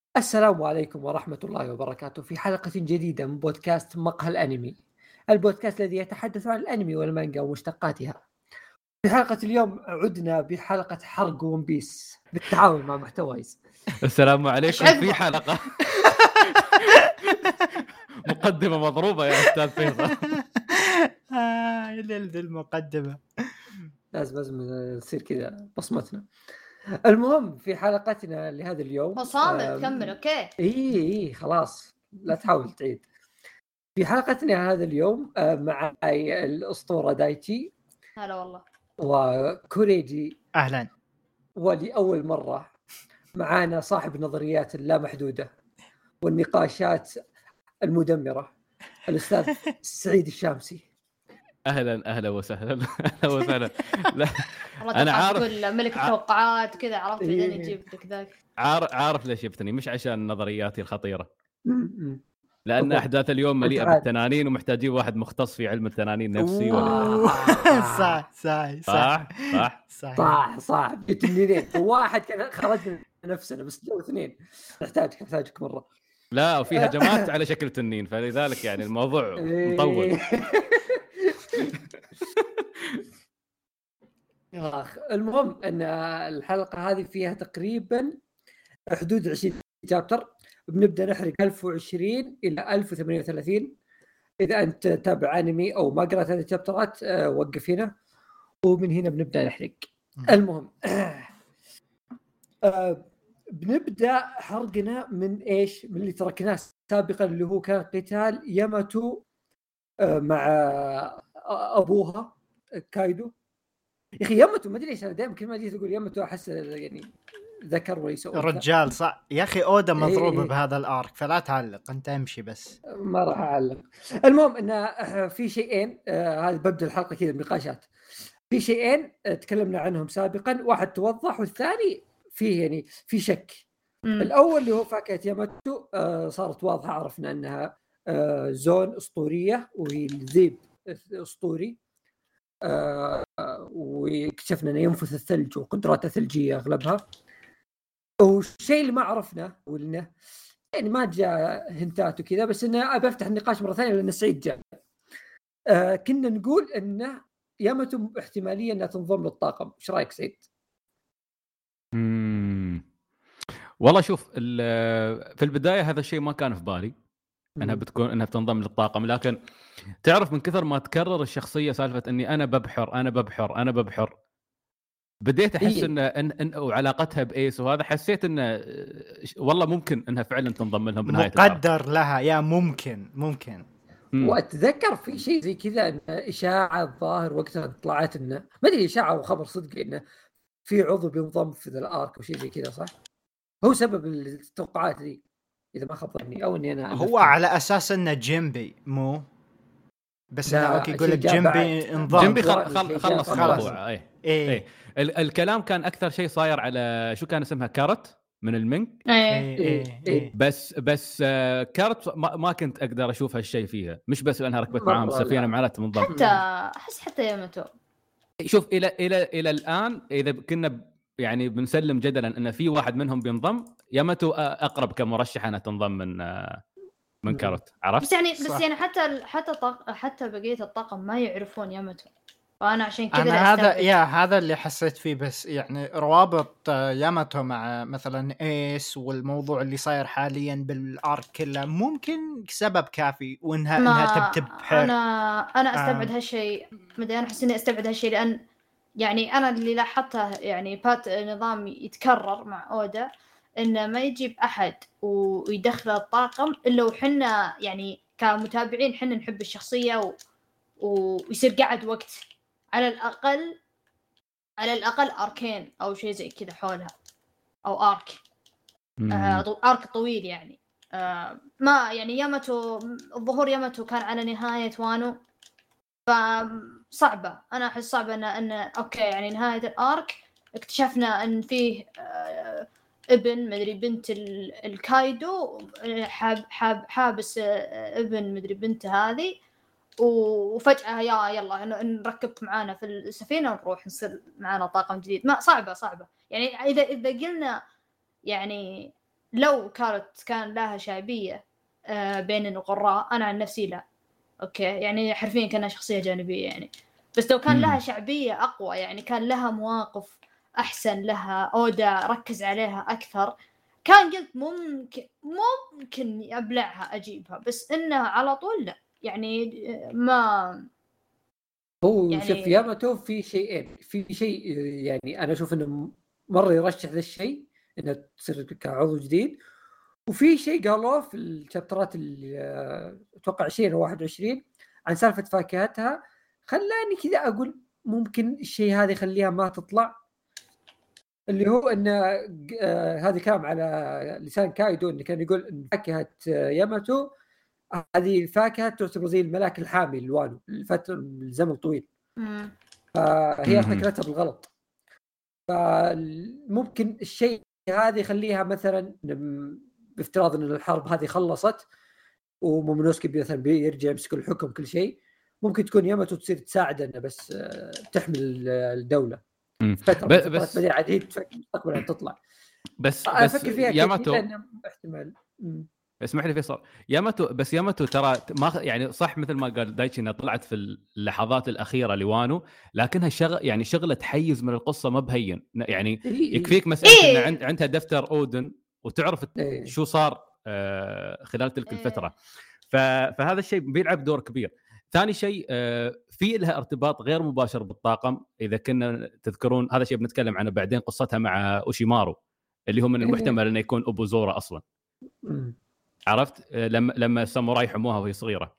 السلام عليكم ورحمة الله وبركاته في حلقة جديدة من بودكاست مقهى الأنمي، البودكاست الذي يتحدث عن الأنمي والمانجا ومشتقاتها. في حلقة اليوم عدنا بحلقة حرق ون بيس بالتعاون مع محتوايز. السلام إيش عليكم في عقبه؟ حلقة مقدمة مضروبة يا أستاذ فيصل. ذي المقدمة لازم نصير كذا بصمتنا. المهم في حلقتنا لهذا اليوم هو صامت كمل أوكي. إيه خلاص لا تحاول تعيد. في حلقتنا هذا اليوم معي الأسطورة دايتشي هلا والله. وكوريجي، أهلا. ولأول مرة معانا صاحب نظريات اللامحدودة والنقاشات المدمرة الأستاذ سعيد الشامسي. أهلا وسهلا. أهلا وسهلا. لا أنا عارف تقول ملك التوقعات كذا، عرفت بعدين يجيب لك ذاك. عارف ليش جبتني، مش عشان نظرياتي الخطيرة، لأن أحداث اليوم مليئة تعال. بالتنانين ومحتاجين واحد مختص في علم التنانين نفسي صح تنينين واحد كان خرج من نفسنا بس جو اثنين. نحتاجك مرة. لا وفي هجمات على شكل تنين، فلذلك يعني الموضوع مطول. المهم ان الحلقة هذه فيها تقريبا حدود 20 شابتر. بنبدأ نحرق 1020 إلى 1038. إذا أنت تابع أنمي أو ما قرأت هذه الشابترات وقف هنا ومن هنا بنبدأ نحرق. المهم بنبدأ حرقنا من إيش؟ من اللي تركناه سابقا اللي هو كان قتال ياماتو مع أبوها كايدو. يا أخي ياماتو ما أدري ليش أنا دائما كل ما أجي أقول ياماتو أحس يعني ذكر وليس أنثى. رجال صح يا أخي، أودا مضروبة بهذا الآرك، فلا تعلق أنت امشي بس. ما راح أعلق. المهم إن في شيئين هذا ببدأ الحلقة كذا بنقاشات. في شيئين تكلمنا عنهم سابقا، واحد توضح والثاني فيه يعني في شك. الأول اللي هو فاكهة ياماتو صارت واضحة، عرفنا أنها زون أسطورية وهي الذيب أسطوري، واكتشفنا أنه ينفث الثلج وقدراته ثلجية أغلبها. والشيء اللي ما عرفنا وإنه يعني ما جاء هنتات وكذا، بس إنه أبي أفتح النقاش مرة ثانية لأن سعيد جاء. كنا نقول إنه ياماتو احتمالية أنها تنضم للطاقم. إيش رأيك سعيد؟ والله شوف، في البداية هذا الشيء ما كان في بالي انها بتنضم للطاقم، لكن تعرف من كثر ما تكرر الشخصية سالفة اني انا ببحر بديت احس ان وعلاقتها بايس وهذا، حسيت انه والله ممكن انها فعلا تنضم لهم بنهاية مقدر لها يا ممكن. واتذكر في شيء زي كذا ان اشاعه الظاهر وقتها طلعت انه ما ادري اشاعه او خبر صدق انه في عضو بينضم في الارك او شيء زي كذا، صح؟ هو سبب التوقعات دي اذا ما خاب ظني، او اني انا هو على اساس انه جيمبي مو بس انا اوكي يقول لك جيمبي انضم. جيمبي خلص الموضوع. ايه الكلام كان اكثر شيء صاير على شو كان اسمها كارت من المنك. إيه. بس كارت ما كنت اقدر اشوف هالشيء فيها، مش بس لانها ركبت معاهم السفينه معناته منضم. حتى احس حتى ياماتو شوف الى الان اذا كنا يعني بنسلم جدلا ان في واحد منهم بينضم، ياماتو اقرب كمرشح انها تنضم من كارت، عرفت؟ بس يعني حتى بقيه الطاقم ما يعرفون ياماتو، فانا عشان كذا هذا اللي حسيت فيه. بس يعني روابط ياماتو مع مثلا ايس والموضوع اللي صاير حاليا بالارك كله ممكن سبب كافي وانها تبحر. انا استبعد هالشيء. مدري، انا احس اني استبعد هالشيء لان يعني انا اللي لاحظته يعني بات نظام يتكرر مع اودا انه ما يجيب احد ويدخل الطاقم الا وحنا يعني كمتابعين حنا نحب الشخصيه ويصير قاعد وقت على الأقل أركين أو شيء زي كذا حولها، أو أرك أرك طويل يعني. ما يعني ياماتو، الظهور ياماتو كان على نهاية وانو، فصعبة. أنا أحس صعبة أن أوكي يعني نهاية الأرك اكتشفنا أن فيه ابن مدري بنت الكايدو حابس ابن مدري بنت هذه، وفجأة يلا نركبك معانا في السفينة ونروح نصير معانا طاقم جديد. ما صعبة يعني إذا قلنا يعني لو كان لها شعبية بين القراء، أنا عن نفسي لا، أوكي يعني حرفيا كانها شخصية جانبية يعني. بس لو كان لها شعبية أقوى، يعني كان لها مواقف أحسن، لها أودا ركز عليها أكثر، كان قلت ممكن أبلعها أجيبها. بس إنها على طول لا، يعني ما هو يعني شوف ياماتو في شيئين، في شيء يعني انا اشوف انه مره يرشح ذا الشيء انه تصير كعضو جديد، وفي شيء قالوه في الشابترات اللي اتوقع 20 او 21 عن سالفه فاكهتها، خلاني كذا اقول ممكن الشيء هذا يخليها ما تطلع، اللي هو ان هذا كلام على لسان كايدو، انه كان يقول ان فاكهه ياماتو هذه الفاكهه تعتبر زي الملاك الحامي لوانو لفتره الزمن طويل، فهي فكرتها بالغلط. فممكن الشيء هذا يخليها مثلا بافتراض ان الحرب هذه خلصت ومومونوسكي مثلا بيرجع يمسك الحكم كل شيء، ممكن تكون ياماتو تصير تساعدنا بس تحمل الدولة فترة بس بعدين عاد مستقبلا تطلع. بس افكر فيها ياماتو لأنه احتمال. اسمح لي فيصل، ياماتو ترى ما يعني صح مثل ما قال دايتشي انها طلعت في اللحظات الاخيره لوانو، لكنها يعني شغله حيز من القصه ما بهين يعني. يكفيك مساله ان عندها دفتر اودن وتعرف شو صار خلال تلك الفتره، فهذا الشيء بيلعب دور كبير. ثاني شيء في لها ارتباط غير مباشر بالطاقم، اذا كنا تذكرون هذا الشيء بنتكلم عنه بعدين، قصتها مع اوشيمارو اللي هو من المحتمل انه يكون ابو زورا اصلا. عرفت لما الساموراي حموها وهي صغيره.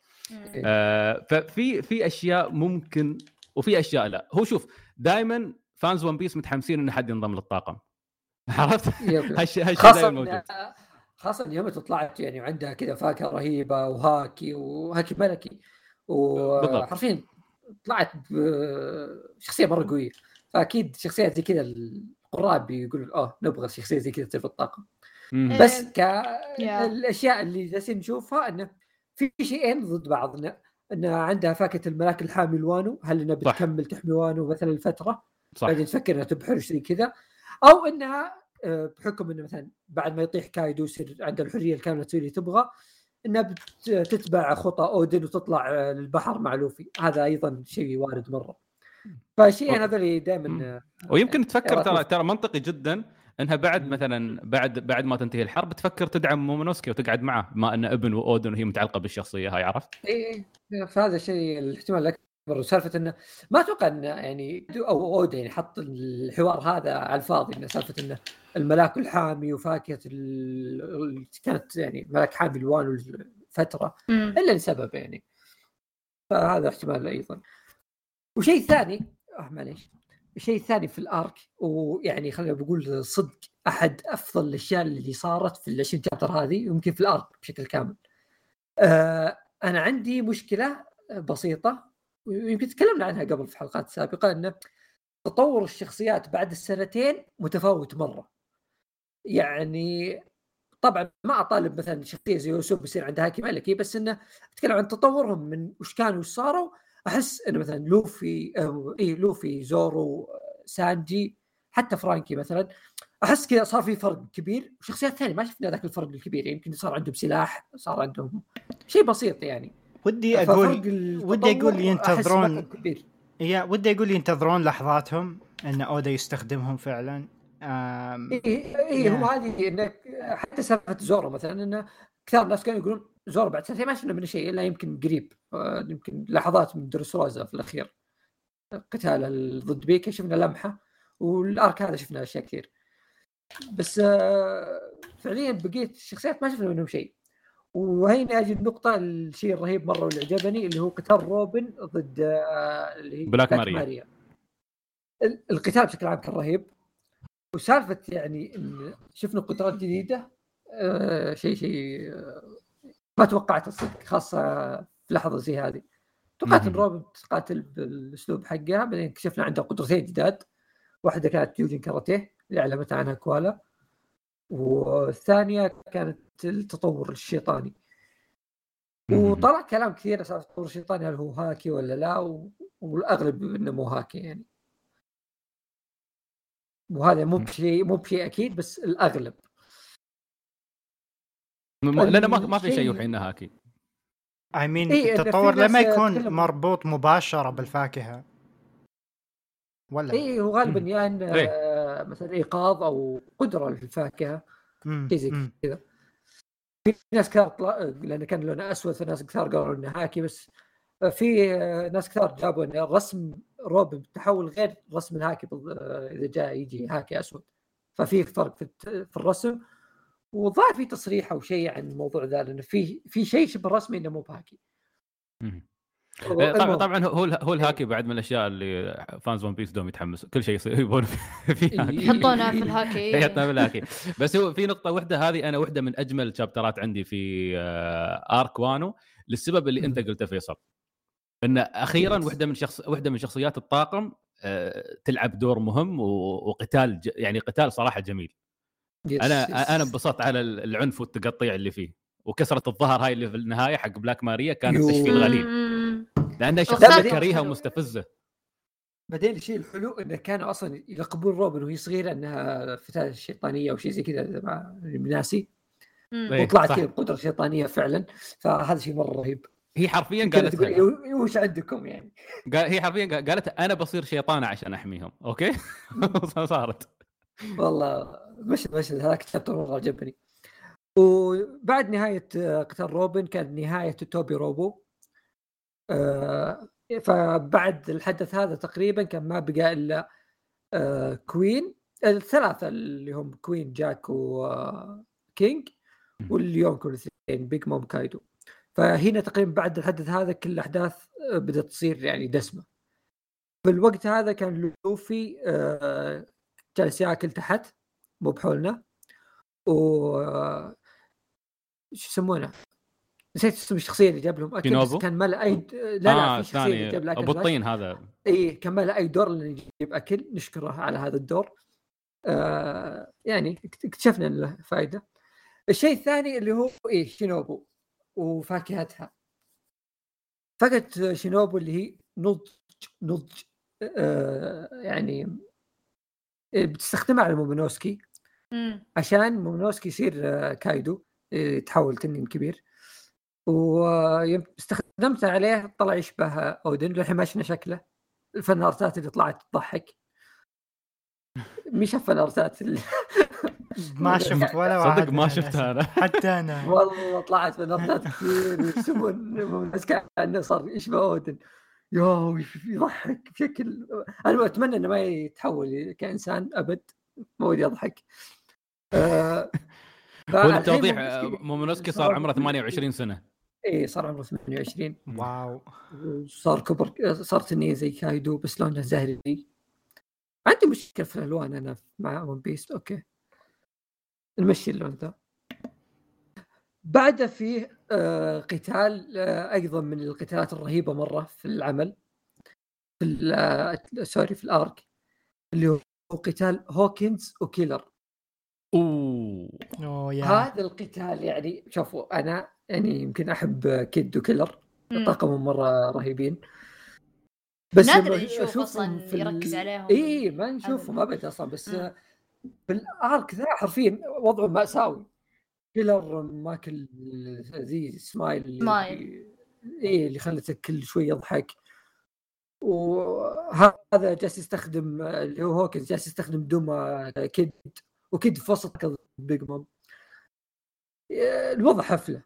ففي اشياء ممكن وفي اشياء لا. هو شوف دائما فانز ون بيس متحمسين ان حد ينضم للطاقم، عرفت؟ هالشيء دائما موجود، خاصه يوم طلعت يعني وعندها كذا فاكهه رهيبه وهاكي ملكي، وحرفيا طلعت بشخصيه مره قويه، فاكيد شخصيات زي كذا القراء بيقولوا نبغى شخصيه زي كذا تصير في الطاقم. بس الاشياء اللي جالسين نشوفها انه في شيئين ضد بعض، انه عندها فاكهه الملاك الحامي الوانو، هل انها بتكمل تحمي وانو مثلا الفتره بعدين تفكر انها تبحر زي كذا، او انها بحكم انه مثلا بعد ما يطيح كايدو يصير عندها الحريه الكامله تسوي اللي تبغى، انها تتبع خطى اودن وتطلع للبحر مع لوفي. هذا ايضا شيء وارد مره. فشيء هذا اللي دائما ويمكن تفكر ترى منطقي جدا انها بعد مثلا بعد ما تنتهي الحرب تفكر تدعم مومونوسكي وتقعد معه بما انه ابن واودن وهي متعلقه بالشخصيه هاي، عرفت؟ فهذا الشيء الاحتمال الاكبر. وسالفه انه ما اتوقع انه يعني او اودا يعني حط الحوار هذا على الفاضي، انه سالفه انه الملاك الحامي وفاكهه كانت يعني ملاك حامي الوان الفتره الا لسبب يعني، فهذا احتمال ايضا. وشيء ثاني معليش، الشيء الثاني في الارك، ويعني خلينا بقول صدق احد افضل الاشياء اللي صارت في ال20 شابتر هذه يمكن في الارك بشكل كامل. انا عندي مشكله بسيطه ويمكن تكلمنا عنها قبل في حلقات سابقه، ان تطور الشخصيات بعد السنتين متفاوت مره. يعني طبعا ما اطالب مثلا شخصيه زي يوسف بيصير عندها هاكي ملكي، بس انه اتكلم عن تطورهم من وش كانوا وش صاروا. احس انه مثلا لوفي زورو سانجي حتى فرانكي مثلا، احس كذا صار في فرق كبير، وشخصيات ثانيه ما شفنا ذاك الفرق الكبير، يمكن صار عندهم سلاح، صار عندهم شيء بسيط يعني. ودي اقول ينتظرون ودي اقول ينتظرون لحظاتهم ان اودا يستخدمهم فعلا. هو هذه انك حتى سالفه زورو مثلا، انه كثير الناس كانوا يقولون زورو بعد سنتين ما شفنا منه شيء الا يمكن قريب، يمكن لحظات من دروسروزا في الاخير قتال ضد بيكا شفنا لمحه، والارك هذا شفنا اشياء كثير، بس فعليا بقيت الشخصيات ما شفنا منهم شيء. وهنا اجي النقطه الشيء الرهيب مره واللي عجبني اللي هو قتال روبن ضد اللي هي بلاك ماريا. القتال بشكل عام كان رهيب، وسالفه يعني إن شفنا قدرات جديده شيء ما توقعت الصدق، خاصه في لحظه زي هذه. توقعت ان روبن تقاتل بالاسلوب حقها، بعدين اكتشفنا عندها قدرتين جداد، واحده كانت يوجين كاراتيه اللي علمتها عنها كوالا، والثانيه كانت التطور الشيطاني. وطلع كلام كثير اساس التطور الشيطاني هل هو هاكي ولا لا، والاغلب انه مو هاكي يعني، وهذا مو بشيء اكيد بس الاغلب. لأن ما في شيء يوحي إنه هاكي. التطور لما يكون مربوط مباشرة بالفاكهة ولا هو غالبا يعني مثلا إيقاظ أو قدرة للفاكهة زي كذا. في ناس كثار لأن كان لونه أسود، فناس كثار قالوا إنه هاكي، بس في ناس كثار جابوا إن رسم روبن بالتحول غير رسم الهاكي إذا جاء يجي هاكي أسود، ففي فرق في الرسم. وظهر في تصريح أو شيء عن الموضوع ذا، لأنه في شيء شبه رسمي إنه مو بهاكي. طبعا هو الهاكي بعد من الاشياء اللي فانز ون بيس دوم يتحمسوا كل شيء يبون فيها يحطونها في الهاكي. يحطونها في الهاكي. بس هو في نقطه واحده، هذه انا واحده من اجمل الشابترات عندي في ارك وانو، للسبب اللي انت قلته فيصل، ان اخيرا واحده من شخصيات الطاقم تلعب دور مهم وقتال يعني قتال صراحه جميل. انا انبسطت على العنف والتقطيع اللي فيه، وكسرة الظهر هاي اللي في النهاية حق بلاك ماريا كانت تشفي الغليل، لأنها شخصية كريهة ومستفزة. بعدين الشيء الحلو إنه كانوا أصلا يلقبون روبن وهي صغيرة إنها فتاة شيطانية أو شيء زي كذا مع الناسي، وطلعت كذا بقدرة شيطانية فعلا. فهذا شيء مرة رهيب. هي حرفيا قالت وش عندكم يعني؟ هي حرفيا قالت أنا بصير شيطانة عشان أحميهم. أوكي. صارت والله مش هذاك الشابتر مرة عجبني. وبعد نهاية قتال روبن كان نهاية توبي روبو. فبعد الحدث هذا تقريبا كان ما بقى إلا كوين، الثلاثة اللي هم كوين جاك وكينج، واليوم كل اثنين بيج مام كايدو. فهنا تقريبا بعد الحدث هذا كل الأحداث بدأت تصير يعني دسمة. في الوقت هذا كان لوفي جالس ياكل تحت مو بحولنا، و شو يسمونه، نسيت اسم الشخصيه اللي جاب لهم اكل، بس كان ما له اي لا في شخصيه اللي جاب له اكل ابو الطين هذا كان ما له اي دور لانه يجيب اكل. نشكره على هذا الدور. يعني اكتشفنا له فائده. الشيء الثاني اللي هو شينوبو وفاكهتها. فقط شينوبو اللي هي نضج يعني بتستخدمها على مومونوسكي عشان مومونوسكي يصير كايدو، يتحول تنين كبير. واستخدمتها عليه طلع يشبه اودن. الحين ما شفنا شكله. الفنارتات اللي طلعت تضحك. مش الفنارتات اللي ما شفت ولا واحد. صدق ما شفتها انا حتى انا والله طلعت فنارتات كثير يرسمون بس كأنه صار يشبه اودن. يضحك بشكل. انا اتمنى انه ما يتحول كإنسان ابد، ما ودي اضحك. والتوضيح مومونوسكي صار عمره 28 سنة. ايه صار عمره 28. واو. صار كبر، صار تنين زي كايدو بس لونه زهري. عندي مشكلة في الالوان انا مع ون بيس. اوكي نمشي اللون ذا. بعد فيه قتال ايضا من القتالات الرهيبة مرة في العمل في في الارك، اللي هو قتال هوكنز وكيلر. هذا القتال يعني شوفوا انا يعني يمكن احب كيد وكيلر، طاقمهم مره رهيبين، بس نادر نشوف اصلا يركز عليهم. ما نشوفهم ابدا اصلا. بس في الارك ذا حرفيا وضعه مأساوي. كيلر ماكل زي سمايل اللي خلتك كل شوي يضحك. وهذا جالس يستخدم اللي هو هوكنز جالس يستخدم دوما كيد، وكيد في وسط بيج مام. الوضع حفلة.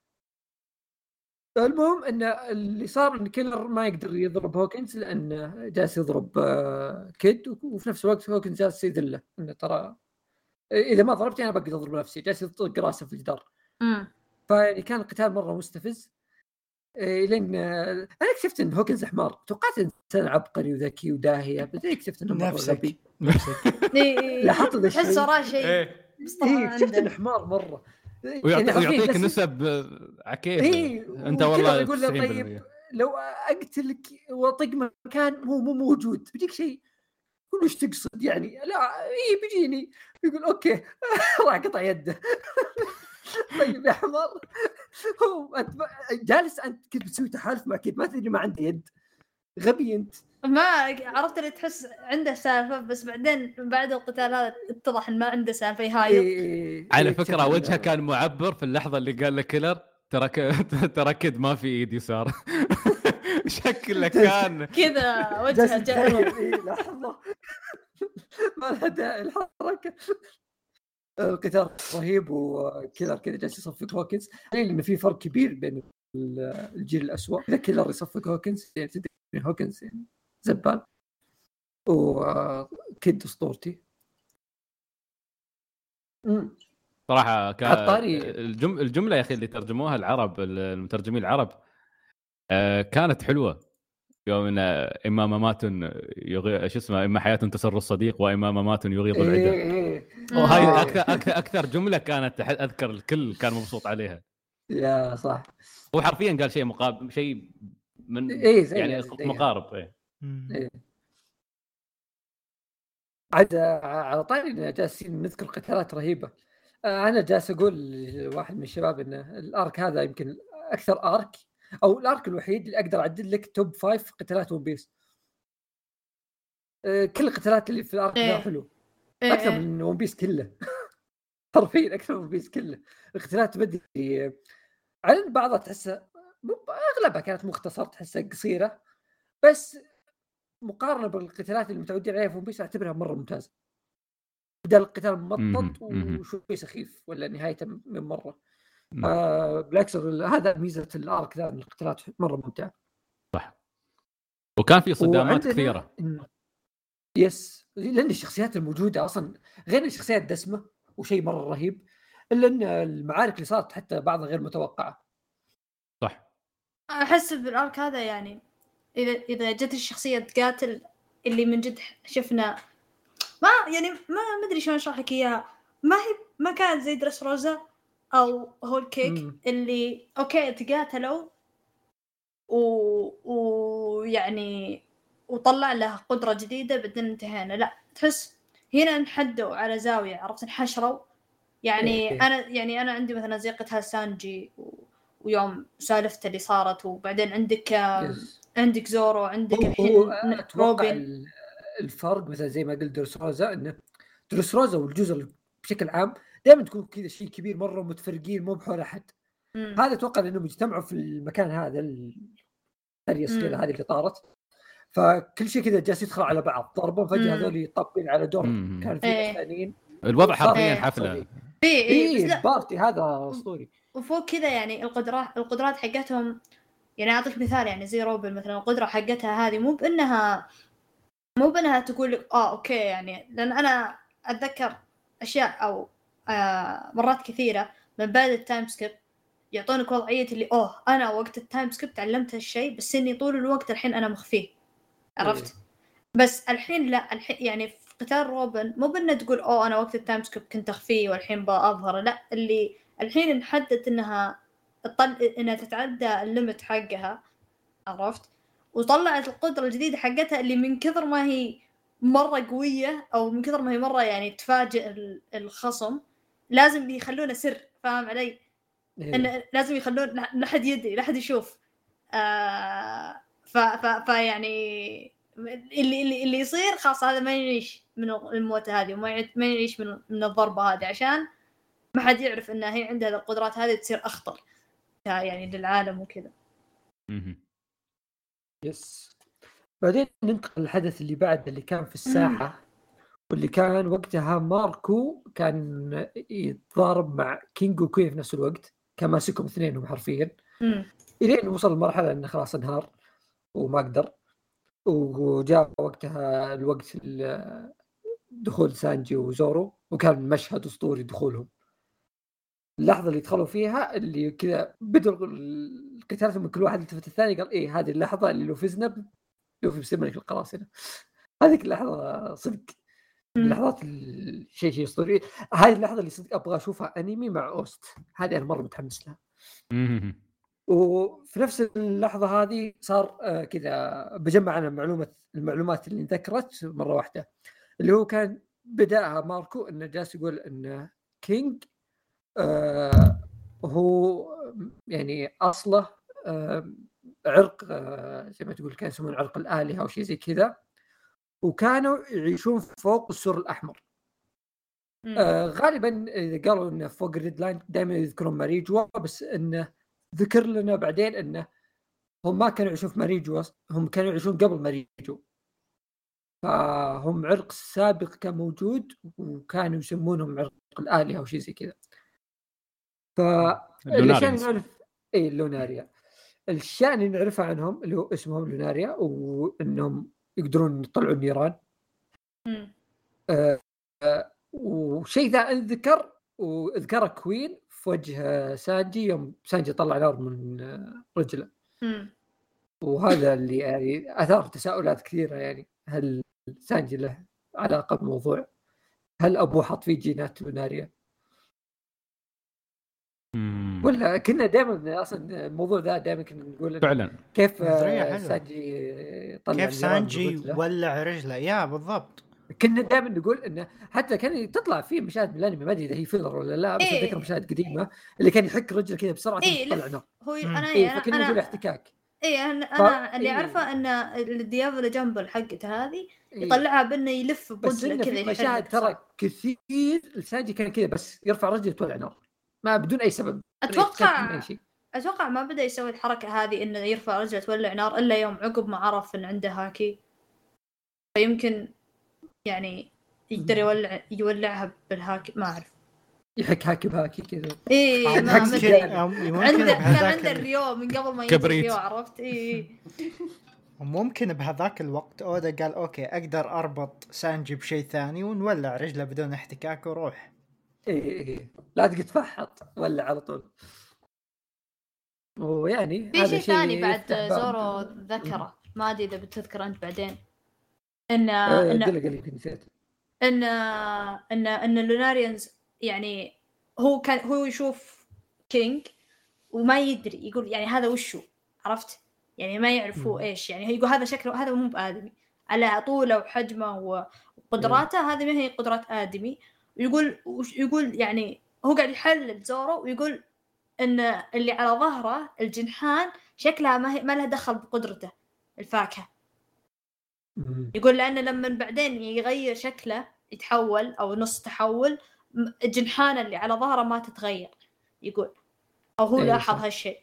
المهم ان اللي صار ان كيلر ما يقدر يضرب هوكنز لان جالس يضرب كيد، وفي نفس الوقت هوكنز جالس يذله انه ترى اذا ما ضربتي انا بقدر اضرب نفسي. جالس يطق راسه في الجدار. فيعني كان القتال مره مستفز. لين انا اكتشفت ان هوكنز حمار. توقعت انسان عبقري وذكي وداهيه، بس اكتشفت انه مره غبي. لاحظت ذا الشيء. حس وراه شيء اكتشفت انه حمار مره. ويعطيك نسب عكيف. انت والله يقول له طيب لو اقتلك واطق مكان هو مو موجود بيجيك شيء. يقول ايش تقصد يعني؟ لا بيجيني. يقول اوكي راح قطع يده. طيب يا حمار هو جالس انت كنت بتسوي تحالف مع كيد ما تدري ما عنده يد. غبي انت. ما عرفت اللي تحس عنده سالفة، بس بعدين بعد القتال هذا اتضح إن ما عنده سالفة يهايط. على فكرة وجهه كان معبر في اللحظة اللي قال له كيلر ترى كد ما في ايد يسار. شكله كان كذا وجهه جاهل. لحظة ما لها داعي الحركة. القتال رهيب وكيلر كذا جالس يصفق هوكنز، لأن في فرق كبير بين الجيل الأسوأ. إذا كيلر يصفق هوكنز يعني تدري هوكنز يعني زبال، وكيد أسطورتي. صراحة الجملة يا أخي اللي ترجموها العرب، المترجمين العرب كانت حلوة. يوم إن إما ممات يغيظ شو اسمه، إما حياة تسر الصديق وإما ممات يغيظ العدا. وهاي أكثر جملة كانت أذكر الكل كان مبسوط عليها. يا صح، هو حرفيا قال شيء مقابل شيء من يعني مقارب. عاد على طاري جالسين نذكر قتالات رهيبة. أنا جالس أقول لواحد من الشباب إن الأرك هذا يمكن أكثر أرك أو الأرك الوحيد اللي أقدر أعدل لك توب 5 قتالات ون بيس. كل القتالات اللي في الأرك ذا حلو أكثر من ون بيس كله. حرفيا أكثر من ون بيس كله. القتالات بدي على بعضها تحسها أغلبها كانت مختصرة، تحسها قصيرة، بس مقارنة بالقتالات اللي متعودين عليها في ون بيس أعتبرها مرة ممتازة. بدل القتال ممطط وشوي سخيف ولا نهايته من مرة. بالعكس هذا ميزة الارك ذا، القتالات مرة ممتعة. صح، وكان في صدامات كثيرة. يس، لأن الشخصيات الموجودة أصلا غير الشخصيات دسمة وشيء مرة رهيب، إلا أن المعارك اللي صارت حتى بعضها غير متوقعة. صح، أحس بالارك هذا يعني إذا جت الشخصية تقاتل اللي من جد شفنا، ما يعني ما أدري شلون أشرح لك إياها، ما كانت زي درس روزا أو هول كيك اللي أوكي تقاتلوا ويعني وطلع له قدرة جديدة بعدين انتهينا. لا، تحس هنا انحدوا على زاوية، عرفت، انحشروا يعني. أنا عندي مثلا زي قتال سانجي ويوم سالفته اللي صارت، وبعدين عندك زورو، عندك الحين روبن. الفرق مثلا زي ما قلت درسروزا، انه درسروزا والجزر بشكل عام دائما تكون كذا شيء كبير مره متفرقين مو بحول احد. هذا اتوقع انهم اجتمعوا في المكان هذا القريه الصغيره هذه اللي طارت، فكل شيء كذا جالس يدخل على بعض ضربوا فجاه هذول يطبقون على دور كان فيه ثانيين. الوضع حرفيا حفله بارتي هذا اسطوري. وفوق كذا يعني القدرات حقتهم، يعني اعطيك مثال، يعني زي روبن مثلا القدره حقتها هذه مو بانها تقول لك اوكي، يعني لان انا اتذكر اشياء او مرات كثيره من بعد التايم سكيب يعطونك وضعيه اللي انا وقت التايم سكيب تعلمت هالشيء، بس اني طول الوقت الحين انا مخفيه، عرفت. بس الحين لا، الحين يعني في قتال روبن مو بانها تقول انا وقت التايم سكيب كنت اخفيه والحين بأظهر، لا، اللي الحين انحدت انها تتعدى الليمت حقها، عرفت، وطلعت القدرة الجديدة حقتها اللي من كثر ما هي مرة قوية أو من كثر ما هي مرة يعني تفاجئ الخصم لازم يخلونه سر، فاهم علي؟ إن لازم يخلون لا حد يدري، لا حد يشوف. يعني اللي يصير خلاص هذا ما يعيش من الموت هذه، وما يعيش من الضربة هذه، عشان ما حد يعرف إن هي عندها القدرات هذه تصير أخطر يعني للعالم وكذا. يس. بعدين ننتقل للحدث اللي بعد اللي كان في الساحة، واللي كان وقتها ماركو كان يتضارب مع كينج وكوين في نفس الوقت، كان ماسكهم اثنينهم حرفيا إلين وصل المرحلة إنه خلاص انهار وما قدر، وجاء وقتها الوقت دخول سانجي وزورو، وكان مشهد أسطوري دخولهم. اللحظة اللي دخلوا فيها اللي كذا بدوا القتال من كل واحد التفت الثاني قال هذه اللحظة اللي لو فزنا في بسملك القراصنة. هذيك اللحظة صدق لحظات الشيء أسطوري. هذه اللحظة اللي صدق أبغى أشوفها أنمي مع أوست، هذه أنا مرة متحمس لها. وفي نفس اللحظة هذه صار كذا بجمع أنا المعلومات اللي ذكرت مرة واحدة، اللي هو كان بدأها ماركو إنه جالس يقول إن كينج هو يعني أصله عرق زي ما تقول كان يسمون عرق الآلهة أو شيء زي كذا، وكانوا يعيشون فوق السور الأحمر. غالبا إذا قالوا إنه فوق الريد لاين دائما يذكرون ماريجوا، بس إنه ذكر لنا بعدين إنه هم ما كانوا يعيشون في ماريجوا، هم كانوا يعيشون قبل ماريجوا، فهم عرق سابق كان موجود وكانوا يسمونهم عرق الآلهة أو شيء زي كذا. فالأشياء اللي نعرف اللوناريا، الأشياء اللي نعرفها عنهم اللي هو اسمهم لوناريا وإنهم يقدرون يطلعوا النيران. وشيء ذا انذكر وذكره كوين في وجه سانجي يوم سانجي طلع نار من رجله. وهذا اللي يعني أثار تساؤلات كثيرة، يعني هل سانجي له علاقة بالموضوع؟ هل أبوه حط فيه جينات لوناريا؟ ولا كنا دائما أصلا الموضوع ذا دائما كنا نقول فعلا كيف سانجي طلع كيف سانجي ولع رجله. يا بالضبط كنا دائما نقول انه حتى كان تطلع فيه مشاهد من الانمي، ما ادري اذا هي فيلر ولا لا، بس اتذكر مشاهد قديمه اللي كان يحك رجله كذا بسرعه تطلع نار. هو انا فكنا نقول احتكاك. انا اللي عارفه ان الديافل جامبل حقته هذه يطلعها بانه يلف برجله كذا. مشاهد ترى كثير الساجي كان كذا بس يرفع رجله يطلع نار ما بدون اي سبب. اتوقع ما بدا يسوي الحركه هذه انه يرفع رجله تولع نار الا يوم عقب ما عرف ان عنده هاكي، فيمكن يعني يقدر يولعها بالهاكي. ما اعرف يحك هاكي بهاكي كذا. ما عنده الريو من قبل ما يجي الريو، عرفت؟ وممكن بهذاك الوقت اودا قال اوكي اقدر اربط سانجي بشيء ثاني ونولع رجله بدون احتكاك وروح. لا تتفحط ولع على طول. ويعني في شيء ثاني بعد زورو ذكره، ما ادري اذا بتذكر انت بعدين، ان اللوناريانز يعني هو يشوف كينج وما يدري، يقول يعني هذا وشو، عرفت؟ يعني ما يعرفوا ايش يعني، يقول هذا شكله هذا مو بآدمي على طوله وحجمه وقدراته، هذه ما هي قدرات آدمي. ويقول يعني هو قاعد يحلل زورو ويقول ان اللي على ظهره الجنحان شكلها ما لها دخل بقدرته الفاكهة. يقول لأنه لما بعدين يغير شكله يتحول أو نص تحول، الجنحان اللي على ظهره ما تتغير، يقول أو هو لاحظ هالشيء.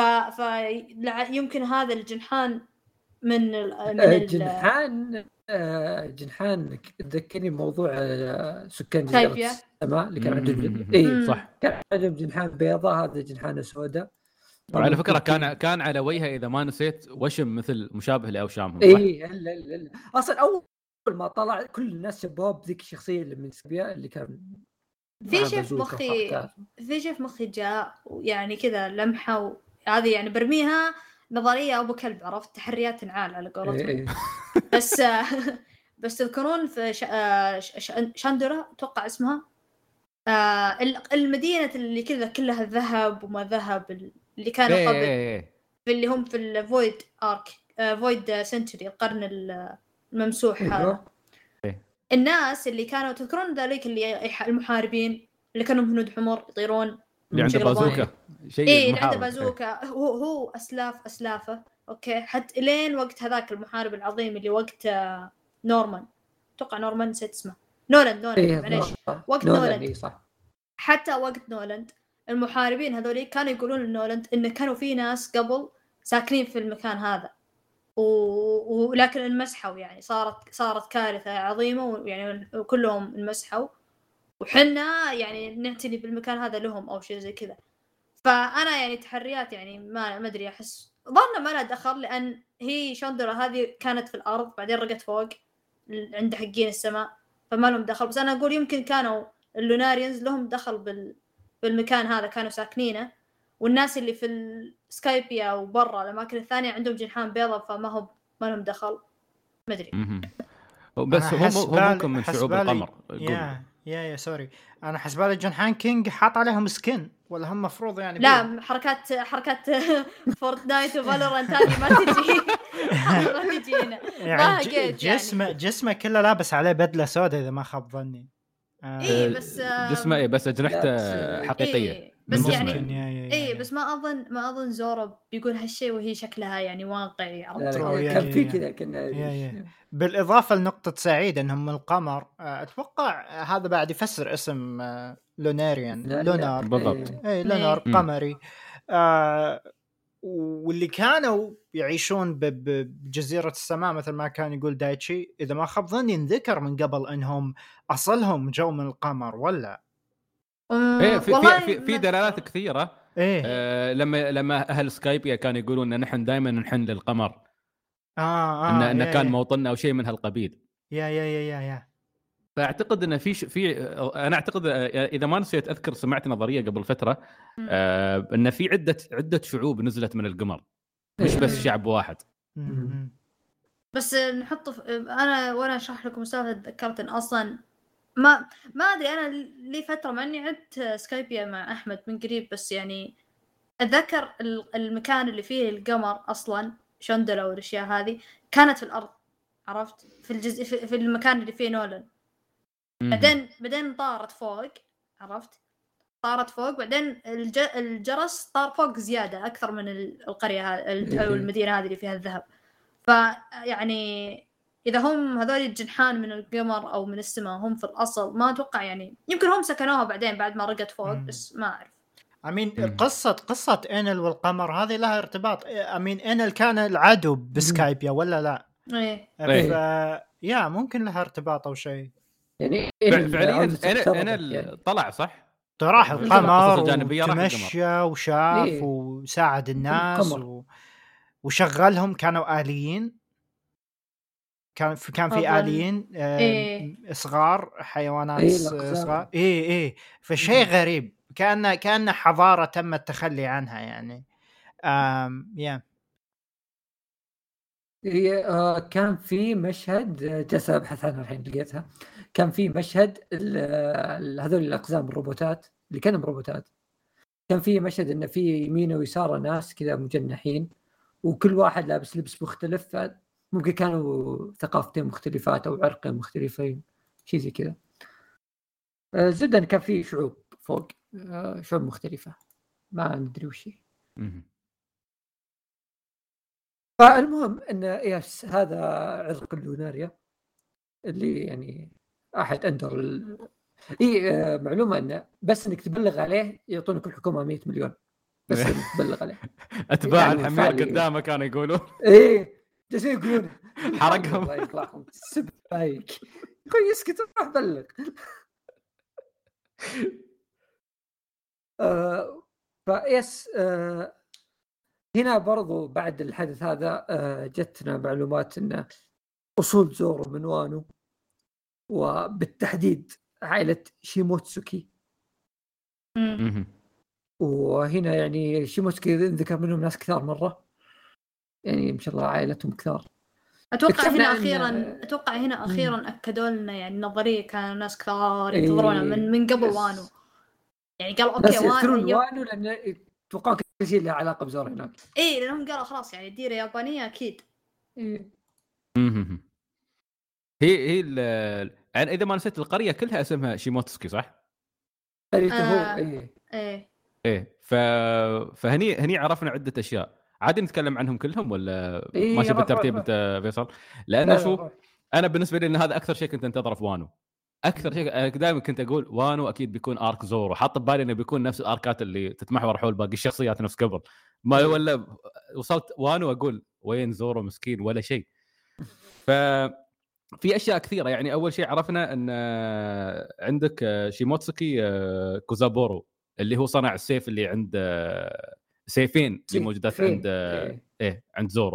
يمكن هذا الجنحان من الجنحان جنحان تذكرني موضوع سكان جزيرة السماء اللي كان عندهم صح، كان عندهم جنحان بيضاء، هذا جنحان سوداء. وعلى فكرة كان على وجهه إذا ما نسيت وشم مثل مشابه لأوشامهم. لا أصلا أول ما طلع كل الناس شباب ذيك الشخصية اللي من سبيا اللي كان في شيء في مخي جاء يعني كذا لمحة، هذه يعني برميها نظرية أبو كلب، عرفت؟ تحريات عال على قولتهم. بس تذكرون في شاندورا أتوقع اسمها، المدينة اللي كذا كلها ذهب وما ذهب، اللي كانوا قبل اللي هم في الفويد آرك، فويد سنتري، القرن الممسوح هذا. الناس اللي كانوا تذكرون ذلك اللي المحاربين اللي كانوا هنود حمر يطيرون، اللي عنده بازوكا شيء اللي عنده بازوكا، هو أسلافه أوكي، حتى لين وقت هذاك المحارب العظيم اللي وقت نورمان، أتوقع نورمان نسيت اسمه، نولاند معليش، وقت نولاند صح. حتى وقت نولاند المحاربين هذولي كانوا يقولون لنولاند إن كانوا في ناس قبل ساكنين في المكان هذا ولكن انمسحوا، يعني صارت كارثة عظيمة، ويعني كلهم انمسحوا، وحنا يعني نعتني بالمكان هذا لهم أو شيء زي كذا. فأنا يعني تحريات يعني ما أدري، أحس ظن ما لها دخل، لأن هي شاندورا هذه كانت في الأرض بعدين رقت فوق عند حقين السماء، فما لهم دخل. بس أنا أقول يمكن كانوا اللوناريانز لهم دخل بالمكان هذا، كانوا ساكنينه، والناس اللي في السكايبيا وبرا الأماكن الثانية عندهم جنحان بيضاء، ما لهم دخل، ما أدري. بس هم ممكن من شعوب القمر. يا سوري، أنا حسبالي جنحان كينج حاط عليهم سكين، ولا هم مفروض يعني لا حركات فورتنايت وفالورانت هذه ما تجي هنا يعني جسمه كله لابس عليه بدلة سوداء إذا ما خاب ظني. بس جسمه بس أجنحته حقيقية. بس يعني بس ما اظن زورو بيقول هالشيء وهي شكلها يعني واقعي، عرفت؟ كان في كذا كنا بالاضافه لنقطه سعيد انهم القمر، اتوقع هذا بعد يفسر اسم لوناريان، لونار بالضبط. لونار قمري. واللي كانوا يعيشون بجزيرة السماء مثل ما كان يقول دايتشي، إذا ما خاب ظني ينذكر من قبل أنهم أصلهم جو من القمر ولا في دلالات كثيرة. لما أهل سكايبيا كانوا يقولون أن نحن دائما نحن للقمر، إن كان موطننا أو شيء من هالقبيل. يا فأعتقد أن أنا أعتقد إذا ما نسيت أذكر سمعت نظرية قبل فترة أن في عدة شعوب نزلت من القمر، مش بس شعب واحد. بس نحط وانا اشرح لكم سالفه، تذكرت ان اصلا ما ادري، انا لي فتره مع اني عدت سكايبيا مع احمد من قريب، بس يعني اتذكر المكان اللي فيه القمر اصلا شوندلا والاشياء هذه كانت في الارض، عرفت؟ في المكان اللي فيه نولان. بعدين طارت فوق، عرفت؟ طارت فوق، بعدين الجرس طار فوق زياده اكثر من القريه او المدينه هذه اللي فيها الذهب. فيعني اذا هم هذول الجنحان من القمر او من السماء هم في الاصل، ما اتوقع يعني، يمكن هم سكنوها بعدين بعد ما رقت فوق، بس ما اعرف. قصة إنل والقمر هذه لها ارتباط. إنل كان العدو بسكايبيا ولا لا؟ يا ممكن لها ارتباط أو شيء. يعني فعليا إنل طلع صح؟ راح القمر وتمشى وشاف وساعد الناس وشغلهم، كانوا آليين، كان في آليين صغار، حيوانات صغار. فشيء غريب، كأن حضارة تم التخلي عنها يعني. كان في مشهد جالس ابحث عنها الحين لقيتها. كان في مشهد هذول الاقزام الروبوتات اللي كانوا روبوتات، كان في مشهد انه في يمين ويسار ناس كذا مجنحين، وكل واحد لابس لبس مختلف، ممكن كانوا ثقافتين مختلفات او عرقين مختلفين، شيء زي كذا. زبدا كان في شعوب فوق، شعوب مختلفة ما ندري وش هي. فالمهم ان يس هذا عرق اللوناريا اللي يعني احد اندر معلومه انه بس انك تبلغ عليه يعطونك الحكومه 100 مليون بس انك تبلغ عليه. اتباع يعني الحمير قدامه كانوا يقولوا جالسين يقولون حرقهم يطلعهم سبايك خوي اسكت روح بلغ. فيس هنا برضو بعد الحدث هذا جتنا معلومات ان اصول زورو من وانو، وبالتحديد عائلة شيموتسوكي. وهنا يعني شيموتسوكي ذكر منهم ناس كثار مرة، يعني ما شاء الله عائلتهم كثار. اتوقع هنا اخيرا اكدوا لنا يعني نظريه كان ناس كثار ينتظرونها من قبل وانو، يعني قالوا اوكي وانو لان اتوقع كل شيء له علاقه بزورو هناك. لانهم قالوا خلاص يعني ديره يابانيه اكيد. هي يعني اذا ما نسيت القريه كلها اسمها شيموتسوكي صح؟ فهني عرفنا عده اشياء. عادي نتكلم عنهم كلهم ولا ماشي بالترتيب انت فيصل؟ لانه شو انا بالنسبه لي ان هذا اكثر شيء كنت انتظره في وانو. اكثر شيء دائما كنت اقول وانو اكيد بيكون ارك زورو، حاط ببالي انه بيكون نفس الاركات اللي تتمحور حول باقي الشخصيات نفس قبل ما ولا وصلت وانو اقول وين زورو مسكين ولا شيء. في اشياء كثيره، يعني اول شيء عرفنا ان عندك شيموتسوكي كوزابورو اللي هو صنع السيف اللي عند سيفين اللي موجودات عند عند زورو.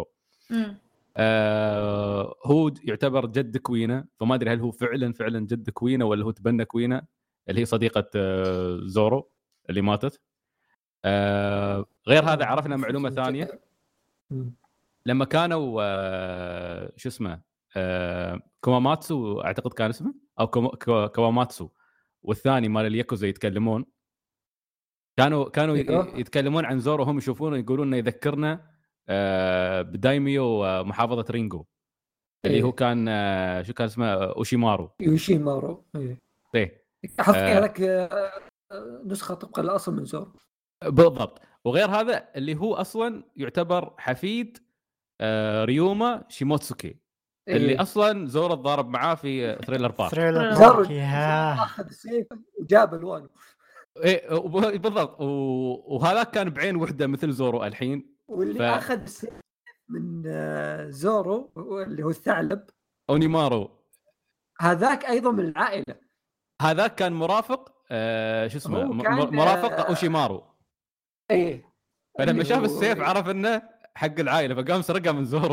هو يعتبر جد كوينة، فما ادري هل هو فعلا جد كوينة ولا هو تبنى كوينة اللي هي صديقه زورو اللي ماتت. غير هذا عرفنا معلومه ثانيه لما كانوا شو اسمه كواماتسو اعتقد كان اسمه او كواماتسو والثاني مال الياكوزا يتكلمون، كانوا يتكلمون عن زورو وهم يشوفونه يقولون انه يذكرنا بدايميو محافظه رينجو اللي هو كان شو كان اسمه اوشيمارو ايه حطي لك نسخه طبقا الاصل من زورو. بالضبط. وغير هذا اللي هو اصلا يعتبر حفيد ريوما شيموتسوكي اللي اصلا زورو ضارب معاه في ثريلر بارك. زورو اخذ السيف وجاب الوانه. ايه بالضبط. وهذا كان بعين وحده مثل زورو الحين. واللي اخذ السيف من زورو اللي هو الثعلب اونيمارو، هذاك ايضا من العائله. هذاك كان مرافق شو اسمه مرافق اوشيمارو. ايه فلما شاف السيف عرف انه حق العائله فقام سرقه من زورو.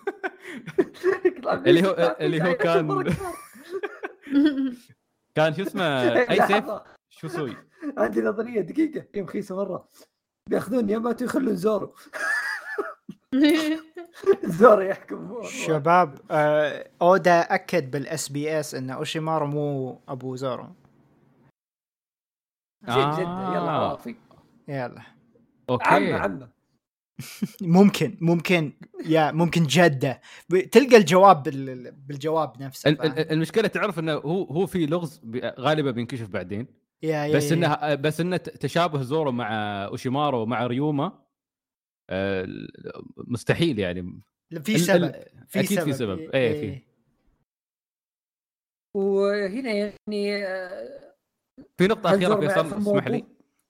اللي هو كان شو اسمه اي سيف شو سوي. عندي نظريه دقيقه يوم خيسه مره بياخذون ياماتو يخلون زورو. زورو يحكم. شباب اودا اكد بالاس بي اس ان اوشيمارو مو ابو زورو. جدا يلا عوافي يلا اوكي عمه ممكن ممكن جده تلقى الجواب بالجواب نفسه. المشكله تعرف انه هو في لغز غالبا بينكشف بعدين. بس انه تشابه زورو مع اوشيمارو مع ريوما مستحيل يعني. في سبب اكيد في سبب. ايه في. وهنا يعني في نقطه اخيره فيصل اسمح لي.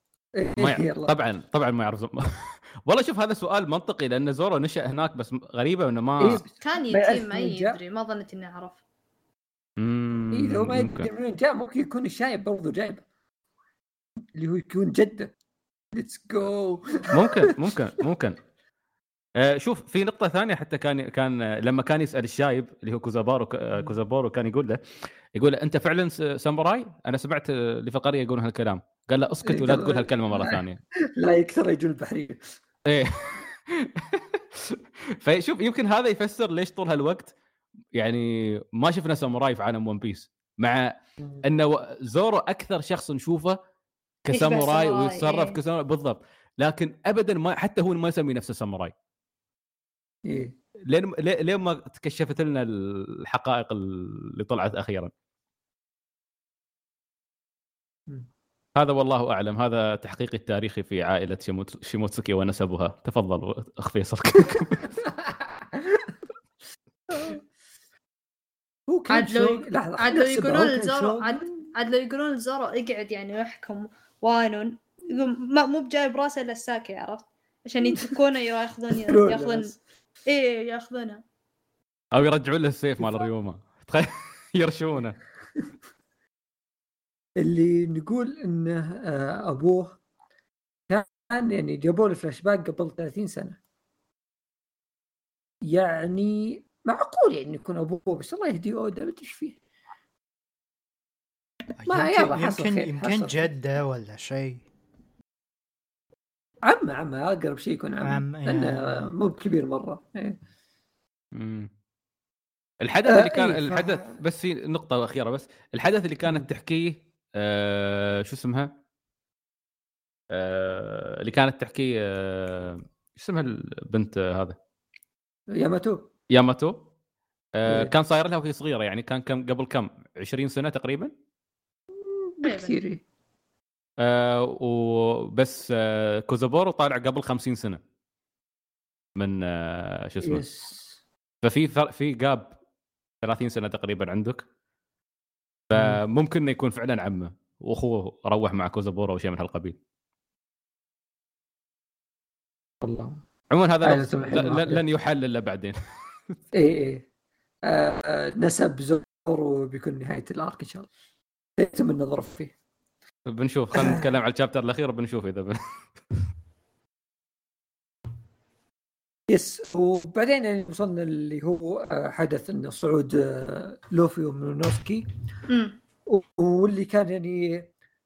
طبعا ما يعرف والله شوف هذا سؤال منطقي لان زورو نشأ هناك بس غريبه انه ما كان يتيم ما يدري ما ظنيت اني اعرف. اذا ما يدري من جاء ممكن يكون الشايب برضو جايب اللي هو يكون جده. ليتس جو. ممكن شوف في نقطه ثانيه حتى كان لما كان يسال الشايب اللي هو كوزابورو كان يقول له انت فعلا ساموراي؟ انا سمعت اللي في القريه يقولون هالكلام. قال له اسكت ولا تقول هالكلمه مره ثانيه. لا يكثر يجون البحريه. ايه. فشوف يمكن هذا يفسر ليش طول هالوقت يعني ما شفنا ساموراي في عالم ون بيس، مع انه زورو اكثر شخص نشوفه كساموراي ويتصرف كساموراي بالضبط، لكن ابدا ما حتى هو ما يسمي نفسه ساموراي. ايه ليه ما تكشفت لنا الحقائق اللي طلعت اخيرا. هذا والله اعلم. هذا تحقيقي التاريخي في عائله شيموتسوكي ونسبها. تفضل اخ فيصل. عاد لو يقولون زورو اقعد يعني يحكم وانون مو بجايب راسه الا الساكي عرفت عشان يتركونه ياخذون ايه ياخذونه او يرجعون له السيف مال ريوما يرشونه. اللي نقول انه ابوه كان يعني جابوا له فلاش باك قبل 30 سنه يعني معقول يعني يكون ابوه بس الله يهديه اودا ما ايش فيه. ما يمكن جده ولا شيء. عمه اقرب شيء يكون عمه لانه مو كبير مره. الحدث اللي كان الحدث بس في نقطه اخيره بس الحدث اللي كانت تحكيه شو اسمها اللي كانت تحكيه اسمها البنت هذا ياماتو كان صاير لها وهي صغيره يعني كان قبل كم 20 سنه تقريبا بكثير. وبس كوزابورو طالع قبل 50 سنه من شو اسمه ففي جاب 30 سنه تقريبا عندك، فممكن انه يكون فعلا عمه واخوه روح مع كوزابورو او شيء من هالقبيل. والله عموما هذا لن يحل الا بعدين. ايه نسب زورو بيكون نهايه الارك ان شاء الله يتم النظر فيه. بنشوف. خلينا نتكلم على الشابتر الاخير بنشوف اذا يس. وبعدين يعني وصلنا اللي هو حدث انه صعود لوفي ومونوسكي واللي كان يعني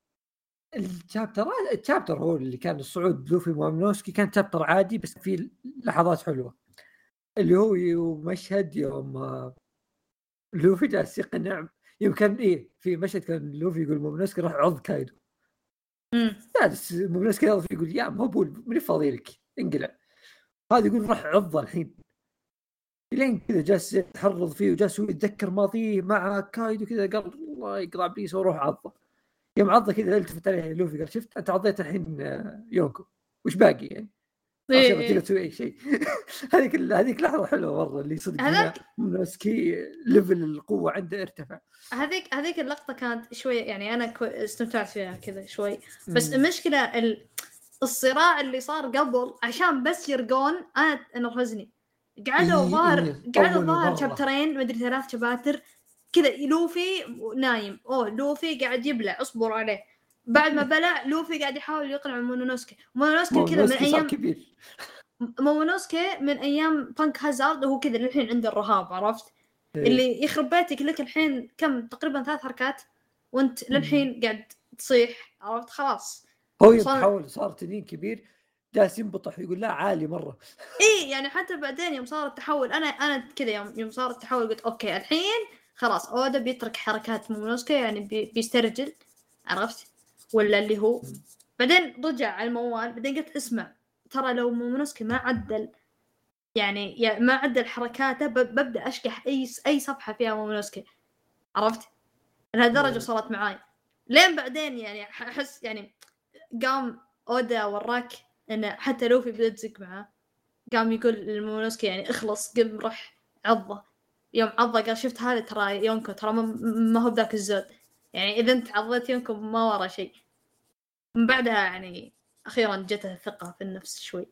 الشابتر هو اللي كان الصعود لوفي ومونوسكي كان شابتر عادي بس فيه لحظات حلوه اللي هو مشهد يوم لوفي جالس يقنع يمكن في مشهد كان لوفي يقول مونوسكي راح عض كايدو. جالس مونوسكي يقول يا مهبول من فاضي لك انقلع. هذا يقول راح عضه الحين لين كذا جالس يتحرض فيه وجالس يتذكر ماضيه مع كايدو كذا قال الله يقطع بليس وروح عضه. يوم عضه كذا التفت عليه لوفي قال شفت انت عضيت الحين يونكو وش باقي يعني عشان تقدر تسوي اي شيء. هذيك لحظه حلوه مره اللي صدق مونوسكي ليفل القوه عنده ارتفع. هذيك اللقطه كانت شوي يعني انا استمتعت فيها كذا شوي بس المشكله الصراع اللي صار قبل عشان بس يرقون انا نرفزني. قعدوا ظاهر شابترين مدري 3 شباتر كذا لوفي نايم لوفي قاعد يبلع اصبر عليه بعد ما بلع لوفي قاعد يحاول يقنع مونوسكي كذا من ايام كبير. مونوسكي من ايام بانك هازارد وهو كذا للحين عنده الرهاب عرفت اللي يخرب بيتك لك الحين كم تقريبا 3 حركات وانت للحين قاعد تصيح عرفت خلاص هو يتحول صار تنين كبير جالس ينبطح يقول لا عالي مره. يعني حتى بعدين يوم صار التحول انا كذا يوم صار التحول قلت اوكي الحين خلاص اودا بيترك حركات مونوسكي يعني بيسترجل عرفت ولا اللي هو بعدين رجع على الموال بعدين قلت اسمع ترى لو مونوسكي ما عدل يعني ما عدل حركاته ببدأ أشكح أي صفحة فيها مونوسكي عرفت لهالدرجة صارت معاي لين بعدين يعني أحس يعني قام أودا وراك إنه حتى لوفي بدأ تزق معه قام يقول للمونوسكي يعني اخلص قم روح عضه يوم عضه قال شفت هذا ترى يونكو ترى ما هو ذاك الزود يعني إذا أنت عضيت يونكو ما ورا شيء. من بعدها يعني أخيرا جته الثقة في النفس شوي.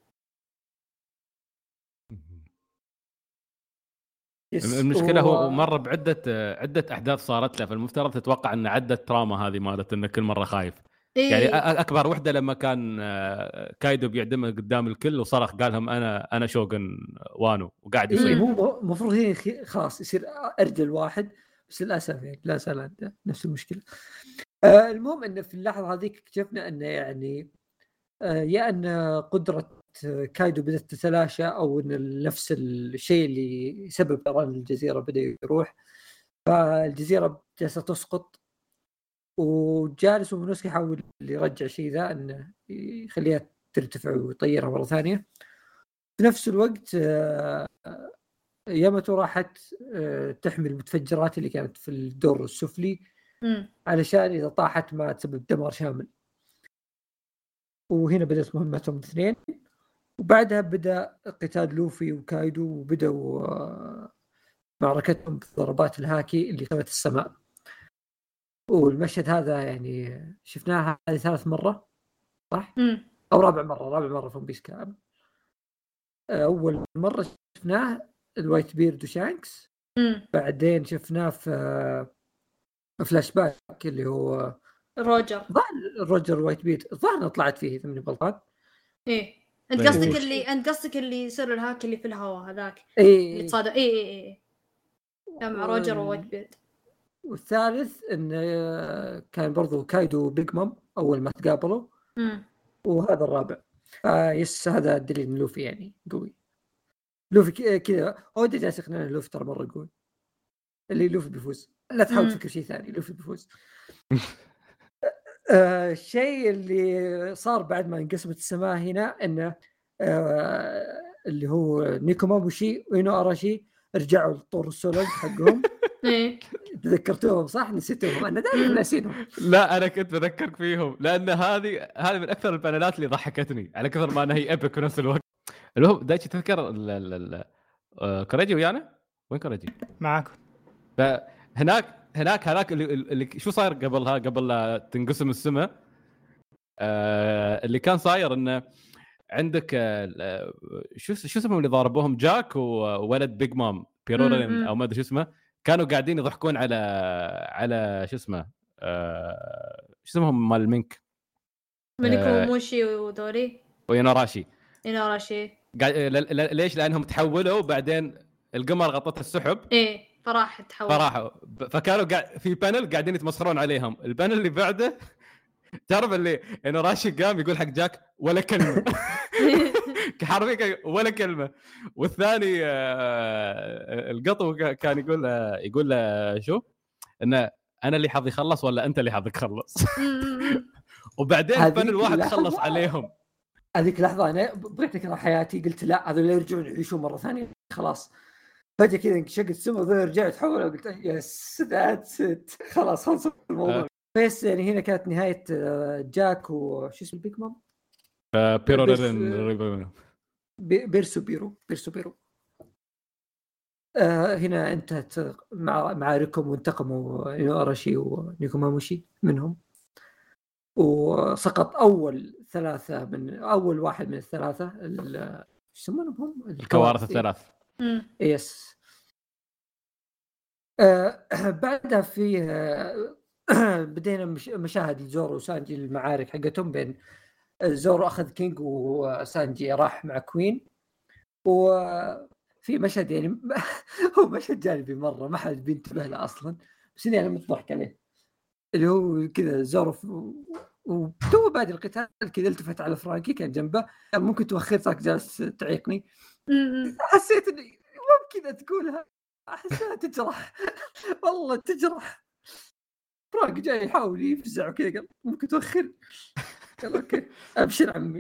المشكله هو مره بعده احداث صارت له فالمفترض تتوقع ان عده تراما هذه مالت انه كل مره خايف. يعني اكبر وحده لما كان كايدو بيعدمه قدام الكل وصرخ قال لهم انا شوغن وانو وقاعد يصيح. هو المفروض هي خلاص يصير ارجل واحد بس للاسف يعني لا زال عنده نفس المشكله. المهم ان في اللحظه هذيك اكتشفنا انه يعني يا ان قدره كايدو بدأت تتلاشى أو إن نفس الشيء اللي يسبب طيران الجزيرة بدأ يروح فالجزيرة جالسة تسقط وجالس ومونوسكي يحاول يرجع شيء ذا إنه يخليها ترتفع ويطيرها مرة ثانية. في نفس الوقت ياماتو راحت تحمل المتفجرات اللي كانت في الدور السفلي علشان إذا طاحت ما تسبب دمار شامل. وهنا بدأت مهمتهم الاثنين وبعدها بدأ قتال لوفي وكايدو وبدأوا معركتهم بضربات الهاكي اللي سوت السماء. والمشهد هذا يعني شفناها هذه 3 مرة صح؟ أو رابع مرة في بيس كاب. أول مرة شفناه الوايت بيرد وشانكس بعدين شفناه في فلاش باك اللي هو روجر وايت بيرد الظاهر طلعت فيه ثمانية بلطان. انت قصدك اللي يصير الهاك اللي في الهواء هذاك اللي تصادم مع روجر ووايت بيرد. والثالث ان كان برضو كايدو بيج مام اول ما تقابلوا وهذا الرابع. يس هذا دليل لوفي يعني قوي. لوفي كذا اودا جالس يقنعنا لوفي ترى مره قوي اللي لوفي بيفوز لا تحاول تفكر شيء ثاني لوفي بيفوز. الشيء اللي صار بعد ما انقسمت السماء هنا انه اللي هو نيكومابوشي وينو اراشي رجعوا للطور السولج حقهم. تذكرتوهم صح؟ نسيتوهم انا دائما ناسينهم. لا انا كنت بذكرك فيهم لان هذه من اكثر البانلات اللي ضحكتني على كثر ما انها هي ايبك في نفس الوقت. اللي هو دايتشي تذكر كوريجي ويانا وين كوريجي معاكم هناك هذاك اللي شو صاير قبل لا تنقسم السماء. اللي كان صاير انه عندك شو اسمهم اللي ضاربوهم جاك وولد بيج مام بيرورين او ما ادري شو اسمه كانوا قاعدين يضحكون على شو اسمه شو اسمهم مال المنك مونيكوموشي ودوري وينوراشي ليش لانهم تحولوا وبعدين القمر غطت السحب فراحوا فكانوا في بانل قاعدين يتمسخرون عليهم. البانل اللي بعده تعرف اللي انه راشي قام يقول حق جاك ولا كلمه حرفيا ولا كلمه. والثاني القطو كان يقول شو انه انا اللي حظي خلص ولا انت اللي حظك خلص. وبعدين البانل واحد خلص عليهم. هذيك لحظه انا بغيت اكره حياتي قلت لا هذول يرجعون يعيشون مره ثانيه خلاص. فجاه كذا انشقت السما ورجعت تحول وقلت يا سدات خلاص خلص الموضوع. بس يعني هنا كانت نهايه جاك وش اسمه البيج مام بيرسو بيرو. هنا انتهت معاركهم وانتقموا أراشي ونيكوماموشي منهم، وسقط أول واحد من الثلاثة يسمونهم هم الكوارث الثلاث. يس. بعدها في بدينا مشاهد زورو وسانجي، المعارك حقتهم بين زورو أخذ كينج وسانجي راح مع كوين، وفي مشهد يعني هو مشهد جانبي مرة ما حد بينتبه له أصلا، بس إني أنا متضحك عليه، اللي هو كذا زورو وتو بعد القتال كذا التفت على فرانكي كان جنبه، ممكن تأخرتك جالس تعيقني. حسيت إني مو كذا تقولها، أحسها تجرح والله تجرح. فرانك جاي يحاول يفزع وكذا قال ممكن تأخر، قال أوكي أبشر عمي.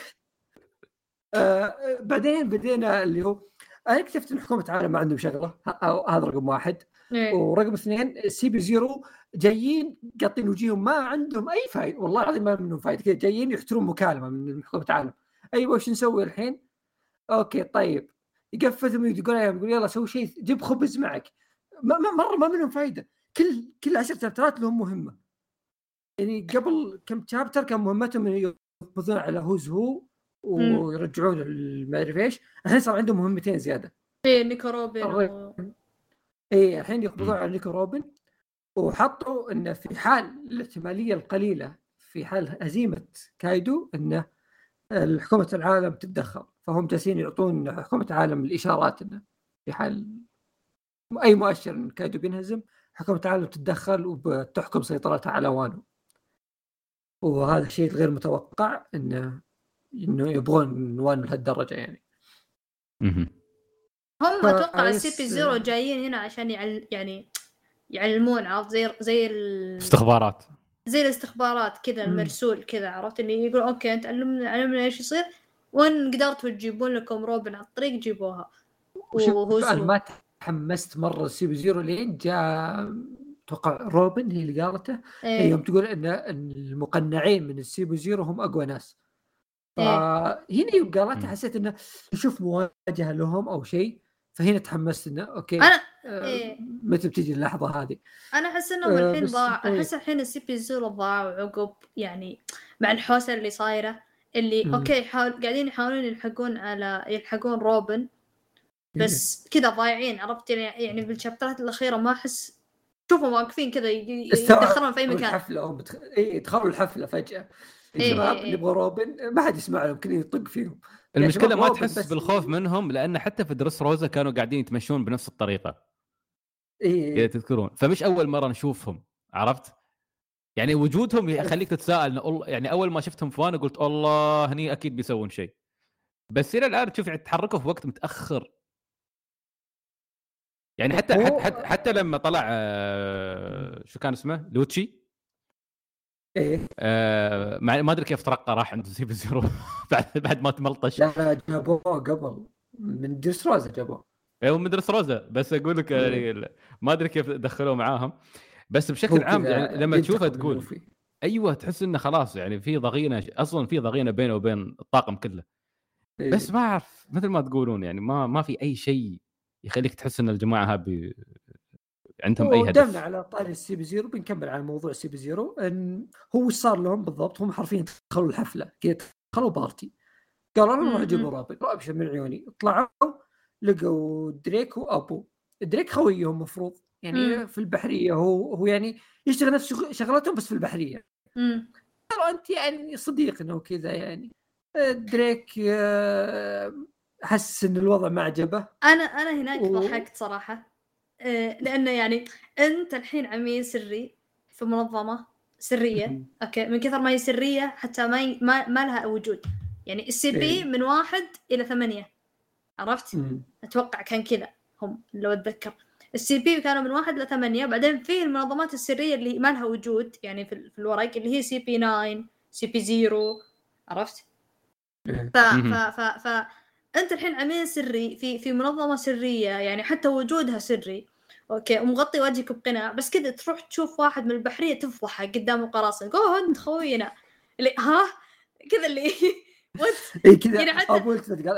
بعدين بدينا اللي هو أنا اكتشفت إن حكومة العالم ما عندهم شغلة، هذا رقم واحد. ورقم اثنين سي بي زيرو جايين قاطين وجيههم ما عندهم أي فايدة، والله العظيم ما منهم فايدة، كذا جايين يحترون مكالمة من حكومة العالم. أيوة وش نسوي الحين؟ أوكي طيب يقفزهم يقول يلا سوي شيء، جيب خبز معك. مرة ما منهم فايدة، كل 10 شابترات لهم مهمة. يعني قبل كم شابتر كان مهمتهم إنه يقبضون على هو ويرجعون ما أدري إيش، الحين صار عندهم مهمتين زيادة. نيكو روبن الحين يقبضون على نيكو روبن، وحطوا إنه في حال الاحتمالية القليلة في حال هزيمة كايدو إنه حكومة العالم تتدخل، فهم جالسين يعطون حكومة العالم الإشارات إنه في حال أي مؤشر إن كايدو بينهزم حكومة العالم تتدخل وبتحكم سيطرتها على وانو. وهذا الشيء غير متوقع إنه يبغون وانو لهالدرجة يعني. هم أتوقع السي بي زيرو جايين هنا عشان يعني يعلمون عرفت زي الاستخبارات، زي الاستخبارات كذا المرسول كذا، عرفت اللي يقول أوكي أنت علمنا إيش يصير، وإن قدرتوا تجيبون لكم روبن على الطريق جيبوها. أنا ما تحمست مرة السي بي زيرو لين جاء توقع روبن هي اللي قالته يوم تقول إن المقنعين من السي بي زيرو هم أقوى ناس. فهنا يوم قالته حسيت إنه نشوف مواجهة لهم أو شيء، فهنا تحمست إنه أوكي أنا متى بتيجي اللحظة هذه. أنا أحس إنهم الحين ضاع، أحس الحين السي بي زيرو ضاعوا عقب يعني مع الحوسة اللي صايرة اللي أوكي قاعدين يحاولون يلحقون روبن، بس كذا ضايعين، عرفت يعني بالشابترات الأخيرة ما أحس شوفوا واقفين كذا يدخلون في أي مكان الحفلة يدخلوا الحفلة فجأة نبغى روبن، ما حد يسمع لهم، كل يطق فيهم. المشكلة ما تحس بالخوف منهم، لأن حتى في درس روزا كانوا قاعدين يتمشون بنفس الطريقة إيه تذكرون، فمش أول مرة نشوفهم، عرفت يعني وجودهم يخليك تتساءل. يعني أول ما شفتهم فوانا قلت الله هني أكيد بيسوون شيء، بس إلى الآن تشوف يتحركوا في وقت متأخر. يعني حتى لما طلع شو كان اسمه لوتشي ما ادري كيف ترقى راح عند سي بي زيرو بعد ما تملطش. لا جابوه قبل من درس روزا جابوه. من درس روزا، بس اقول لك ما ادري كيف دخلوه معاهم، بس بشكل عام يعني لما تشوفه تقول ايوه تحس انه خلاص يعني في ضغينه، اصلا في ضغينه بينه وبين الطاقم كله. بس ما اعرف مثل ما تقولون يعني ما في اي شيء يخليك تحس ان الجماعه هذه عندهم اي هدف. ودمنا على طاري السي بي زيرو، بنكمل على موضوع السي بي زيرو. ان هو صار لهم بالضبط، هم حرفيا دخلوا الحفله كذا، دخلوا بارتي قالوا انا راح اجيب رابط ابشر من عيوني. طلعوا لقوا دريك وابو دريك خويهم مفروض يعني في البحريه، هو يعني يشتغل نفس شغلتهم بس في البحريه. قالوا انت يعني صديقنا وكذا يعني. دريك حس ان الوضع ما عجبه. انا هناك ضحكت صراحه، لانه يعني انت الحين عميل سري في منظمه سريه اوكي، من كثر ما هي سريه حتى ما لها وجود. يعني السي بي من 1 إلى 8 عرفت. اتوقع كان كذا هم لو اتذكر السي بي كانوا من 1 إلى 8. بعدين في المنظمات السريه اللي ما لها وجود يعني في الورق اللي هي سي بي 9 سي بي 0 عرفت. ف انت الحين عميل سري في منظمه سريه يعني حتى وجودها سري، اوكي ومغطي وجهك بقناع بس كذا تروح تشوف واحد من البحريه تفضحه قدام القراصنه قول انت خوينا اللي ها كذا اللي اي كذا يعني حتى ابو قال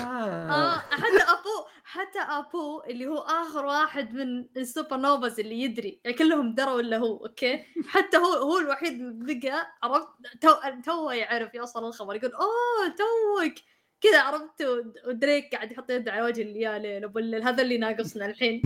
حتى ابو اللي هو اخر واحد من السوبر نوفاز اللي يدري يعني كلهم دروا الا هو اوكي حتى هو الوحيد اللي بقى عرفت تو يعرف يوصل الخبر يقول اوه توك كذا عرفت ودريك قاعد يحط يده على وجه الليالي نبلل هذا اللي ناقصنا الحين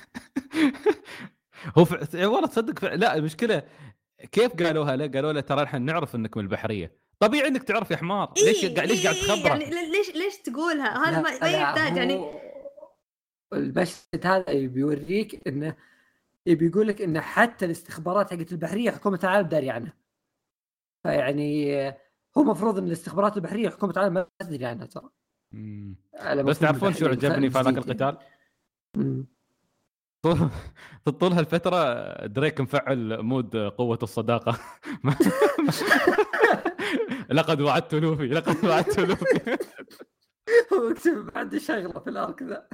هو والله تصدق لا المشكله كيف قالوها له قالوا له ترى احنا نعرف انك من البحريه طبيعي انك تعرف يا حمار ليش قاعد تخبره يعني ليش تقولها هذا ما يحتاج يعني المشهد هذا بيوريك انه بيقول لك ان حتى الاستخبارات حقت البحريه حكومه العالم داري عنها فيعني هو مفروض ان الاستخبارات البحريه حكومه العالم ما تدري عنها ترى بس تعرفون شو عجبني في هذاك القتال طول هالفتره دريك مفعل مود قوه الصداقه لقد وعدت لوفي هو اكتب بعد شغله في الارك ذا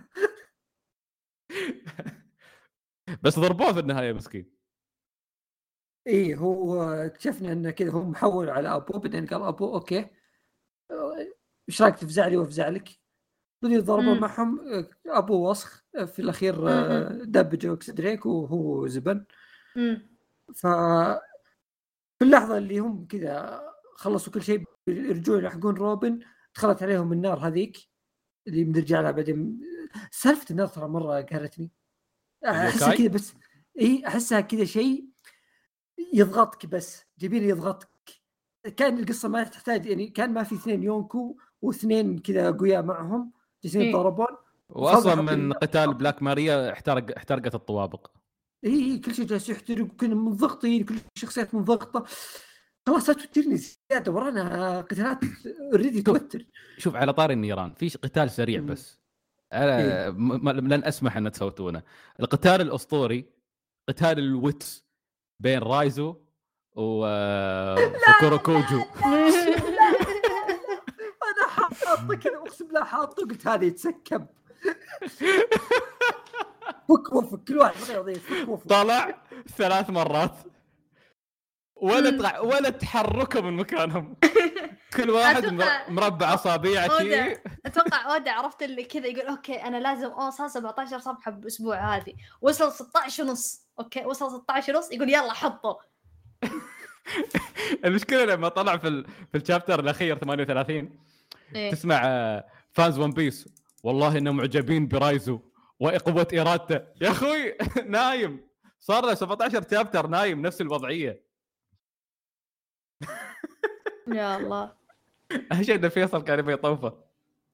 بس ضربوه في النهايه مسكين ايه هو اكتشفنا انه كذا هو محول على ابو بعدين قال ابو اوكي ايش رايك تفزع لي وافزع لك بدي يضربوا معهم ابو وسخ في الاخير دب جوكس دريك وهو زبن ف في اللحظه اللي هم كذا خلصوا كل شيء يرجعون يلحقون روبن دخلت عليهم النار هذيك اللي بنرجع لها بعدين سالفه النار ترى مره قهرتني احسها كذا بس احسها كذا شيء يضغطك بس جبين يضغطك كان القصه ما تحتاج يعني كان ما في اثنين يونكو واثنين كذا قوياء معهم جالسين يتضاربون واصلا من قتال بلاك ماريا احترقت الطوابق كل شيء جالس يحترق كنا منضغطين كل شخصيات منضغطه خلاص توترني زياده ورانا قتالات اوريدي توتر شوف على طاري النيران في قتال سريع بس انا لن اسمح ان تفوتونه القتال الاسطوري قتال الويتس بين رايزو وكوروكوجو انا حاطه كذا اقسم بالله حاطه قلت هذا يتسكب فك وفك كل واحد طلع 3 مرات ولا تحركوا من مكانهم كل واحد مربع اصابع شيء اتوقع اودا عرفت اللي كذا يقول اوكي انا لازم صار 17 صفحه بالاسبوع هذه وصل 16 ونص اوكي وصل 16 ونص يقول يلا حطه المشكله لما طلع في الشابتر الاخير 38 تسمع فانز ون بيس والله انهم معجبين برايزو وقوه ارادته يا اخوي نايم صار له 17 شابتر نايم نفس الوضعيه يا الله أشهد فيصل كان يبي يطوفه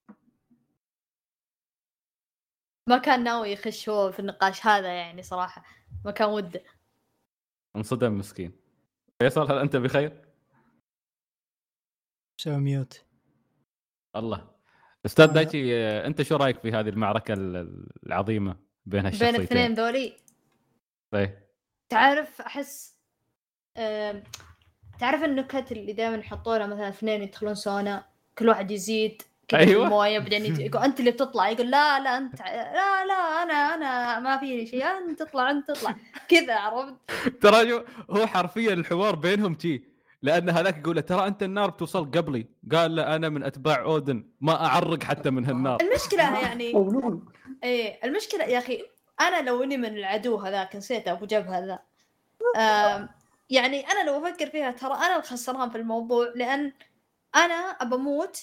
ما كان ناوي يخش هو في النقاش هذا يعني صراحة ما كان وده انصدم مسكين فيصل هل أنت بخير؟ سوي ميوت الله أستاذ دايتشي أنت شو رأيك في هذه المعركة العظيمة بين هالشخصيتين بين الاثنين ذولي؟ إيه تعرف أحس تعرف النكت اللي دائما يحطونها مثلا اثنين يدخلون سونا كل واحد يزيد كذا في المويه بعدين يقول انت اللي بتطلع يقول لا انت لا انا ما في شيء انت تطلع كذا عرفت ترى هو حرفيا الحوار بينهم شيء لان هذاك يقول له ترى انت النار بتوصل قبلي قال لا انا من اتباع اودن ما اعرق حتى من هالنار المشكله يعني المشكله يا اخي انا لو اني من العدو هذاك نسيت ابو جبهه ذا يعني أنا لو أفكر فيها ترى أنا الخسران في الموضوع لأن أنا أبموت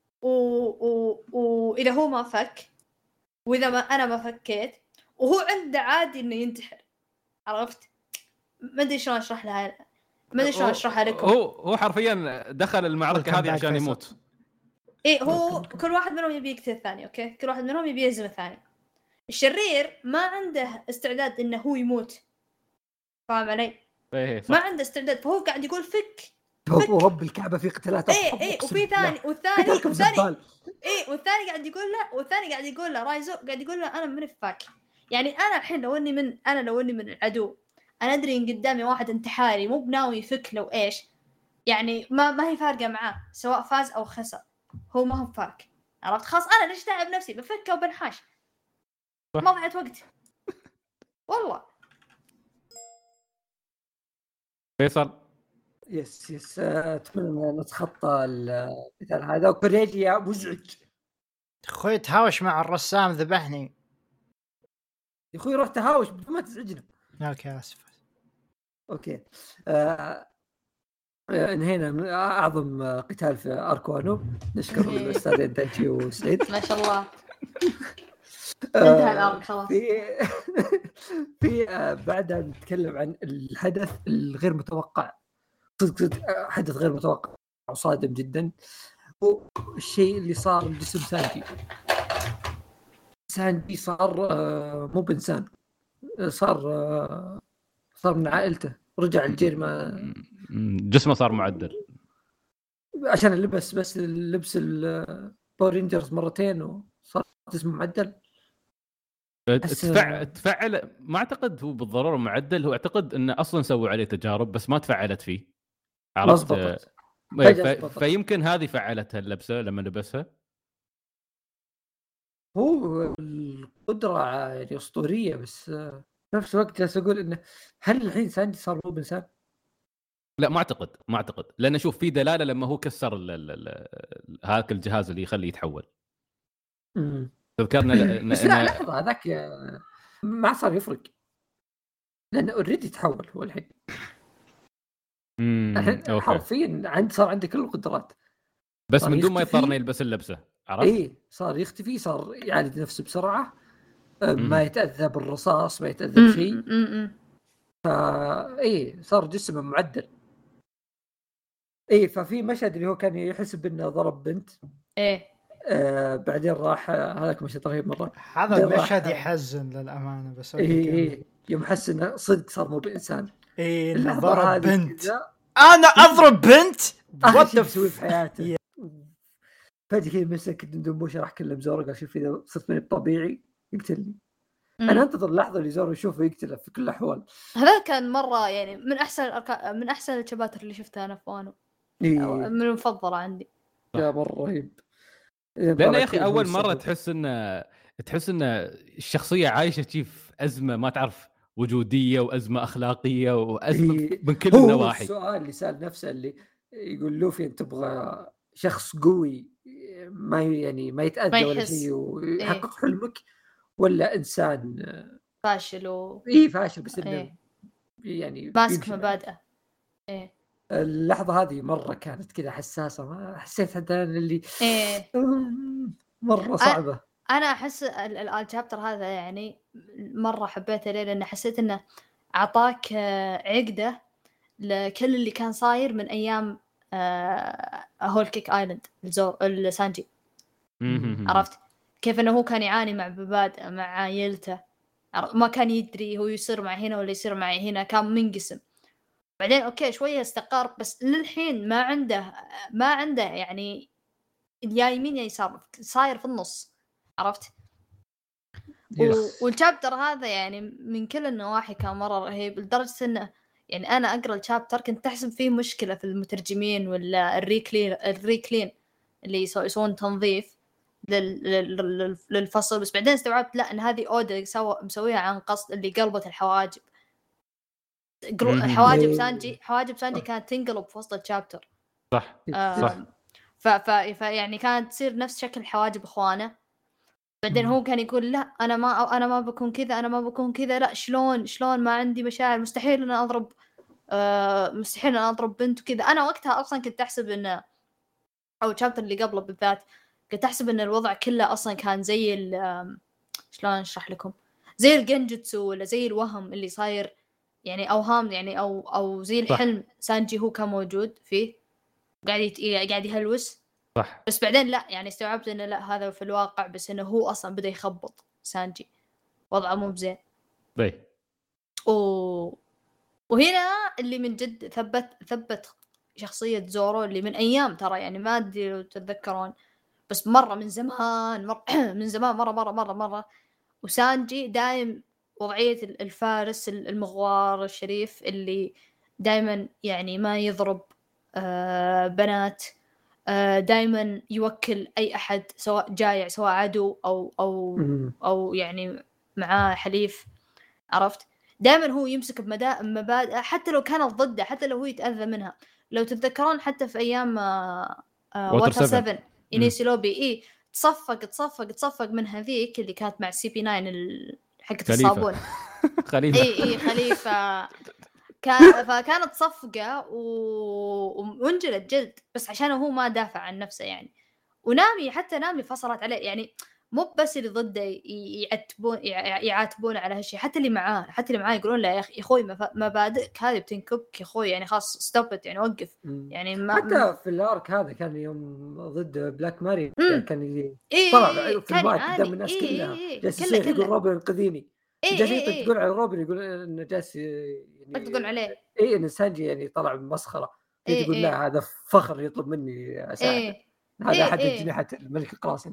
وإذا هو ما فك وإذا ما أنا ما فكيت وهو عنده عادي إنه ينتحر عرفت ما أدري شلون أشرح لها ما أدري شلون أشرحها لكم هو حرفيا دخل المعركة هذه عشان يموت هو كل واحد منهم يبي يقتل الثاني أوكي كل واحد منهم يبي يهزم الثاني الشرير ما عنده استعداد إنه هو يموت فاهم علي ما عنده استعداد فهو قاعد يقول فك وهب الكعبه في قتالات وفي ثاني والثاني قاعد يقول له رايزو قاعد يقول له انا من فاك يعني انا الحين لو اني من العدو انا ادري ان قدامي واحد انتحاري مو بناوي يفك لو ايش يعني ما هي فارقه معاه سواء فاز او خسر هو ما هو فاك عرفت خلاص انا ليش تعب نفسي بفكه وبنحاش ما ضيعت وقت والله. فيصل يس اتمنى نتخطى المثال هذا. وكوريجيا مزعج اخوي تهاوش مع الرسام ذبحني يا اخوي، رحت تهاوش ما تزعجنا. اوكي اسف. اوكي انهينا من اعظم قتال في اركوانو. نشكر الاستاذ دايتشي وسعيد ما شاء الله. انتهى الارك خلاص. في بعدها نتكلم عن الحدث الغير متوقع، صدق حدث غير متوقع وصادم جدا. والشيء اللي صار بجسم سانجي صار مو بإنسان، صار من عائلته، رجع الجريمة، جسمه صار معدل عشان اللبس بس اللبس الباور رينجرز مرتين وصار جسمه معدل. تفعل ما اعتقد هو بالضروره معدل، هو اعتقد انه اصلا سووا عليه تجارب بس ما تفعلت فيه، عرفت؟ فيمكن هذه فعلتها اللبسه لما لبسها. هو القدره يعني اسطوريه، بس نفس الوقت جالس اقول انه هل الحين ساندي صار مو بإنسان؟ لا ما اعتقد لان اشوف في دلاله لما هو كسر هاك الجهاز اللي يخليه يتحول. تذكرنا بس لا هذاك ما صار يفرق لانه اوريدي تحول هو الحين. حرفيا صار عنده كل القدرات، بس من دون ما يضطر يلبس اللبسه، عرفت؟ ايه صار يختفي، صار يعالج نفسه بسرعه، ما يتاذى بالرصاص، ما يتاذى بشيء. ايه صار جسمه معدل. ايه ففي مشهد اللي هو كان يحسب انه ضرب بنت، بعدين راح هذاك مشهد رهيب مره. هذا المشهد يحزن للامانه، بس ايه يوم حس انه صدق صار مو بإنسان. ايه ضرب بنت. انا اضرب بنت وات تسوي في حياته. فجأة كذا مسك دندوموش راح كلم زورو قال شوف اذا صرت من طبيعي يقتلني. انا انتظر اللحظه اللي زورو يشوفه يقتله في كل الاحوال. هذا كان مره يعني من احسن الشباتر اللي شفتها انا في وانو. من المفضله عندي. يا مره رهيب. لأن يا أخي أول مرة تحس إن الشخصية عايشة كيف أزمة ما تعرف، وجودية وأزمة أخلاقية وأزمة من كل النواحي. السؤال اللي سأل نفسه اللي يقول لوفي أنت تبغى شخص قوي ما ما يتأذى ولا شيء ويحقق حلمك، ولا إنسان فاشل فاشل بس إنه يعني ماسك مبادئه. اللحظة هذه مرة كانت كذا حساسة، ما حسيت حتى اللي مرة صعبة. أنا أحس الشابتر هذا يعني مرة حبيته ليه، لأن حسيت إنه أعطاك عقدة لكل اللي كان صاير من أيام هول كيك آيلاند السانجي. عرفت كيف إنه هو كان يعاني مع مبادئه مع عائلته، ما كان يدري هو يصير مع هنا ولا يصير مع هنا، كان منقسم. بعدين أوكي شوية استقر، بس للحين ما عنده يعني يا يمين يا يسار، صاير في النص، عرفت؟ والشابتر هذا يعني من كل النواحي كان مرة رهيب، لدرجة إنه يعني أنا أقرأ الشابتر كنت أحسب فيه مشكلة في المترجمين ولا الريكلين اللي يسوون تنظيف للفصل، بس بعدين استوعبت لا، إن هذه أودا مسويها عن قصد، اللي قلبت الحواجب. حواجب سانجي كانت تنقلب في وسط الشابتر. صح. يعني كانت تصير نفس شكل حواجب اخوانه. بعدين هو كان يقول لا انا ما بكون كذا، انا ما بكون كذا، لا شلون ما عندي مشاعر، مستحيل انا اضرب بنت وكذا. انا وقتها اصلا كنت احسب انه، او الشابتر اللي قبله بالذات كنت احسب ان الوضع كله اصلا كان زي شلون اشرح لكم، زي الجنجوتسو ولا زي الوهم اللي صاير، يعني اوهام يعني او زي الحلم سانجي هو كان موجود فيه قاعد يهلوس. صح. بس بعدين لا، يعني استوعبت انه لا، هذا في الواقع، بس انه هو اصلا بدا يخبط سانجي، وضعه مو بزين. وهنا اللي من جد ثبت شخصية زورو اللي من ايام، ترى يعني ما ادري لو تتذكرون، بس مرة من زمان مرة وسانجي دايم وضعية الفارس المغوار الشريف اللي دايما يعني ما يضرب بنات، دائما يوكل اي احد سواء جايع سواء عدو او يعني معاه حليف، عرفت؟ دائما هو يمسك مبادئ حتى لو كانت ضده، حتى لو هو يتأذى منها. لو تتذكرون حتى في ايام ووتر 7 انيسي لوبي تصفق من هذيك اللي كانت مع سي بي 9 حقة الصابون. خليفة. اي خليفة فكانت صفقة وانجلت جلد بس عشان هو ما دافع عن نفسه يعني. ونامي حتى نامي فصلت عليه يعني، مو بس اللي ضده يعاتبون على هالشيء، حتى اللي معاه يقولون له يا اخوي مبادئك هذه بتنكبك يا اخوي يعني خلاص ستوبت يعني وقف يعني حتى في الارك هذا كان يوم ضد بلاك ماري كان طلع في المايك قدام الناس كلها جالس يصيح يقول روبن انقذيني، جالس تقول على روبن يقول انه جالس يعني تقول عليه ان سانجي يعني طلع مسخره تقول لا هذا فخر يطلب مني اساعده هذا احد اجنحه الملك القراصنة.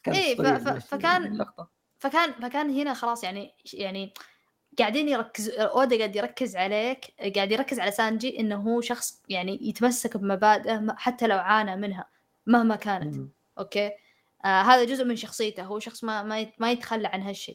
فكان هنا خلاص يعني قاعدين اودا قاعد يركز عليك، قاعد يركز على سانجي انه هو شخص يعني يتمسك بمبادئه حتى لو عانى منها مهما كانت. اوكي هذا جزء من شخصيته، هو شخص ما يتخلى عن هالشيء.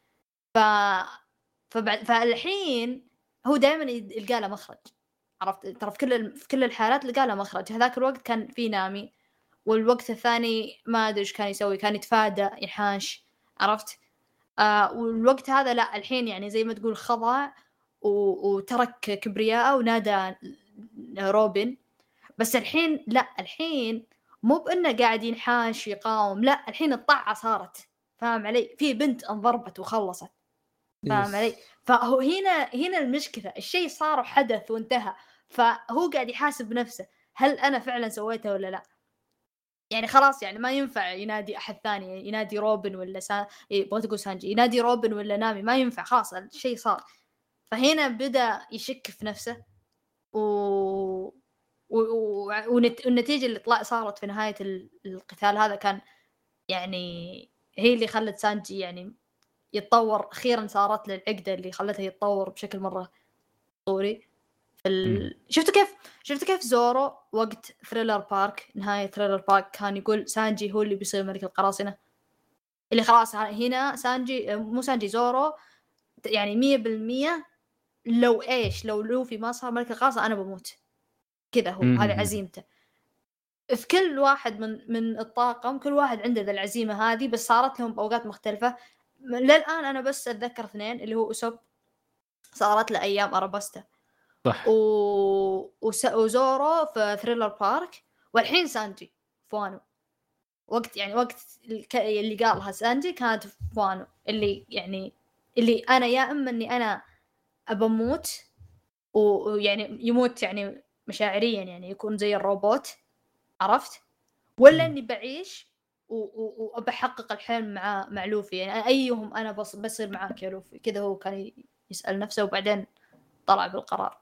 فالحين هو دائما يلقى له مخرج، عرفت؟ ترى في كل الحالات لقى له مخرج. هذاك الوقت كان في نامي، والوقت الثاني ما ادري ايش كان يسوي، كان يتفادى ينحاش، عرفت؟ والوقت هذا لا، الحين يعني زي ما تقول خضع وترك كبرياءه ونادى روبن. بس الحين لا، الحين مو بانه قاعد ينحاش يقاوم، لا الحين الطاعه صارت، فاهم علي؟ في بنت انضربت وخلصت، فاهم علي؟ فهو هنا المشكله، الشيء صار وحدث وانتهى، فهو قاعد يحاسب نفسه هل انا فعلا سويته ولا لا. يعني خلاص يعني ما ينفع ينادي احد ثاني، ينادي روبن ولا بغيت اقول سانجي، ينادي روبن ولا نامي، ما ينفع، خلاص الشيء صار. فهنا بدا يشك في نفسه والنتيجه اللي صارت في نهايه القتال هذا كان يعني هي اللي خلت سانجي يعني يتطور اخيرا، صارت له العقده اللي خلته يتطور بشكل مره اسطوري. شفتوا كيف زورو وقت ثريلر بارك، نهاية ثريلر بارك كان يقول سانجي هو اللي بيصير ملك القراصنة، اللي خلاص هنا سانجي مو سانجي زورو يعني 100% لو لوفي ما صار ملك القراصنة أنا بموت كذا. هو هذه عزيمته. في كل واحد من الطاقم كل واحد عنده ذا العزيمة هذه، بس صارت لهم بأوقات مختلفة. للآن أنا بس أتذكر 2 اللي هو أسوب صارت له أيام أراباستا صح. وزورو في ثريلر بارك، والحين سانجي فوانو. وقت اللي قالها سانجي كانت فوانو، اللي أنا يا إما إني أنا أبموت ويعني يموت يعني مشاعريا يعني يكون زي الروبوت، عرفت؟ ولا إني بعيش وبحقق الحلم مع لوفي، يعني أيهم أنا بصير معاك يا لوفي كذا. هو كان يسأل نفسه وبعدين طلع بالقرار.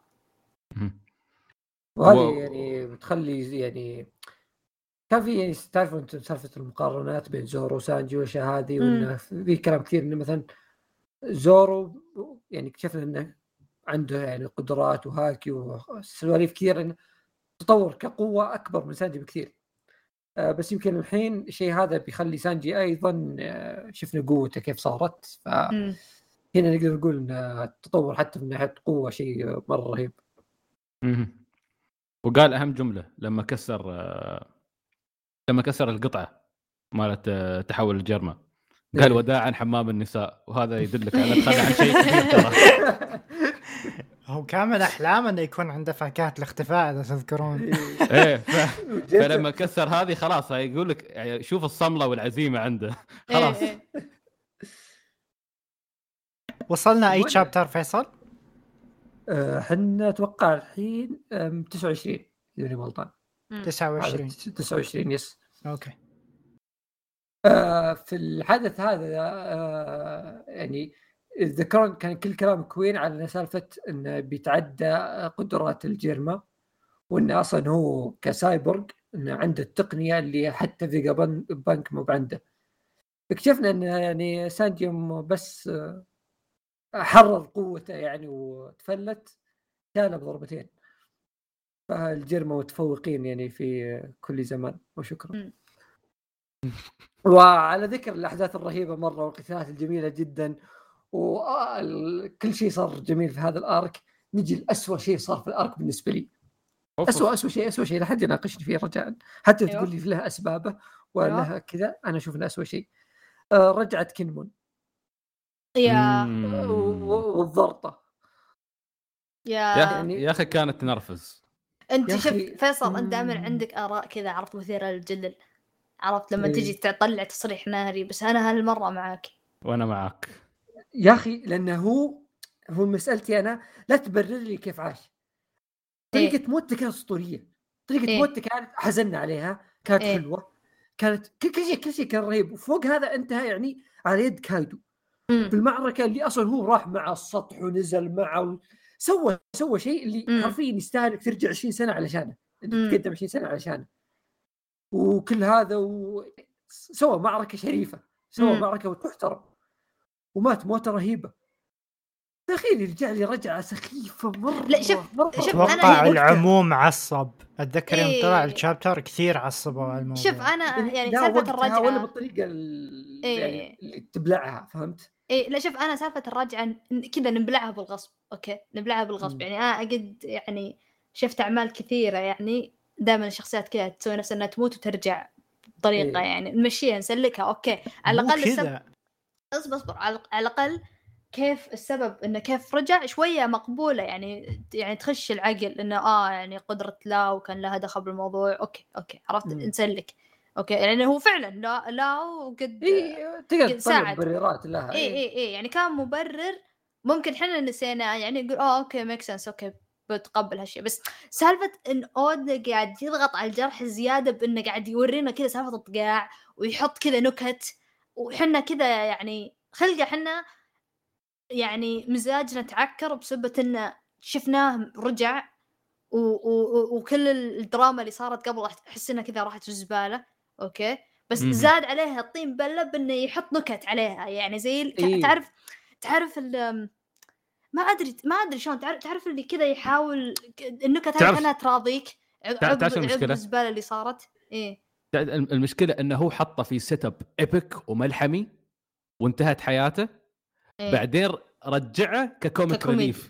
وهذه يعني بتخلي يعني كان في يعني تعرفوا انت سالفه المقارنات بين زورو وسانجي والاشياء هذه، وانه في كلام كثير انه مثلا زورو يعني اكتشفنا انه عنده يعني قدرات وهاكي وسواليف كثير، انه تطور كقوه اكبر من سانجي بكثير. بس يمكن الحين الشيء هذا بيخلي سانجي ايضا شفنا قوته كيف صارت. هنا نقدر نقول ان التطور حتى من ناحيه قوه شيء مره رهيب. وقال اهم جمله لما كسر القطعه مالت تحول الجرمه، قال وداعا حمام النساء، وهذا يدلك على تخلى عن شيء كثير ترى. هو كامل احلام انه يكون عنده فاكهه الاختفاء اذا تذكرون. ايه فلما كسر هذه خلاص يقول لك يعني شوف الصمله والعزيمه عنده خلاص. وصلنا اي شابتر فيصل؟ حنا اتوقع الحين 29 اذا مو غلطان. 29 يس. اوكي. في الحدث هذا يعني ذكرون كان كل كلام كوين على سالفه انه بيتعدى قدرات الجيرما، وانه اصلا هو كسايبورغ انه عنده التقنيه اللي حتى فيجا بانك مو عنده. اكتشفنا انه يعني سانجي بس حرر قوته يعني وتفلت كان بضربتين. فالجيرما متفوقين يعني في كل زمان وشكرا. وعلى ذكر الأحداث الرهيبة مرة والقتالات الجميلة جدا وكل شيء صار جميل في هذا الارك. نجي لأسوأ شيء صار في الارك بالنسبه لي. أسوأ شيء لا حد يناقشني فيه رجاء، حتى تقول لي له اسبابه ولها كذا، انا اشوف انه أسوأ شيء. رجعت كينمون والضرطه يا اخي كانت تنرفز. انت شوف فيصل، انت دائما عندك اراء كذا، عرفت، مثيره للجدل، عرفت، لما تجي تطلع تصريح ناري. بس انا هالمره معاك، وانا معاك يا اخي، لانه هو مسألتي انا. لا تبرر لي كيف عاش. طريقة موته كانت أسطورية. طريقة موته كانت حزننا عليها، كانت حلوة، كانت كل شيء كان رهيب. وفوق هذا انتهى يعني على يد كايدو بالمعركة اللي أصلا هو راح مع السطح ونزل معه، سوى شيء اللي حرفيا يستاهل ترجع 20 سنة علشانه، تقدم 20 سنة علشانه. وكل هذا سوى معركة شريفة، سوى معركة وتحترم، ومات موتة رهيبة. أخير يرجع لي رجعة سخيفة مرة. لا شوف أتوقع العموم عصب. أتذكر يوم طلع الشابتر كثير عصبوا على الموضوع. شوف أنا يعني سالفة الرجعة ولا بالطريقة يعني اللي تبلعها، فهمت؟ لا شوف أنا سالفة الرجعة كذا نبلعها بالغصب. أوكي نبلعها بالغصب. يعني أنا قد يعني شفت أعمال كثيرة يعني دائما الشخصيات كذا تسوي نفسها أنها تموت وترجع بطريقة يعني نمشيها نسلكها. أوكي على الأقل اصبر على الأقل كيف السبب انه كيف رجع شويه مقبوله يعني تخش العقل انه يعني قدره لا وكان لها دخل بالموضوع. اوكي عرفت نسلك. اوكي يعني هو فعلا لا وقد تقدر تطلع مبررات لها. يعني كان مبرر ممكن احنا نسينا يعني نقول اوكي ميك سنس، اوكي بتقبل هالشيء. بس سالفه ان اودا قاعد يضغط على الجرح زياده بانه قاعد يورينا كذا سالفه الطقاع ويحط كذا نكت، وحنا كذا يعني خلقه حنا يعني مزاجنا تعكر بسبب إنه شفناه رجع وكل الدراما اللي صارت قبل أحس إنها كذا راحت في الزبالة. أوكي بس زاد عليها الطين بلة بإنه يحط نكت عليها يعني زي تعرف ما أدري شلون تعرف اللي كذا يحاول النكت هذه أنها تراضيك عقب الزبالة اللي صارت. المشكلة إنه هو حطه في سيت اب إيبك وملحمي وانتهت حياته. بعدين رجعه ككوميك ريليف.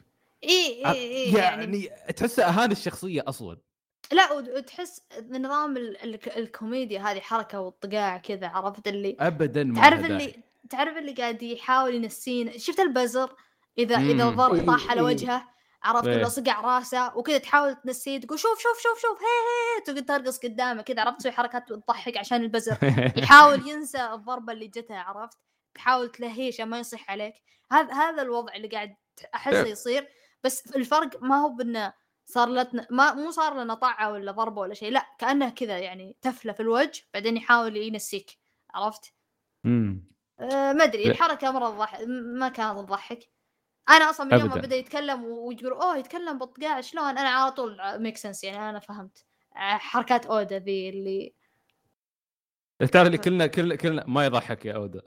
يعني تحس اهان الشخصيه اصلا. لا وتحس نظام الكوميديا هذه حركه والطقاع كذا، عرفت اللي ابدا ما تعرف اللي قاعد يحاول ينسين. شفت البزر اذا ضرب طاح على وجهه، عرفت ولا صقع راسه وكذا تحاول تنسيه تقول شوف هي تقعد ترقص قدامه كذا، عرفت تسوي حركات تضحك عشان البزر يحاول ينسى الضربه اللي جتها، عرفت تحاول تلهيه عشان ما يصيح عليك. هذا الوضع اللي قاعد احسه يصير. بس الفرق ما هو بأنه صار لنا مو صار لنا طاعة ولا ضربة ولا شيء، لا كأنه كذا يعني تفلة في الوجه بعدين يحاول ينسيك، عرفت. ما ادري الحركة مرة ما كانت تضحك. انا اصلا من يوم ما بدا يتكلم ويقول يتكلم بالطقاع شلون، انا على طول ميك سنس يعني انا فهمت حركات اودا ذي اللي تعرف اللي كلنا ما يضحك يا اودا.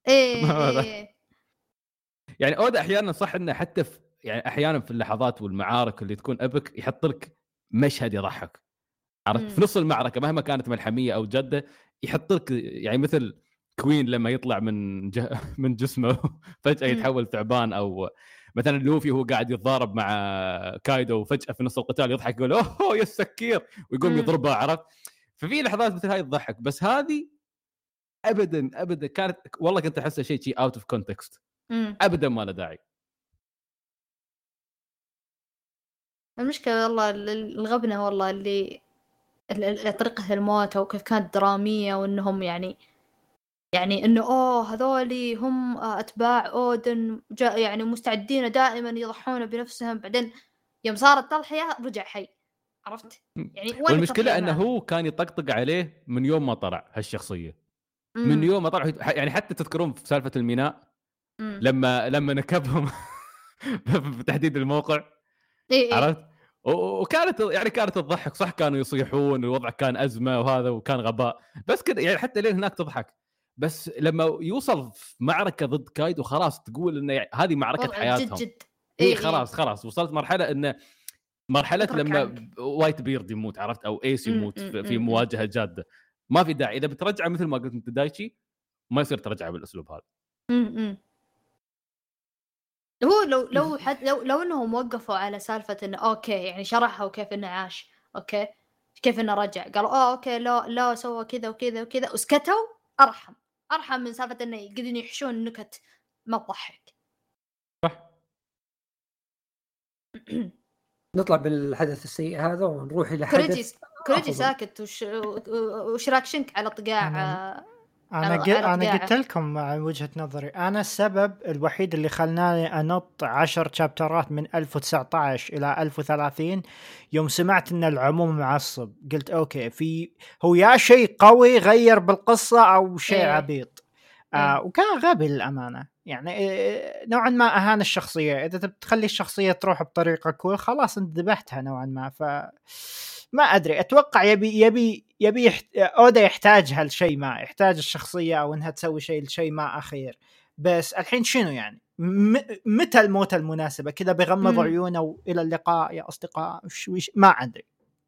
يعني اودا احيانا صح انه حتى يعني احيانا في اللحظات والمعارك اللي تكون ابك يحط لك مشهد يضحك، عرفت، في نص المعركه مهما كانت ملحميه او جاده يحط لك يعني مثل كوين لما يطلع من جسمه فجاه يتحول ثعبان، او مثلا لوفي هو قاعد يتضارب مع كايدو وفجاه في نص القتال يضحك يقول اوه يا السكير ويقوم يضربه، عرفت. ففي لحظات مثل هاي تضحك، بس هذه ابدا كانت والله كنت احسها شيء اوت اوف كونتكست، ابدا ما له داعي. المشكله والله الغبنه والله اللي طريقه الموت وكيف كانت دراميه، وانهم يعني انه هذولي هم اتباع اودن يعني مستعدين دائما يضحون بنفسهم، بعدين يوم صارت تضحيه رجع حي، عرفت يعني. والمشكله انه هو كان يطقطق عليه من يوم ما طلع هالشخصيه، من يوم ما طلع يعني. حتى تذكرون في سالفه الميناء لما نكبهم بتحديد الموقع، عرفت، كانت تضحك صح، كانوا يصيحون، الوضع كان ازمه وهذا وكان غباء، بس كده يعني حتى لين هناك تضحك. بس لما يوصل في معركه ضد كايدو خلاص تقول انه يعني هذه معركه حياتهم جد. خلاص وصلت مرحله لما وايت بيرد يموت، عرفت، او ايس يموت في مواجهه جاده، ما في داعي اذا بترجع مثل ما قلت انت دايتشي ما يصير ترجع بالاسلوب هذا. هو لو حد لو انهم وقفوا على سالفه انه اوكي يعني شرحوا كيف انه عاش، اوكي كيف انه رجع، قالوا اوكي لا سوى كذا وكذا وكذا وسكتوا، ارحم من سالفه انه يقدرون يحشون نكت ما تضحك. صح. نطلع بالحدث السيء هذا ونروح الى حدث كوريجي ساكت. وش راكشنك على طقاع؟ أنا قلت لكم عن وجهة نظري. أنا السبب الوحيد اللي خلاني أنط 10 شابترات من 1019 إلى 1030 يوم سمعت أن العموم معصب، قلت أوكي هو يا شيء قوي غير بالقصة أو شيء عبيط. وكان غبي للأمانة، يعني نوعا ما أهان الشخصية. إذا تخلي الشخصية تروح بطريقة كول خلاص انت ذبحتها نوعا ما. ما أدري، أتوقع يبي أودا يحتاج هالشيء، ما يحتاج الشخصية أو إنها تسوي شيء ما أخير. بس الحين شنو يعني؟ متى الموت المناسبة كذا بيغمض عيونه وإلى اللقاء يا أصدقاء؟ ما أدري.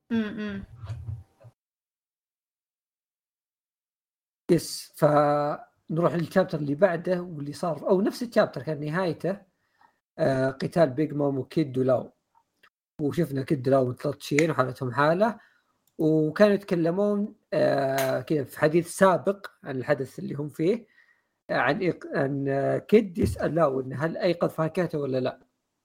يس. فنروح للشابتر اللي بعده واللي صار أو نفس الشابتر كان نهايته قتال بيج مام وكيد ولاو. وشفنا كيد ولاو متلطشين وحالتهم حالة، وكانوا يتكلمون كذا في حديث سابق عن الحدث اللي هم فيه، عن كيد يسأل لاو إن هل أيقظ فاكهته ولا لا.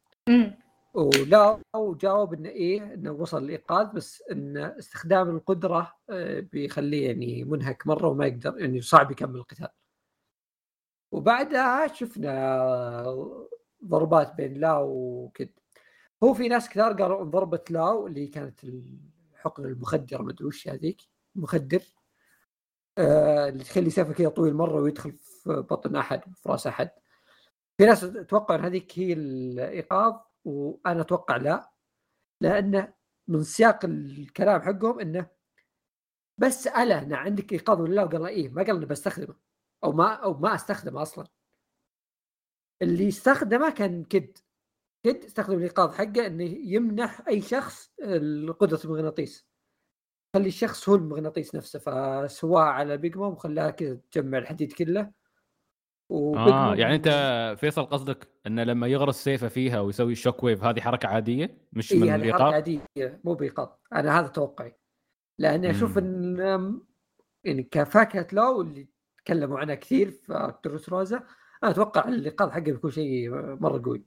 ولاو جاوب إنه إيه، إنه وصل الإيقاظ، بس إن استخدام القدرة بيخليه يعني منهك مرة وما يقدر، يعني صعب يكمل القتال. وبعدها شفنا ضربات بين لاو وكيد. هو في ناس كثار قالوا ان ضربة لاو اللي كانت الحقن المخدرة ما ادري وش هذيك مخدر اللي تخلي سيفه كذا طويل مرة ويدخل في بطن احد في راس احد. في ناس تتوقع ان هذيك هي الايقاظ، وانا اتوقع لا، لانه من سياق الكلام حقهم انه بس سأله انه عندك ايقاظ ولا لا، وقال له ايه، ما قال انه بستخدمه او ما استخدمه اصلا. اللي استخدمه كان كيد استخدم الإيقاظ حقه انه يمنح اي شخص القدرة المغناطيس، خلي الشخص هو المغناطيس نفسه. فسواها على بيج مام وخلاها كذا تجمع الحديد كله. يعني انت فيصل قصدك انه لما يغرس سيفه فيها ويسوي شوك ويف هذه حركة عادية مش من الإيقاظ؟ حركة عادية مو بإيقاظ. انا هذا توقعي، لاني اشوف ان يعني كفاكهة لاو اللي تكلموا عنها كثير في روزا، انا اتوقع الإيقاظ حقه بيكون شيء مرة قوي.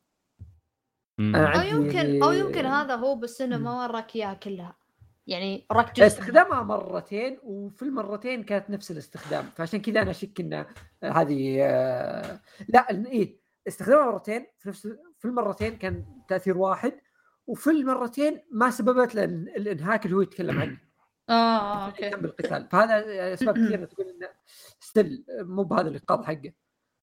أو يمكن هذا هو، بس انه ما وراك اياها كلها، يعني ركز استخدامها مرتين وفي المرتين كانت نفس الاستخدام، فعشان كذا انا اشك ان هذه لا ايه، استخدامها مرتين في المرتين كان تاثير واحد، وفي المرتين ما سببت الانهاك اللي هو يتكلم عنه. اوكي بالقتال. فهذا اسباب كثيره تقول انه ستيل مو بهذا الايقاظ حقه.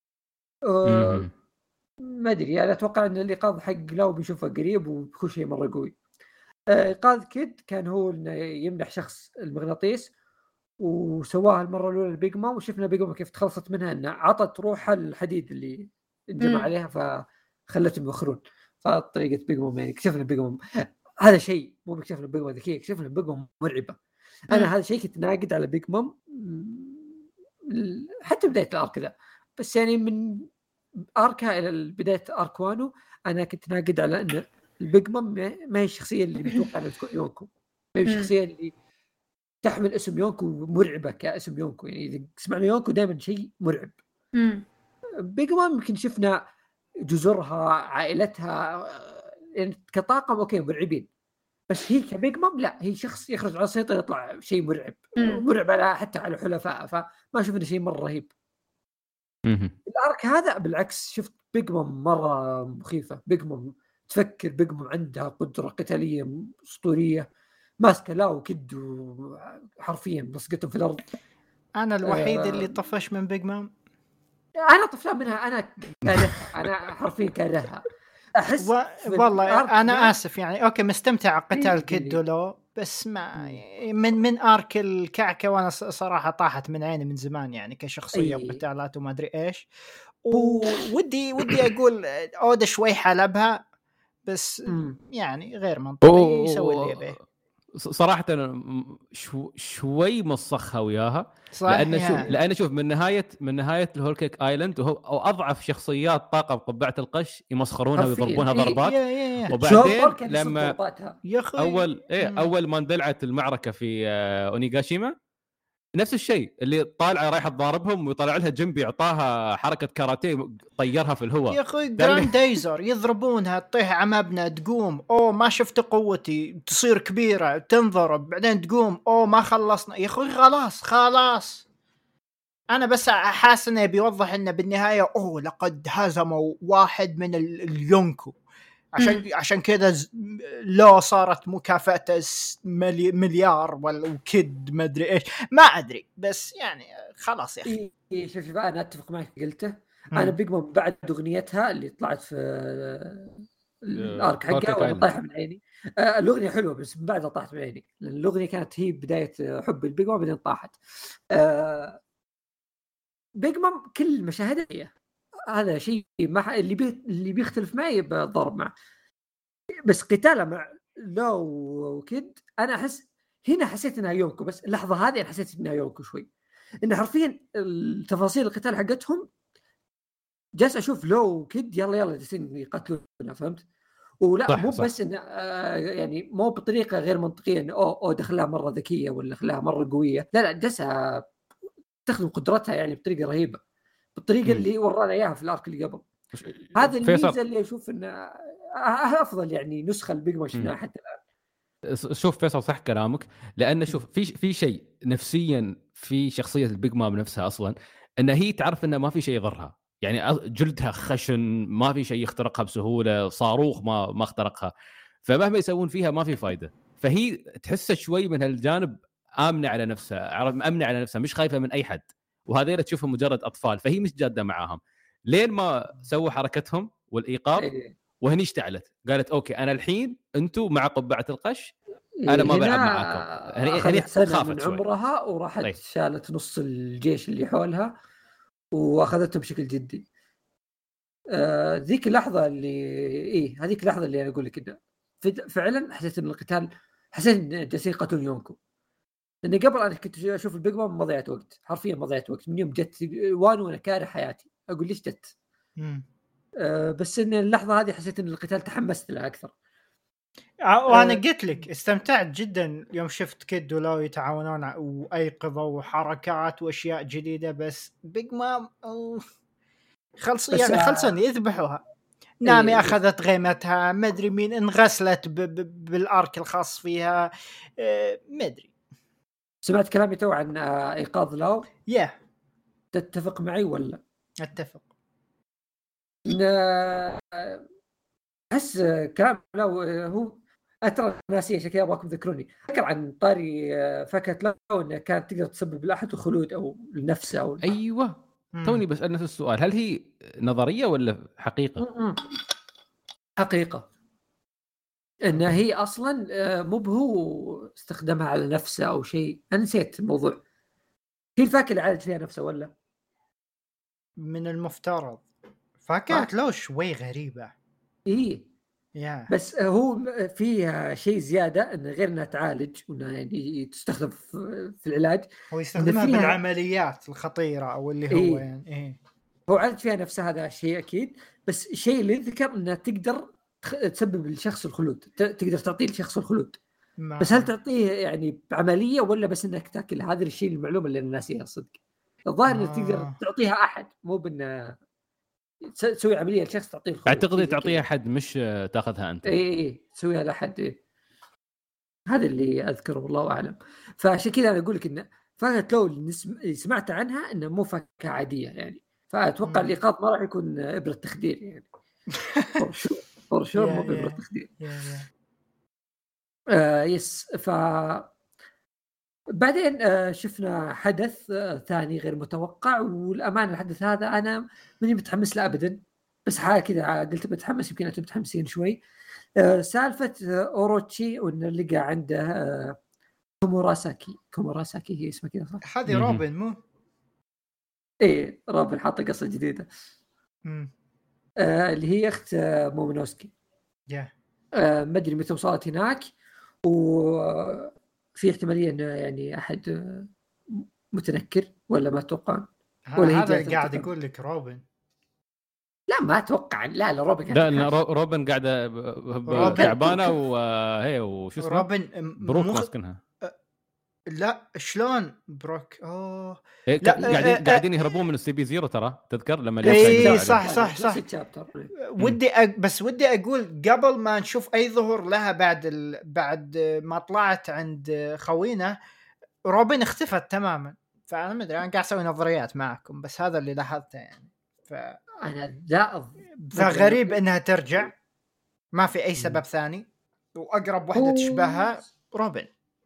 ما ادري، انا اتوقع ان الايقاظ حق لو بنشوفه قريب وبكل شيء مره قوي. ايقاظ كيد كان هو انه يمنح شخص المغناطيس، وسواها المره الاولى البيج مام، وشفنا بيج مام كيف تخلصت منها، انه عطت روحها الحديد اللي انجمع عليها فخلتهم يوخرون. فطريقه بيج مام يعني اكتشفنا بيج مام هذا شيء، مو اكتشفنا بيج مام ذكيه، اكتشفنا بيج مام مرعبه. انا هذا شيء كنت ناقد على بيج مام حتى بدايه الارك ذا، بس يعني من اركها الى بدايه ارك وانو انا كنت ناقد على ان البيج مام ما هي الشخصيه اللي متوقع انها تكون يونكو، ما هي الشخصيه اللي تحمل اسم يونكو مرعبه كاسم يونكو. يعني اذا سمعنا يونكو دائما شيء مرعب. بيج مام يمكن شفنا جزرها عائلتها يعني كطاقم اوكي مرعبين، بس هي كبيج مام لا، هي شخص يخرج على السيطره يطلع شيء مرعب. مرعب على حتى على حلفائه، فما شفنا شيء مره رهيب. الارك هذا بالعكس شفت بيج مام مره مخيفه. بيج مام تفكر، بيج مام عندها قدره قتاليه اسطوريه، ماسكه لاو كد حرفيا مسقتهم في الارض. انا الوحيد اللي طفش من بيج مام. انا طفشان منها، انا كارهها، انا حرفيا كارهها. احس والله انا اسف يعني اوكي مستمتع قتال كيد ولو، بس ما من ارك الكعكه وانا صراحه طاحت من عيني من زمان يعني كشخصيه وقتالات وما ادري ايش. ودي اقول اودا شوي حلبها، بس يعني غير منطقي يسوي اللي يبيه. صراحه شوي مسخها وياها، لان شوف من نهايه الهول كيك ايلاند وهو اضعف شخصيات طاقم قبعه القش يمسخرونها ويضربونها ضربات. وبعدين لما اول ما اندلعت المعركه في اونيغاشيما نفس الشيء، اللي طالعه رايحه تضاربهم ويطلع لها جنبي يعطاها حركه كاراتيه طيرها في الهواء. يا اخوي جراندايزر يضربونها تطيح عمابنا تقوم ما شفت قوتي تصير كبيره تنضرب بعدين تقوم ما خلصنا. يا اخوي خلاص انا بس حاسس انه بيوضح انه بالنهايه لقد هزموا واحد من اليونكو عشان كذا لو صارت مكافأته مليار ولا كد ما ادري ايش ما ادري، بس يعني خلاص يا اخي. شوف بقى انا اتفق معك قلته. انا بيج مام بعد اغنيتها اللي طلعت في الارك حقها وانا طايحه من عيني. الاغنيه حلوه بس من بعدها طاحت من عيني، لان الاغنيه كانت هي بدايه حب البيج مام بعدين طاحت. بيج مام كل مشاهدها هذا شيء اللي بيختلف معي بضرب معه، بس قتاله مع لو وكد انا احس هنا حسيت انها يونكو، بس اللحظه هذه انا حسيت انها يونكو شوي، ان حرفيا التفاصيل القتال حقتهم جالس اشوف لو وكد يلا جالسين يقتلونا، فهمت؟ ولا صح مو صح. بس إن يعني مو بطريقه غير منطقيه انه دخلها مره ذكيه ولا خلاها مره قويه، لا جالسه تستخدم قدرتها يعني بطريقه رهيبه، بالطريقه اللي ورانا اياها في الارك اللي قبل. هذا الميزه اللي اشوف انه افضل يعني نسخه البيج ما شفناها حتى الان. شوف فيصل صح كلامك، لان شوف في شيء نفسيا في شخصيه البيج مام نفسها اصلا، ان هي تعرف انه ما في شيء يضرها، يعني جلدها خشن ما في شيء يخترقها بسهوله، صاروخ ما اخترقها، فمهما يسوون فيها ما في فايده. فهي تحس شوي من هالجانب امنه على نفسها، امنه على نفسها مش خايفه من اي حد، وهذول تشوفهم مجرد اطفال، فهي مش جاده معاهم لين ما سووا حركتهم والايقاف. وهني اشتعلت قالت اوكي انا الحين انتم مع قبعه القش، انا ما بلعب معاكم. هني خافت من عمرها وراحت شالت نص الجيش اللي حولها واخذته بشكل جدي. ذيك اللحظه اللي هذيك اللحظه اللي انا اقول لك انه فعلا حسيت ان القتال، حسيت ان جالسين يقتلون يونكو، لاني قبل انا كنت اشوف البيج مام ما ضيعت وقت، حرفيا ما ضيعت وقت من يوم جت وانا كاره حياتي اقول ليش جت. بس ان اللحظه هذه حسيت ان القتال تحمست له اكثر. وانا قلت لك استمتعت جدا يوم شفت كيد ولو يتعاونون وايقظوا وحركات واشياء جديده، بس بيج مام خلصوني يذبحوها. نامي اخذت غيمتها، ما ادري مين انغسلت بالارك الخاص فيها، ما ادري. سمعت كلامي تو عن ايقاظ لاو؟ تتفق معي ولا؟ اتفق. أحس كلام لاو هو أترى ناسية شكلها أبغاكم تذكروني. فكر عن طاري فكرة لاو أنها كانت تقدر تسبب لأحد الخلود أو لنفسه أو أيوة. توني بس نفس السؤال، هل هي نظرية ولا حقيقة؟ حقيقة. أنها هي أصلا مو هو استخدمها على نفسه أو شيء، أنا نسيت الموضوع. هي الفاكهة اللي عالج فيها نفسه ولا؟ من المفترض. فكرت لو شوي غريبة. بس هو فيها شيء زيادة، إنه غير إنها تعالج وإنها يعني تستخدم في العلاج، هو يستخدمها بالعمليات الخطيرة أو اللي هو يعني هو عالج فيها نفسه، هذا شيء أكيد. بس الشيء اللي ذكر إنها تقدر تسبب للشخص الخلود، تقدر تعطيه للشخص الخلود. بس هل تعطيه يعني بعملية ولا بس إنك تأكل؟ هذا الشيء المعلومة اللي الناس ناسيها صدق. الظاهر إنك تقدر تعطيها أحد، مو بإنه تسوي عملية لشخص تعطيه الخلود. أعتقد تعطيها أحد مش تأخذها أنت. تسويها لأحد. هذا اللي أذكره والله أعلم. فعشان كذا أنا أقول لك إنه فاكهة لو اللي سمعت عنها إنه مو فاكهة عادية يعني، فأتوقع الإيقاظ ما راح يكون إبرة تخدير يعني. فرشور مو بإبرة تخدير. يس. بعدين شفنا حدث ثاني غير متوقع، والأمانة الحدث هذا أنا ماني متحمس له أبدا، بس حاجة كذا قلت بتحمس، يمكن أنتم متحمسين شوي. سالفة أوروتشي وإن لقى عنده كوموراساكي هي اسمها كذا صح؟ هذه روبن مو؟ روبن حاطة قصة جديدة. اللي هي أخت مومونوسكي. ما أدري متى وصلت هناك، وفي احتماليه انه يعني احد متنكر ولا ما اتوقع. هذا اللي قاعد يقول لك روبن. لا ما اتوقع. لا روبن لا روبن قاعده تعبانه وهي وشو اسمه روبن بروك ماسكنها. لا شلون بروك إيه لا قاعدين يهربون من السي بي 0 ترى تذكر لما اي صح بس ودي اقول قبل ما نشوف اي ظهور لها بعد ما طلعت عند خوينا روبن اختفت تماما. فانا ما ادري انا قاعد اسوي نظريات معكم بس هذا اللي لاحظته يعني. انا لا فغريب انها ترجع ما في اي سبب ثاني واقرب وحده تشبهها روبن.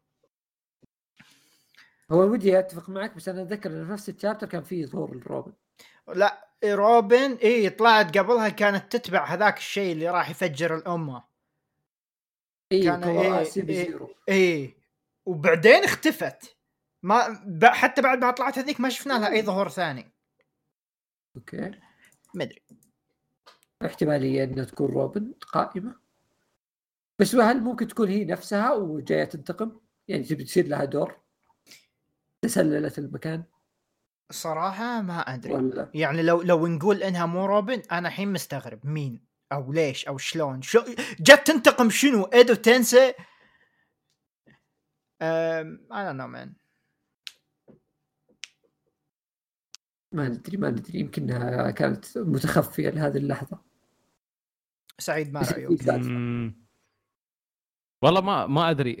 هو ودي اتفق معك بس انا اتذكر ان في نفس الشابتر كان فيه ظهور لروبن. لا روبن طلعت قبلها كانت تتبع هذاك الشيء اللي راح يفجر الامه. كان وبعدين اختفت ما حتى بعد ما طلعت هذيك ما شفنا لها اي ظهور ثاني. اوكي ما ادري احتماليه انها تكون روبن قائمه بس هل ممكن تكون هي نفسها وجايه تنتقم يعني تبي تصير لها دور تسللت المكان؟ صراحه ما ادري ولا. يعني لو نقول انها مو روبن انا الحين مستغرب مين او ليش او شلون جت تنتقم شنو ايدو تنسى I don't know man. ما ندري يمكنها كانت متخفية لهذه اللحظة. سعيد ما رأيك؟ والله ما أدري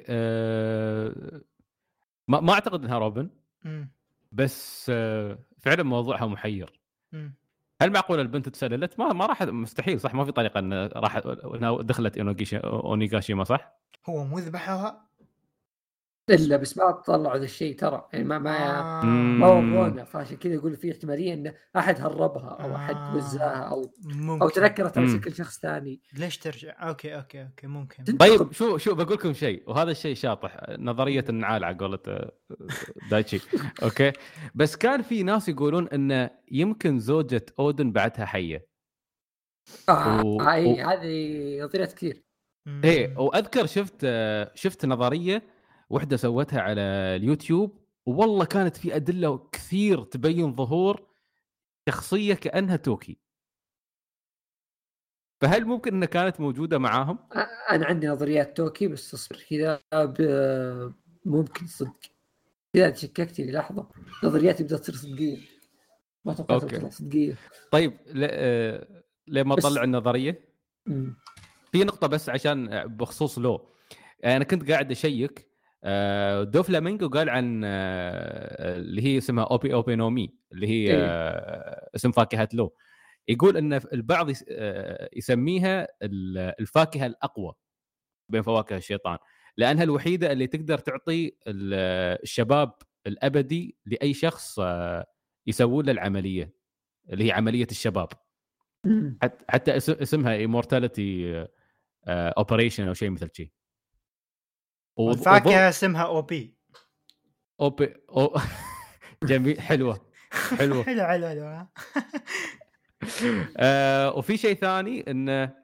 ما أعتقد إنها روبن بس فعلا موضوعها محير. هل معقول البنت تسللت؟ ما راح مستحيل صح ما في طريقة إن راح إنها دخلت أونيغاشيما صح؟ هو مو ذبحها إلا بس ما طلعوا ذا الشيء ترى يعني ما وضعونا فعشان كذا يقول في احتمالية إن أحد هربها أو أحد وزاها أو تنكرت على شكل شخص ثاني. ليش ترجع؟ أوكي ممكن. طيب شو بقول لكم شيء وهذا الشيء شاطح نظرية النعال على قولة دايتشي. أوكي بس كان في ناس يقولون إن يمكن زوجة أودن بعدها حية. هذه نظريات كثير. إيه وأذكر شفت نظرية وحدة سوتها على اليوتيوب والله كانت في أدلة كثير تبين ظهور شخصية كأنها توكي. فهل ممكن أنها كانت موجودة معاهم؟ أنا عندي نظريات توكي بس أصبر كذا ممكن صدق إذا شككتني لحظة نظرياتي بدأت تصير صدقية ما توقعت تطلع صدقية. طيب لما طلع النظرية في نقطة بس عشان بخصوص أنا كنت قاعد أشيك دو فلامينغو قال عن اللي هي اسمها اوبي نومي اللي هي اسم فاكهة لو. يقول ان البعض يسميها الفاكهة الأقوى بين فواكه الشيطان لأنها الوحيدة اللي تقدر تعطي الشباب الأبدي لأي شخص يسوون له العملية اللي هي عملية الشباب. حتى اسمها immortality operation أو شيء مثل شيء. الفاكهة اسمها أوبي جميل حلوة حلوة وفي شيء ثاني إنه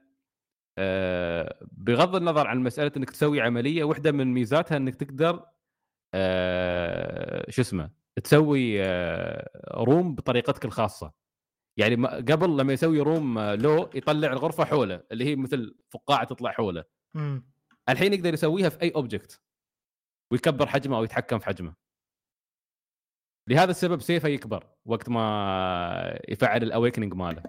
بغض النظر عن مسألة إنك تسوي عملية واحدة من ميزاتها إنك تقدر تسوي روم بطريقتك الخاصة. يعني قبل لما يسوي روم يطلع الغرفة حوله اللي هي مثل فقاعة تطلع حوله. الحين يقدر يسويها في أي أوبجكت ويكبر حجمه أو يتحكم في حجمه. لهذا السبب سيفه يكبر وقت ما يفعل الأويكنينج ماله.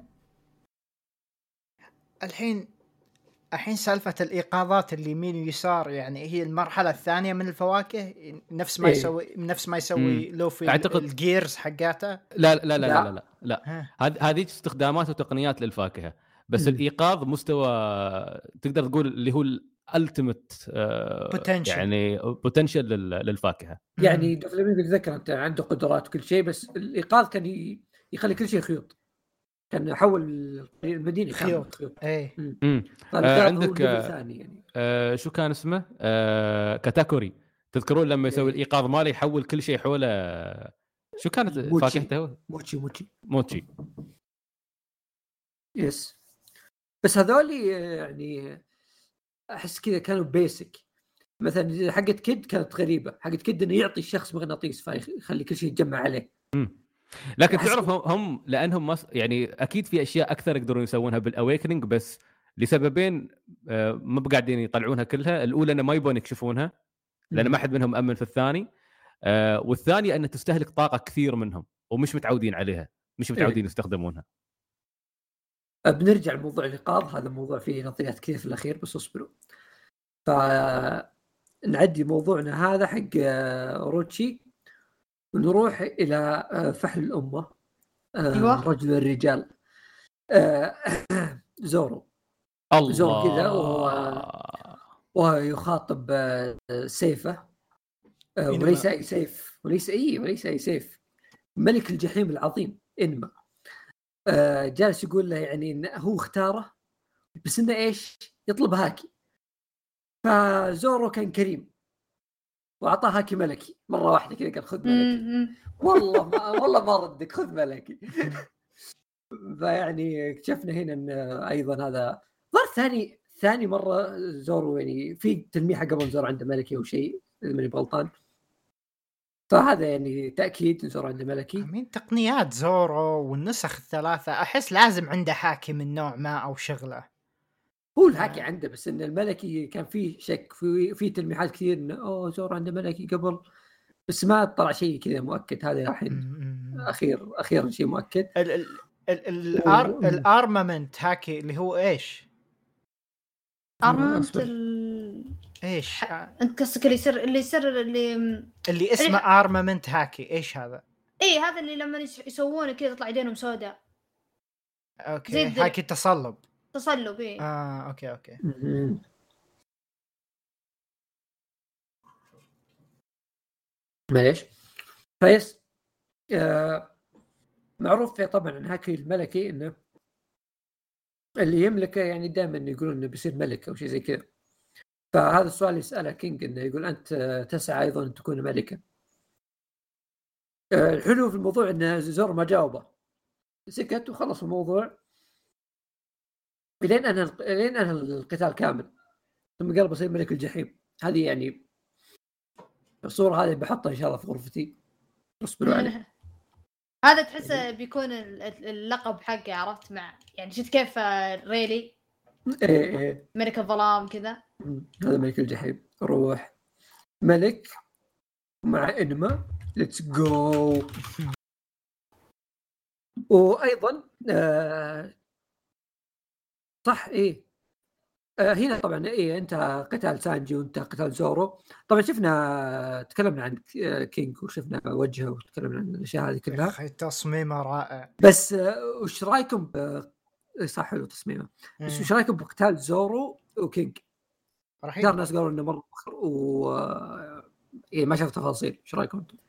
الحين سالفة الإيقاظات اللي يمين ويسار يعني هي المرحلة الثانية من الفواكه نفس ما يسوي لو في الجيرز حقاته. لا. هذه استخدامات وتقنيات للفاكهة بس الإيقاظ مستوى تقدر تقول اللي هو الالتيميت يعني بوتنشل للفاكهه. يعني دفلمينغ يتذكر انت عنده قدرات وكل شيء بس الايقاظ كان يخلي كل شيء خيوط. كان يحول المدينه خيوط. اي عندك ثاني يعني شو كان اسمه كاتاكوري تذكرون لما يسوي الايقاظ ماله يحول كل شيء حوله. شو كانت فاكهته؟ موتشي يس. بس هذول يعني احس كذا كانوا بيسك مثلا حقت كيد كانت غريبه، حقت كيد انه يعطي الشخص مغناطيس فيخلي كل شيء يتجمع عليه. لكن تعرف هم لانهم يعني اكيد في اشياء اكثر يقدرون يسوونها بالاويكننج، بس لسببين ما قاعدين يطلعونها كلها. الاولى انه ما يبون يكشفونها لان ما حد منهم امن في الثاني، والثانيه ان تستهلك طاقه كثير منهم ومش متعودين عليها، مش متعودين يستخدمونها. بنرجع لموضوع الإيقاظ، هذا موضوع فيه نظريات كثير في الأخير، بس اصبروا. فنعدي موضوعنا هذا حق روتشي ونروح إلى فحل الأمة، رجل الرجال، زورو. الله. زورو كذا وهو يخاطب سيفه، وليس أي سيف، وليس أي سيف، ملك الجحيم العظيم إنما. جالس يقول له يعني إنه هو اختاره، بس إنه إيش يطلب هاكي. فزورو كان كريم وأعطاه هاكي ملكي مرة واحدة كذا، قال خذ ملكي. والله ما ردك، خذ ملكي. فيعني اكتشفنا هنا إن أيضا هذا ظهر ثاني مرة زورو، يعني في تلميحة قبل زورو عنده ملكي أو شيء إذا ماني غلطان. فهذا يعني تأكيد زورو عنده ملكي. من تقنيات زورو والنسخ الثلاثة أحس لازم عنده حاكي من نوع ما أو شغلة. هو الهاكي عنده، بس إن الملكي كان فيه شك، في تلميحات كثير إنه زورو عنده ملكي قبل، بس ما طلع شيء كذا مؤكد. هذا الحين أخيرا شيء مؤكد. الارمامنت هاكي اللي هو ايش؟ ارمامنت ايش؟ انت قصدك اللي يصير اللي اسمه ارمامنت هاكي، ايش هذا؟ ايه هذا اللي لما يسوونه كذا يطلع يدينهم سوداء. اوكي، هاكي تصلب ايه. اوكي. معليش. فيس معروف فيه طبعا ان هاكي الملكي انه اللي يملكه يعني دائما يقولون انه بيصير ملك او شيء زي كذا. فهذا السؤال يسأله كينج، انه يقول انت تسعى ايضا ان تكون ملكا. الحلو في الموضوع ان زورو ما جاوبه، سكت وخلص الموضوع لين أنا القتال كامل، ثم قال بصير ملك الجحيم. هذه يعني الصورة هذه بحطها ان شاء الله في غرفتي، اصبروا عليه. هذا تحسه بيكون اللقب حقه، عرفت؟ مع يعني شفت كيف ريلي ايه ملك الظلام كذا، هذا ملك الجحيم. روح ملك مع انما ليتس جو. وايضا صح ايه هنا طبعا ايه انت قتال سانجي وانت قتال زورو. طبعا شفنا تكلمنا عن كينج وشفنا وجهه وتكلمنا عن الاشياء هذه كلها. اخي تصميمه رائع. بس وش رايكم صح حلو تصميمه، بس وش رايكم بقتال زورو وكينج؟ رهيب. الناس قالوا انه مره مخر إيه ما شفت تفاصيل، ايش رايكم انتم؟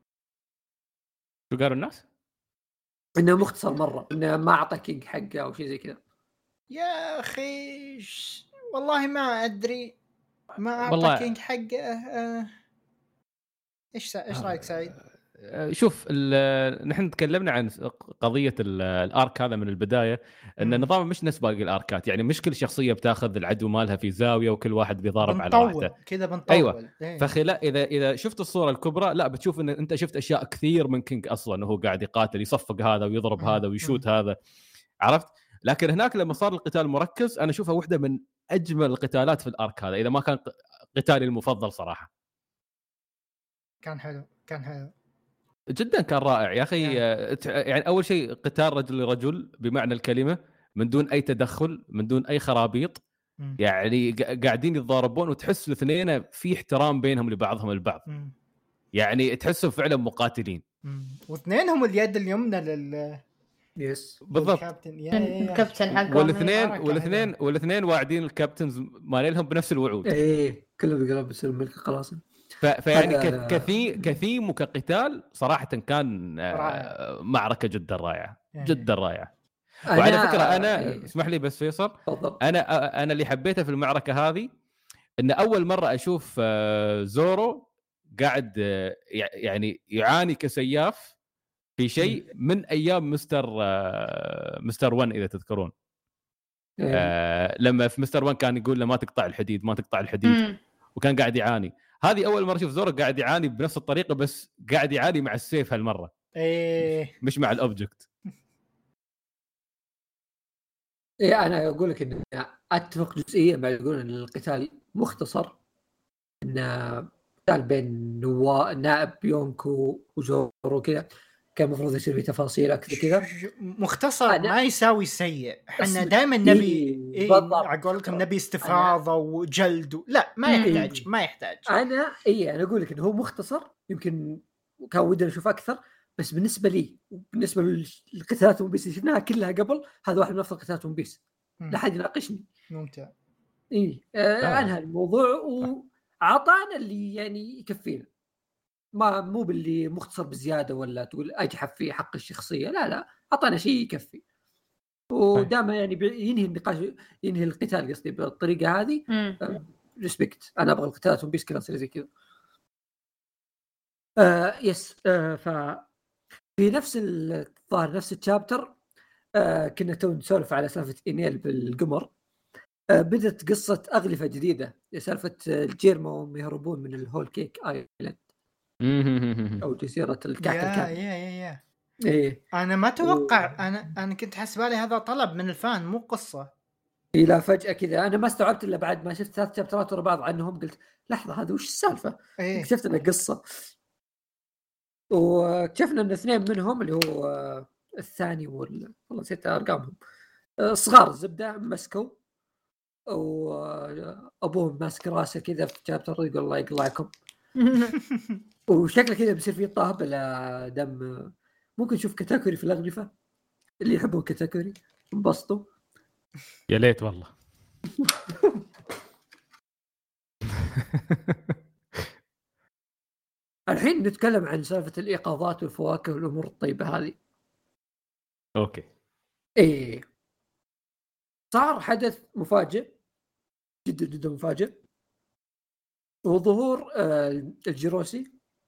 شو قالوا الناس؟ انه مختصر مره، انه ما اعطى كينج حقه او شيء زي كذا. يا اخي والله ما ادري، ما اعطى كينج حقه. ايش رايك سعيد؟ شوف نحن تكلمنا عن قضيه الارك هذا من البدايه، ان النظام مش نفس باقي الاركات، يعني مش كل شخصيه بتاخذ العدو مالها في زاويه وكل واحد بيضارب على راحته كذا بنطول. ايوه فخلا اذا شفت الصوره الكبرى لا بتشوف ان انت شفت اشياء كثير من كينج اصلا، وهو قاعد يقاتل يصفق هذا ويضرب هذا ويشوت هذا، عرفت؟ لكن هناك لما صار القتال مركز انا اشوفها واحده من اجمل القتالات في الارك هذا، اذا ما كان قتالي المفضل صراحه. كان حلو جدا، كان رائع يا اخي. يعني اول شيء قتال رجل لرجل بمعنى الكلمه، من دون اي تدخل، من دون اي خرابيط. يعني قاعدين يتضاربون وتحس الاثنين في احترام بينهم لبعضهم البعض. يعني تحسهم فعلا مقاتلين. واثنينهم اليد اليمنى لل يس بالضبط، الكابتن حقهم. والاثنين واعدين الكابتنز مالهم بنفس الوعود. ايه كله بيقرب يصير ملك خلاص. فيعني كثيم وكقتال صراحه كان معركه جدا رائعه جدا رائعه. وعلى فكره انا اسمح لي بس فيصل، انا اللي حبيته في المعركه هذه ان اول مره اشوف زورو قاعد يعني يعاني كسياف في شيء من ايام مستر 1 اذا تذكرون. لما في مستر 1 كان يقول له ما تقطع الحديد وكان قاعد يعاني. هذه اول مره اشوف زورو قاعد يعاني بنفس الطريقه، بس قاعد يعاني مع السيف هالمره مش مع الاوبجكت. انا اقول لك ان اتفق جزئيا مع يقولون ان القتال مختصر، ان قتال بين نائب يونكو وزورو كذا كان المفروض يصير في تفاصيل اكثر كذا. مختصر ما يساوي سيء. احنا دائما نبي اقولكم نبي استفاضه وجلد لا ما يحتاج. انا اقول لك انه هو مختصر، يمكن كان ودنا نشوف اكثر، بس بالنسبه لي بالنسبه للقتالات ون بيس اللي شفناها كلها قبل، هذا واحد من افضل قتالات ون بيس. لا حد يناقشني. ممتع. انهى الموضوع وعطانا اللي يعني يكفينا، ما مو باللي مختصر بزياده ولا تقول اجحف في حق الشخصيه. لا عطانا شيء يكفي. ودائما يعني ينهي النقاش، ينهي القتال قصدي بالطريقه هذه. ريسبكت. انا ابغى القتالات ون بيس كذا تصير زي كذا. يس. ف في نفس الظاهر نفس الشابتر كنا تو نسولف على سالفه اينيل بالقمر. بدت قصه اغلفه جديده، سالفه الجيرما وهم يهربون من الهول كيك ايلاند او جزيره الكعك الكامل. ايه انا ما توقع. انا كنت حسبالي هذا طلب من الفان مو قصه. لا فجاه كذا انا ما استوعبت الا بعد ما شفت 3 شابترات ورا بعض عنهم، قلت لحظه هذا وش السالفه؟ اكتشفت انها قصه. واكتشفنا ان 2 منهم اللي هو الثاني والله نسيت ارقامهم، صغار الزبده مسكوا، وابوهم ماسك راسه كذا في شابتر يقول الله يقلعكم. وشكله كذا بيصير فيه طه بلا دم. ممكن نشوف كاتاكوري في الاغلفه اللي يحبون كاتاكوري انبسطوا. يا ليت والله. الحين نتكلم عن سالفه الايقاظات والفواكه والامور الطيبه هذه. اوكي. صار حدث مفاجئ جدا جدا مفاجئ، وظهور الجيروسي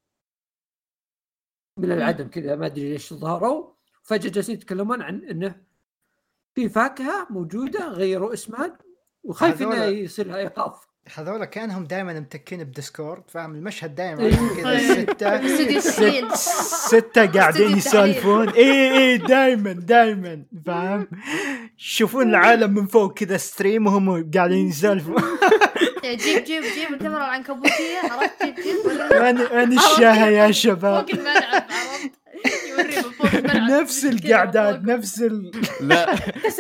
من العدم كذا. ما ادري ليش ظهروا فجاه، جالسين يتكلمون عن انه في فاكهه موجوده غيروا اسمها وخايف انه يصير لها ايقاظ. هذول كانهم دائما متكين بديسكورد، فاهم المشهد دائما كذا. ستة قاعدين يسولفون. دائما فاهم، شوفون العالم من فوق كذا ستريم وهم قاعدين يسولفون. جيب الكاميرا العنكبوتيه، عرفت؟ أنا الشاهة يا شباب. فوق الملعب، عرفت؟ يوري من فوق الملعب نفس القعدات نفس لا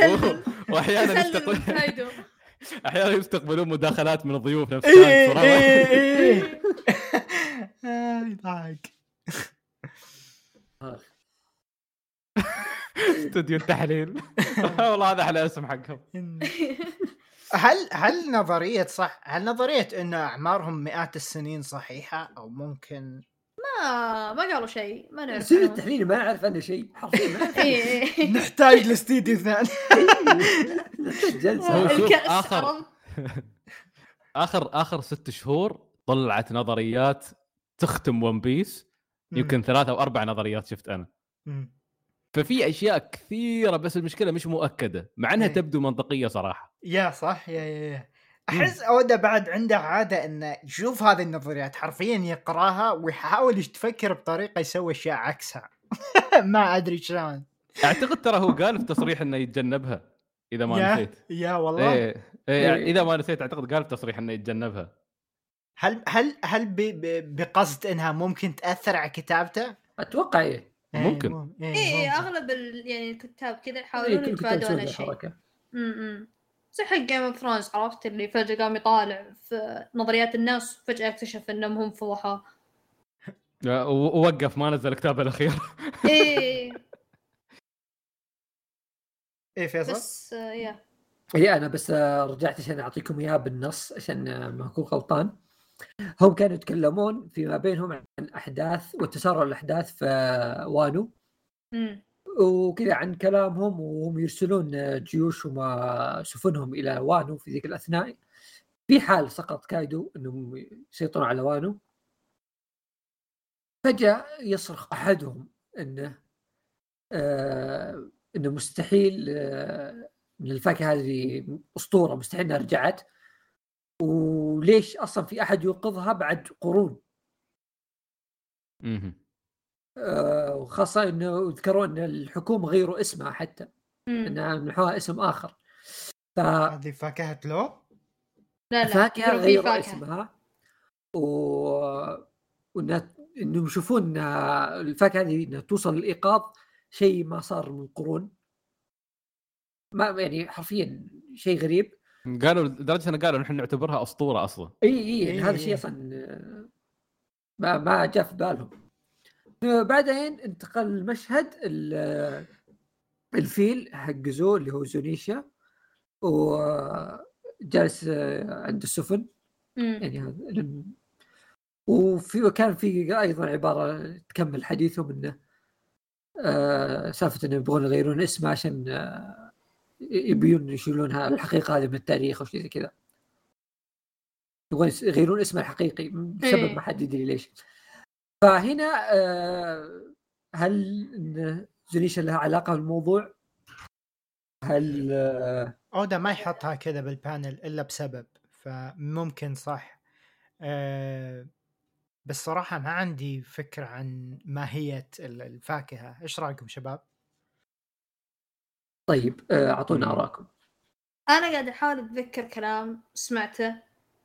احيانا يستقبلون مداخلات من الضيوف نفسهم. ضحك. استوديو التحليل. والله هذا احلى اسم حقهم. هل نظرية صح؟ هل نظرية إنه أعمارهم مئات السنين صحيحة أو ممكن؟ ما قالوا شيء، ما نعرف. سيد التحليل ما نعرف عنه شيء حرفيا. نحتاج الاستديو ثاني. آخر 6 شهور طلعت نظريات تختم ون بيس، يمكن 3 أو 4 نظريات شفت أنا. ففي أشياء كثيرة، بس المشكلة مش مؤكدة مع أنها تبدو منطقية صراحة. يا صح يا أحس أودا بعد عنده عادة إنه يشوف هذه النظريات حرفيا يقراها ويحاول يتفكر بطريقة يسوي أشياء عكسها. ما أدري شلون. أعتقد ترى هو قال في تصريح إنه يتجنبها إذا ما نسيت. يا والله. إذا ما نسيت أعتقد قال في تصريح إنه يتجنبها. هل بقصد إنها ممكن تأثر على كتابته؟ أتوقع ممكن. أغلب يعني الكتاب كذا يحاولون يتفادون هالشيء. زي حق جيم اوف ثرونز، عرفت؟ اللي فجأة قام يطالع في نظريات الناس وفجأة اكتشف انهم هم فضحاء. ووقف ما نزل كتابه الأخير. فيصل؟ بس أنا بس رجعت عشان أعطيكم إياه بالنص عشان ما أكون غلطان. هم كانوا يتكلمون فيما بينهم عن أحداث وتسارع الأحداث في وانو وكذا، عن كلامهم وهم يرسلون جيوش وما سفنهم إلى وانو في ذيك الأثناء. في حال سقط كايدو أنهم يسيطرون على وانو، فجأة يصرخ أحدهم أنه مستحيل من الفاكهة هذه أسطورة، مستحيل أنها رجعت. وليش اصلا في احد يوقظها بعد قرون. وخاصه انه ذكروا ان الحكومه غيروا اسمها حتى انها منحوها اسم اخر. هذه فاكهه لو لا فاكهه غيروا اسمها انه يشوفون الفاكهه هذه انها توصل للايقاظ شيء ما صار من قرون، ما يعني حرفيا شيء غريب. قالوا لدرجه انه قالوا نحن نعتبرها اسطوره اصلا. اي هذا شيء اصلا ما جاء في بالهم. بعدين انتقل المشهد الفيل حق زو اللي هو زونيشا وجالس عند السفن يعني هذا. وكان في ايضا عباره تكمل حديثهم انه سالفه انه يبغون يغيرون اسمه عشان يبيون يشيلونها الحقيقه هذه من التاريخ او شيء زي كذا. يبغون يغيرون اسمه الحقيقي بسبب ما حد يدري ليش. فهنا هل زونيشا لها علاقه بالموضوع؟ هل اودا ما يحطها كذا بالبانل الا بسبب، فممكن صح. بس صراحه ما عندي فكره عن ماهيه الفاكهه. ايش رايكم شباب؟ طيب اعطونا اراءكم. انا قاعد احاول اتذكر كلام سمعته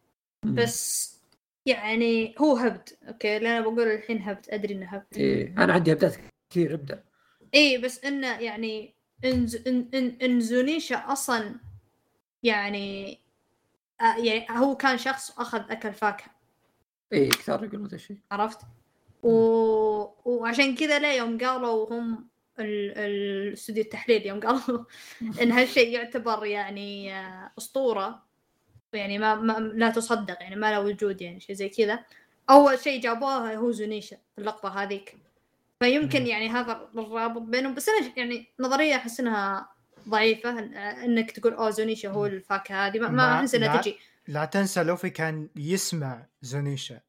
بس يعني هو هبد. اوكي اللي انا بقول الحين هبد، ادري انه هبد. انا عندي هبدات كثير. ابدا. بس انه يعني ان زونيشا اصلا يعني يعني هو كان شخص اخذ اكل فاكهه. كثار يقولون هذا الشيء، عرفت؟ وعشان كذا لا يوم قالوا هم الاستوديو التحليل يوم قالوا ان هالشيء يعتبر يعني اسطوره يعني ما لا تصدق يعني ما له وجود يعني شيء زي كذا. اول شيء جابوها هو زونيشا في اللقطه هذيك، فيمكن يعني هذا الرابط بينهم. بس انا يعني نظريه احس انها ضعيفه انك تقول زونيشا هو الفاكهه هذه ما احس انها تجي. لا تنسى لوفي كان يسمع زونيشا.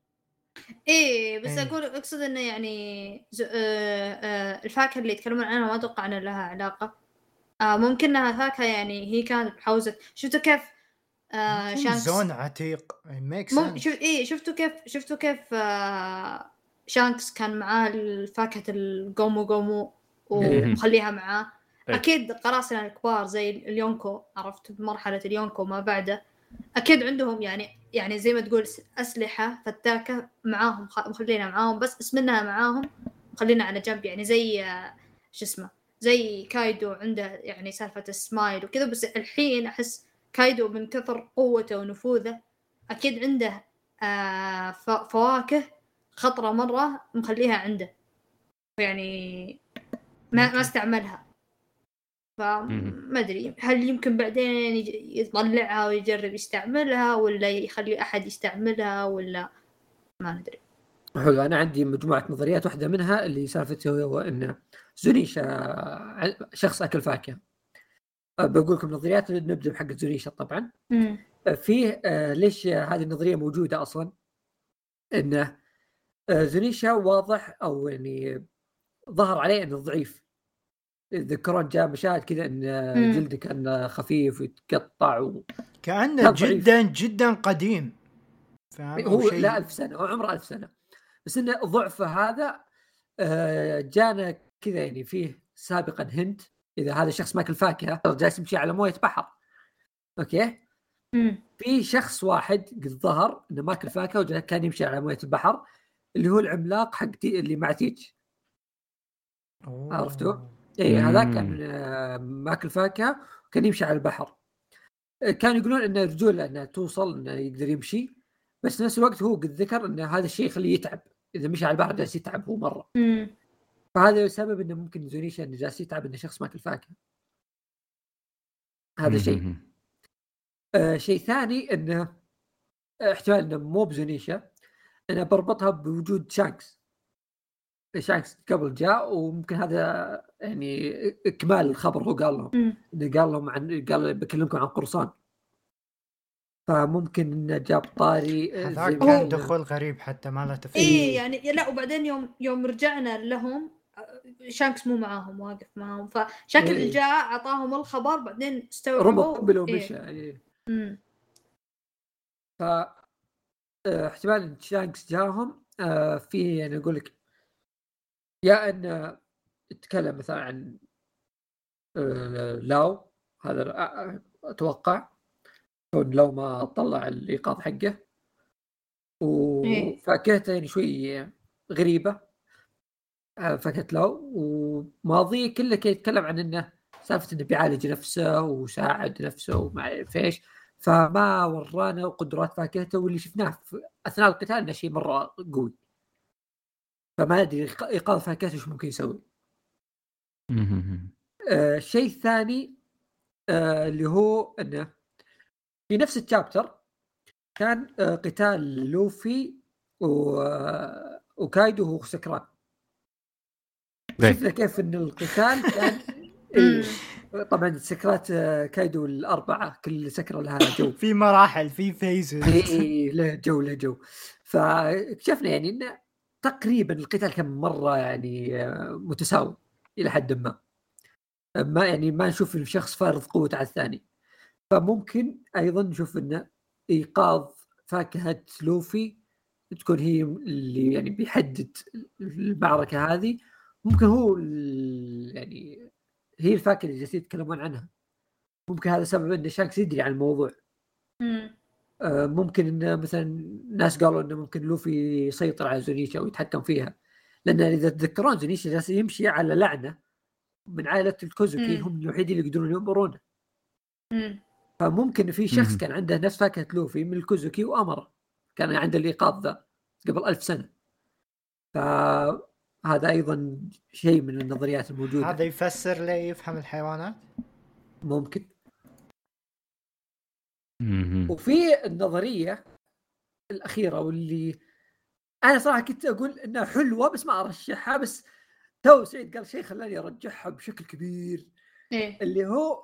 بس اقصد انه يعني الفاكهه اللي يتكلمون عنها ما اتوقع ان لها علاقه. ممكن انها فاكهه يعني هي كانت بحوزه. شفتوا كيف شانكس زون عتيق شفتوا كيف شانكس كان معاه الفاكهه الجومو جومو ومخليها معاه. اكيد قراصنة الكبار زي اليونكو، عرفت بمرحله اليونكو ما بعده اكيد عندهم يعني زي ما تقول اسلحه فتاكه معاهم مخلينها معاهم، بس اسمنها معاهم خلينا على جنب. يعني زي شو اسمه زي كايدو عنده يعني سالفه السمايل وكذا. بس الحين احس كايدو من كثر قوته ونفوذه اكيد عنده فواكه خطره مره مخليها عنده يعني ما استعملها. فما ادري هل يمكن بعدين يطلعها ويجرب يستعملها ولا يخلي احد يستعملها ولا ما ندري. حلو. انا عندي مجموعه نظريات، واحده منها اللي سالفته هو ان زونيشا شخص اكل فاكهه. بقول لكم نظريات. نبدا بحق زونيشا طبعا. فيه ليش هذه النظريه موجوده اصلا؟ انه زونيشا واضح او يعني ظهر عليه انه ضعيف. تذكرون جاء مشاهد كذا ان جلده كان خفيف ويتقطع كأنه جدا قديم. هو لا 1000 سنه، هو عمره 1000 سنه، بس انه ضعفه هذا جانا كذا يعني فيه سابقا هند اذا هذا شخص ماكل فاكهه جالس يمشي على مويه بحر. اوكي في شخص واحد قد ظهر انه ماكل فاكهه وكان يمشي على مويه البحر اللي هو العملاق حق اللي مع تيج. عرفتوا؟ هذا كان ماكل فاكهه وكان يمشي على البحر. كانوا يقولون انه رجوله انه توصل انه يقدر يمشي، بس نفس الوقت هو قد ذكر ان هذا الشيء يخليه يتعب اذا مشى على البحر جالس يتعب هو مره. فهذا السبب انه ممكن زونيشا انه جالس يتعب انه شخص ماكل فاكهه. هذا شيء. شيء ثاني انه احتمال انه مو بزونيشا، انا بربطها بوجود شانكس قبل جاء، وممكن هذا يعني اكمال الخبر. هو قال لهم انه قال بكلمكم عن قرصان، فممكن انه جاب طاري. هذا كان دخول غريب حتى ما له تفسير. يعني لا. وبعدين يوم رجعنا لهم شانكس مو معاهم، واقف معاهم، فشكل جاء عطاهم الخبر بعدين استوعبوا ربط بلو مشى. ف احتمال ان شانكس جاهم في يعني اقول لك يا ان اتكلم مثلا عن لاو، هذا اتوقع كون لو ما طلع الايقاظ حقه وفاكهته يعني شوي غريبه. فاكهة لاو وماضيه كله كي يتكلم عن انه سالفه انه بيعالج نفسه وساعد نفسه وما اعرف ايش، فما ورانا قدرات فاكهته واللي شفناه في اثناء القتال انه شيء مره قوي. فما ادري ايقاظ فاكهته ايش ممكن يسوي. الشيء الثاني اللي هو انه في نفس الشابتر كان قتال لوفي وكايدو وهو سكران. شفنا كيف ان القتال كان طبعا سكرات كايدو الأربعة كل سكرة لها جو في مراحل في فيزز له جو فاكتشفنا يعني انه تقريبا القتال كان مرة يعني متساوي الى حد ما يعني ما نشوف الشخص فارض قوة على الثاني. فممكن ايضا نشوف انه ايقاظ فاكهة لوفي تكون هي اللي يعني بيحدد المعركة هذه. ممكن هو يعني هي الفاكهة اللي جالسين يتكلمون عنها. ممكن هذا سبب ان شانكس يدري عن الموضوع. ممكن ان مثلا ناس قالوا انه ممكن لوفي يسيطر على زونيشا ويتحكم فيها، لان اذا تذكرون زونيشا جالس يمشي على لعنة من عائلة الكوزوكي، هم الوحيدين اللي يقدرون يمرونه. فممكن في شخص كان عنده نفس فاكهة لوفي من الكوزوكي وأمره، كان عنده الإيقاظ ذا قبل 1000 سنة. فهذا أيضا شيء من النظريات الموجودة. هذا يفسر لي يفهم الحيوانات ممكن. وفي النظرية الأخيرة واللي أنا صراحة كنت أقول إنها حلوة بس ما أرشحها، بس تو سعيد قال شيء خلاني أرجحها بشكل كبير. اللي هو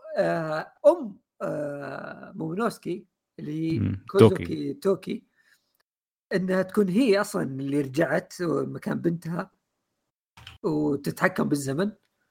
مومونوسكي اللي كوزوكي توكي، انها تكون هي اصلا اللي رجعت مكان بنتها وتتحكم بالزمن،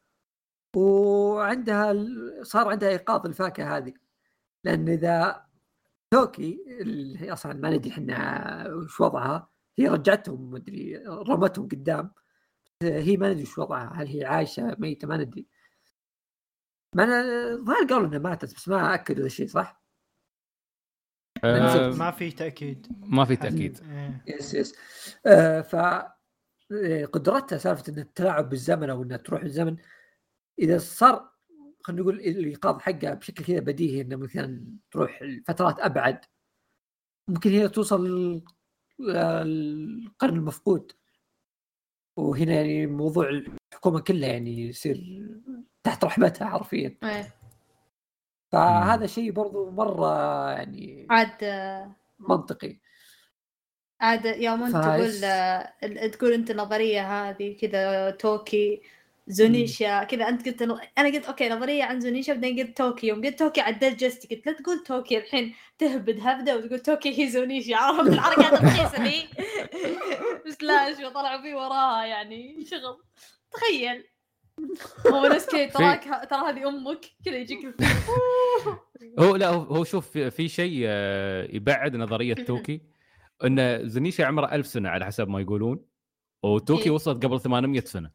وعندها صار عندها ايقاظ الفاكهه هذه. لان اذا توكي اللي هي اصلا ما ندري احنا وش وضعها، هي رجعتهم ما ادري رمتهم قدام، هي ما ندري وش وضعها، هل هي عايشه ميته ما ندري. ما الظاهر قالوا انها ماتت بس ما اكدوا هذا الشيء صح. ما في تأكيد يس ف قدرتها سالفة ان التلاعب بالزمن او انها تروح الزمن، اذا صار خلينا نقول الايقاظ حقها بشكل كذا بديهي انه مثلا تروح فترات ابعد، ممكن هي توصل للقرن المفقود، وهنا يعني موضوع الحكومة كلها يعني يصير تحت رحمتها حرفيا. فهذا شيء برضو مرة يعني عاد منطقي. عاد يوم انت تقول انت النظريه هذه كذا توكي زونيشا كذا، انت قلت انا قلت اوكي نظريه عن زونيشا، بعدين قلت توكي، يوم قلت توكي عدلت جستي قلت لا تقول توكي الحين تهبد هبده وتقول توكي هي زونيشا، عرفت الحركات الرخيصه دي بس لا شو طلعوا فيه وراها يعني شغل. تخيل هو نسكي ترى هذه امك كذا يجيك هو لا هو شوف في شيء يبعد نظريه توكي ان زونيشا عمره 1000 سنه على حسب ما يقولون، وتوكي وصلت قبل 800 سنه.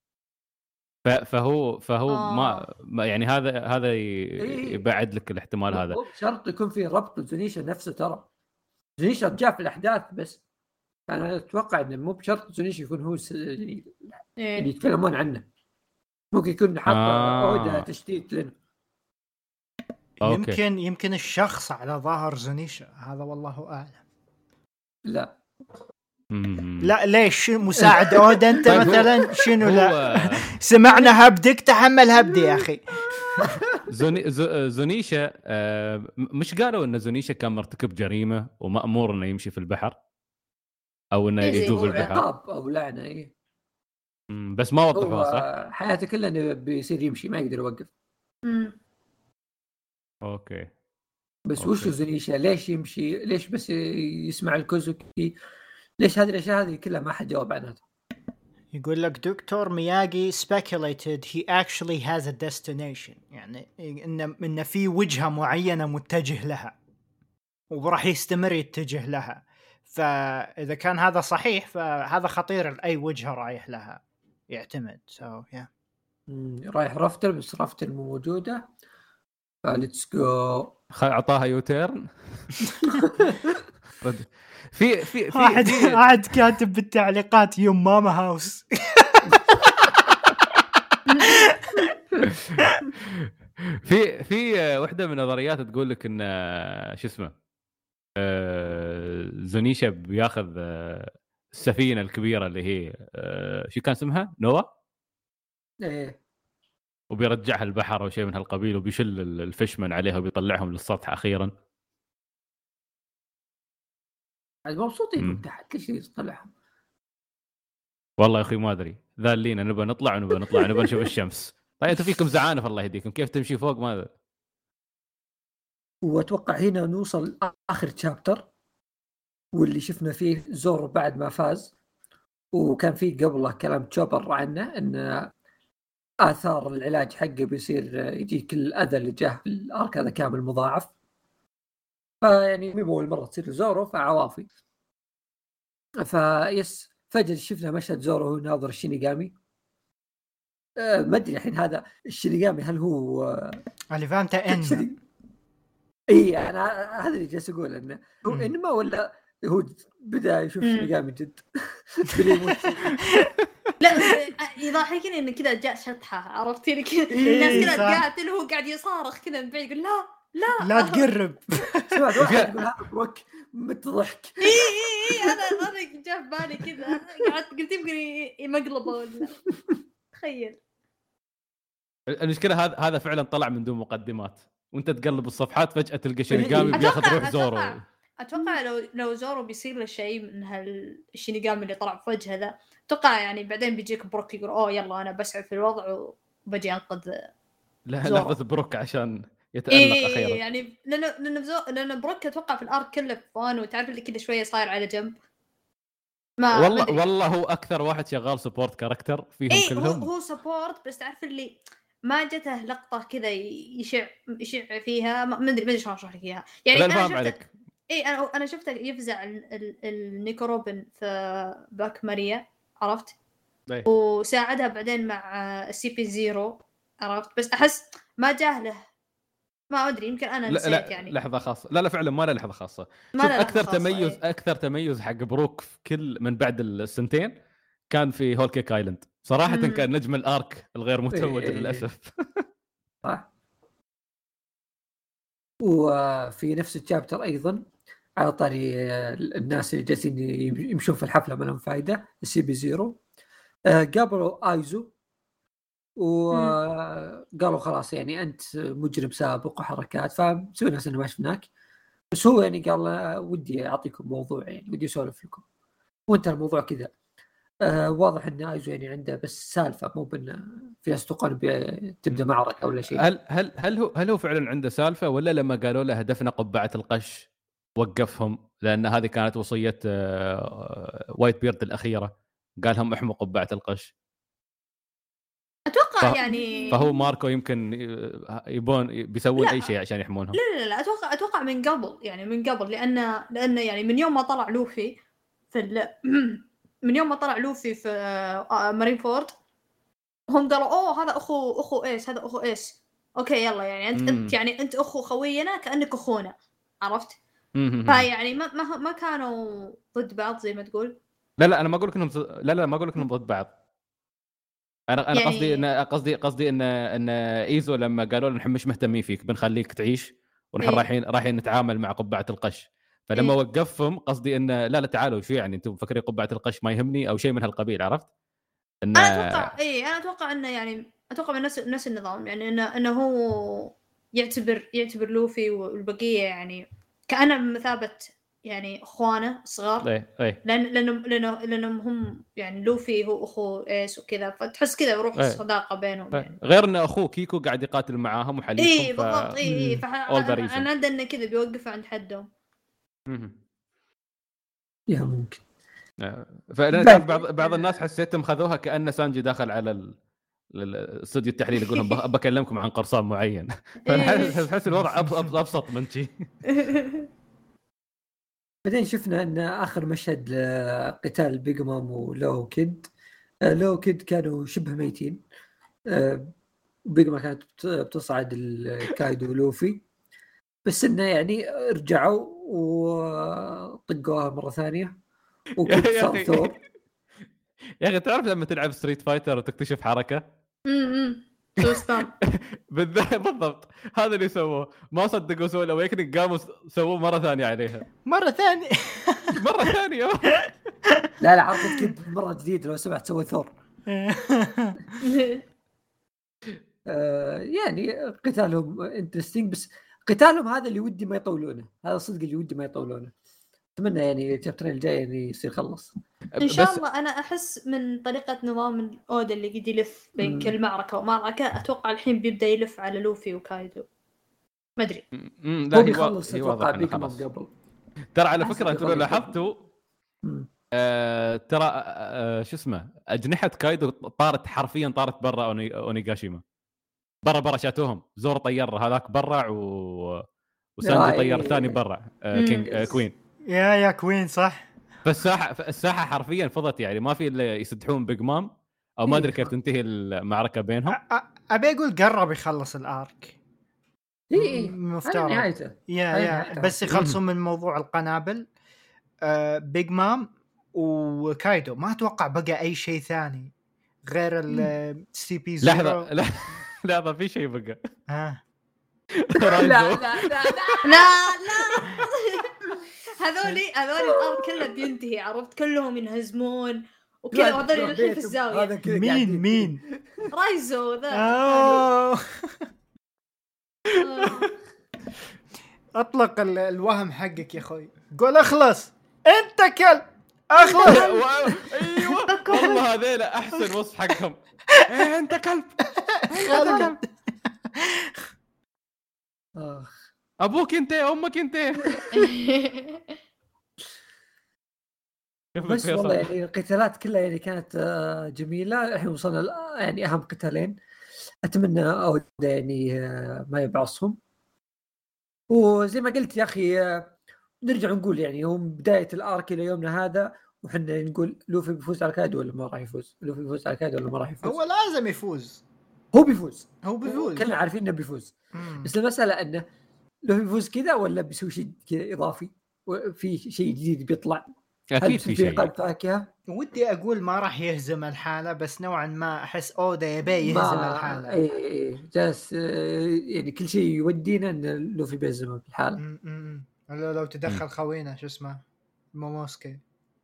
فهو ما يعني هذا يبعد لك الاحتمال هذا. شرط يكون في ربط زونيشا نفسه، ترى زونيشا جاء في الاحداث بس انا اتوقع انه مو بشرط زونيشا يكون هو اللي يتكلمون عنه، ممكن يكون حاط عودة تشتيت لنا. يمكن الشخص على ظاهر زونيشا هذا والله اعلم. لا ليش مساعد اودا انت مثلا شنو؟ لا سمعنا هبدك تحمل هبدي يا اخي. زونيشا مش قالوا ان زونيشا كان مرتكب جريمه ومأمور انه يمشي في البحر او انه يذوب البحر، عقاب او لعنه بس ما وضحوها صح. حياته كلها انه بيصير يمشي ما يقدر يوقف. اوكي بس وش زونيشا ليش يمشي؟ ليش بس يسمع الكوزوكي؟ ليش هذه الاشياء هذه كلها ما حد جاوب عنها. يقول لك دكتور مياغي speculated he actually has a destination، يعني إن في وجهة معينة متجه لها. وراح يستمر يتجه لها. فاذا كان هذا صحيح فهذا خطير لاي وجهه رايح لها يعتمد. رايح رافتل بس رافتل مو موجوده. ليتس جو. اعطاها يوتيرن. في واحد كاتب بالتعليقات يوم ماما هاوس. في وحده من نظريات تقول لك ان شو اسمه زونيشا بياخذ السفينه الكبيره اللي هي شو كان اسمها نوا ايه وبيرجعها البحر او شيء من هالقبيل وبيشل الفشمن عليها وبيطلعهم للسطح اخيرا. مبسوطين تحت ليش يطلعهم؟ والله يا اخي ما ادري ذالين نبغى نطلع نبغى نشوف الشمس. طيب انتم فيكم زعانف الله يهديكم كيف تمشي فوق ما. واتوقع هنا نوصل اخر تشابتر واللي شفنا فيه زورو بعد ما فاز وكان فيه قبله كلام تشوبر عنه ان آثار العلاج حقه بيصير يجيك الأذى اللي جاه في الأرك هذا كامل مضاعف. فيعني مو أول مرة تصير زورو فعوافي. فيس فجأة شفنا مشهد زورو هو ناظر الشينيغامي. ما أدري الحين هذا الشينيغامي هل هو اللي فهمته إن إيه أنا هذا اللي جالس أقول إنه هو إنما ولا هو بدأ يشوف شينيغامي جد. لا يضحكني ان كذا جاء شطحه عرفتي لك الناس كذا قاعد اللي هو قاعد يصارخ كذا من بعيد يقول لا تقرب. سمعت واحد يقول هذا بروك متضحك. اي انا جاء في بالي كذا قعدت قلت يمكن يمقلبه ولا تخيل. المشكله هذا فعلا طلع من دون مقدمات وانت تقلب الصفحات فجاه تلقى شينيغامي بياخذ روح زورو. اتوقع لو زورو بيصير له شيء من هالشينيغامي اللي طلع في وجهه ذا اتوقع يعني بعدين بيجيك بروك يقول يلا انا بسعى في الوضع وبجي انقذ. لا لحظه بروك عشان يتألق اخيرا يعني لأن بروك اتوقع في الارك كله فان وتعرف اللي كذا شويه صاير على جنب. ما والله هو اكثر واحد شغال سبورت كاركتر فيهم كلهم. هو سبورت بس تعرف اللي ما جته لقطه كذا يشع فيها ما ادري شلون اشرح لك اياها يعني. انا فاهم عليك. انا شفته يفزع النيكروبن في باك ماريا عرفت وساعدها بعدين مع السي بي زيرو عرفت بس احس ما جاه له ما ادري يمكن انا نسيت يعني لحظه خاصه. لا فعلا ما له لحظه خاصه. شوف اكثر تميز حق بروك في كل من بعد السنتين كان في هول كيك ايلاند صراحه. كان نجم الارك الغير متوج للاسف. صح. وفي نفس الشابتر ايضا على طاري الناس اللي جالسين يمشون في الحفله ما لهم فايده السي بي زيرو قابلوا ايزو وقالوا خلاص يعني انت مجرم سابق وحركات فسوينا ناس انه ما شفناك بس هو يعني قال ودي اعطيكم موضوع يعني ودي اسولف لكم وانت الموضوع كذا. واضح ان ايزو يعني عنده بس سالفه مو بان في استقال تبدا معركه ولا شيء. هل هو فعلا عنده سالفه ولا لما قالوا له هدفنا قبعه القش وقفهم لان هذه كانت وصيه وايت بيرد الاخيره قال لهم احموا قبعه القش. اتوقع يعني فهو ماركو يمكن يبون بيسوون اي شيء عشان يحمونهم. لا اتوقع من قبل يعني من قبل لان يعني من يوم ما طلع لوفي من يوم ما طلع لوفي في مارين فورد هم قالوا هذا اخو ايس هذا اخو ايس اوكي يلا يعني انت يعني انت اخو خوينا كانك اخونا عرفت. فيعني ما كانوا ضد بعض زي ما تقول. لا انا ما اقول لك انهم ما اقول لك انهم ضد بعض. انا يعني قصدي ان ايزو لما قالوا نحن مش مهتمين فيك بنخليك تعيش ونحن رايحين نتعامل مع قبعه القش فلما وقفهم قصدي ان لا تعالوا شو يعني انتم مفكرين قبعه القش ما يهمني او شيء من هالقبيل عرفت. انا اتوقع انه يعني اتوقع من نفس النظام يعني انه هو يعتبر لوفي والبقيه يعني كأنه بمثابه يعني اخوانه صغار. لانهم هم يعني لوفي هو اخو ايس وكذا فتحس كذا روح الصداقه بينهم يعني. غير ان اخوه كيكو قاعد يقاتل معاهم وحليفهم بالضبط انا عندنا كذا بيوقفوا عند حدهم. يا ممكن فانا بعض الناس حسيتهم خذوها كأن سانجي داخل على الاستوديو التحليل يقول لهم بكلمكم عن قرصان معين. فحس الوضع ابسط من شيء. بعدين شفنا ان اخر مشهد لقتال بيج مام ولو كيد، لو كيد كانوا شبه ميتين، بيج مام كانت بتصعد الكايدو ولوفي، بس انه يعني رجعوا وطقوها مره ثانيه وكيد صار ثور. يا اخي تعرف لما تلعب ستريت فايتر وتكتشف حركه توستان بالضبط هذا اللي سووه، ما صدقوا سووا الاويكننج، قاموا سووه مره ثانيه عليها مره ثانيه لا عرفت كيد مره جديده لو سمحت سوي ثور. يعني قتالهم انترستينج، بس قتالهم هذا اللي ودي ما يطولونه، هذا صدق اللي ودي ما يطولونه. اتمنى يعني الشابترين الجاي يعني يصير خلص ان شاء الله. انا احس من طريقه نظام الاودا اللي قد يلف بين كل معركه ومعركه، اتوقع الحين بيبدا يلف على لوفي وكايدو، ما ادري. هو بيخلص اتوقع بيج مام قبل. ترى على فكره انتم لو لاحظتوا ترى شو اسمه اجنحه كايدو طارت حرفيا، طارت برا اونيغاشيما، برا شاتوهم. زور طير هذاك برا وسانجي طير ثاني برا كينج كوين. يا كوين صح. فالساحه حرفيا فضت، يعني ما في الا يسدحون بيج مام او ما ادري كيف تنتهي المعركه بينهم. ابي اقول قرب يخلص الارك. مفترض نهايته يا بس يخلصون من موضوع القنابل. بيج مام وكايدو ما اتوقع بقى اي شيء ثاني غير السي بي زيرو. لحظه في شيء بقى. لا هذولي الارض كلها بينتهي، عرفت؟ كلهم ينهزمون وكذا، وهذول يلحين في الزاويه. مين رايزو ذا. اطلق الوهم حقك يا اخوي، قول اخلص انت كلب اخلص. ايوه والله هذول احسن وصف حقهم. انت كلب ابوك انت امك انت. بس والله يعني القتالات كلها يعني كانت جميله. الحين وصلنا يعني اهم قتالين، اتمنى اودا يعني ما يبعصهم. وزي ما قلت يا اخي نرجع نقول يعني هم بدايه الارك الى يومنا هذا وحنا نقول لوفي بيفوز على كايدو ولا ما راح يفوز، لوفي بيفوز على كايدو ولا ما راح يفوز. هو لازم يفوز، هو بيفوز كلنا عارفين انه بيفوز. بس المساله انه لو بيفوز كذا ولا بيسوي شيء كذا اضافي وفي شيء جديد بيطلع. اكيد في شيء. ودي اقول ما راح يهزم الحاله، بس نوعا ما احس اودا يبي يهزم الحاله. اي جالس يعني كل شيء يودينا ان لوفي بيهزم الحاله. لو تدخل خوينا شو اسمه موموسكي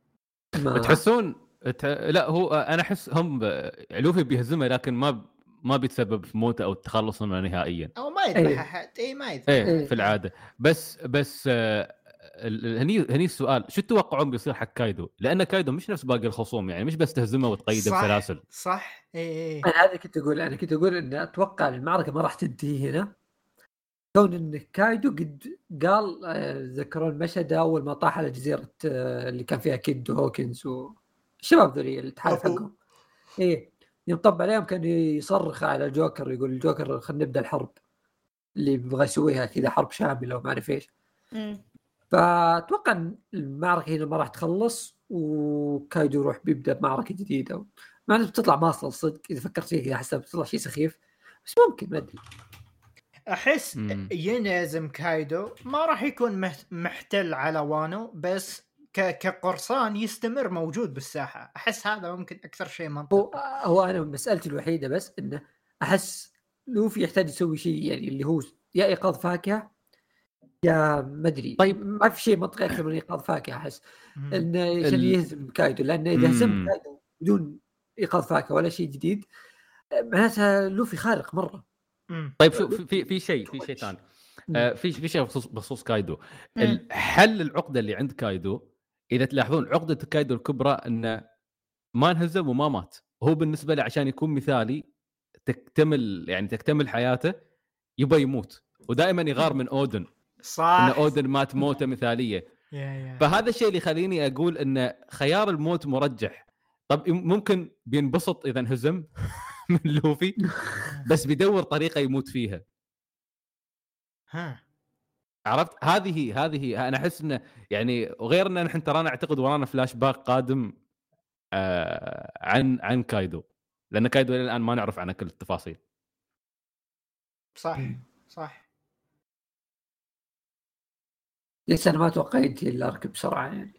تحسون لا هو انا احس هم لوفي بيهزمه، لكن ما بيتسبب في موته او التخلص منه نهائيا، او ما يذبح احد. ما يذبح في العاده. بس هني السؤال، شو تتوقعون بيصير حق كايدو؟ لان كايدو مش نفس باقي الخصوم، يعني مش بس تهزمه وتقيده بسلاسل. صح. انا هذا كنت اقول ان اتوقع المعركه ما راح تنتهي هنا، كون ان كايدو قد قال ذكرون مشهد اول ما طاح على جزيره اللي كان فيها كيد وهوكنز والشباب ذولي الاتحاد حقهم. يوم طب عليهم كان يصرخ على الجوكر، يقول الجوكر خلينا نبدا الحرب اللي يبغى يسويها كذا، حرب شامله وما اعرف ايش. فاتوقع ان المعركه هنا ما راح تخلص وكايدو يروح بيبدا معركه جديده، مع انها بتطلع ماصل صدق اذا فكرت فيها، حسب بتطلع شيء سخيف بس ممكن ما ادري. احس ينهزم كايدو ما راح يكون محتل على وانو، بس كقرصان يستمر موجود بالساحه. احس هذا ممكن اكثر شيء منطقي. هو انا مسألتي الوحيده بس انه احس لوفي يحتاج يسوي شيء يعني اللي هو يا ايقاظ فاكهه يا ما ادري. طيب ما في شيء منطقي اكثر من ايقاظ فاكهه. احس انه عشان يهزم كايدو، لانه اذا هزم كايدو بدون ايقاظ فاكهه ولا شيء جديد معناتها لوفي خارق مره. طيب شوف في شيء ثاني. في شيء بخصوص كايدو. الحل العقده اللي عند كايدو، اذا تلاحظون عقده كايدو الكبرى انه ما انهزم وما مات. هو بالنسبه له عشان يكون مثالي تكتمل حياته يبغى يموت، ودائما يغار من اودن. صح، ان اودن مات موته مثاليه. فهذا الشيء اللي يخليني اقول ان خيار الموت مرجح. طب ممكن بينبسط اذا انهزم من لوفي، بس بيدور طريقه يموت فيها. عرفت هذه انا احس انه يعني وغير ان نحن ترانا اعتقد ورانا فلاش باك قادم عن كايدو، لان كايدو الان ما نعرف عنه كل التفاصيل. صح لسه انا ما اتوقع ينتهي الارك بسرعه يعني.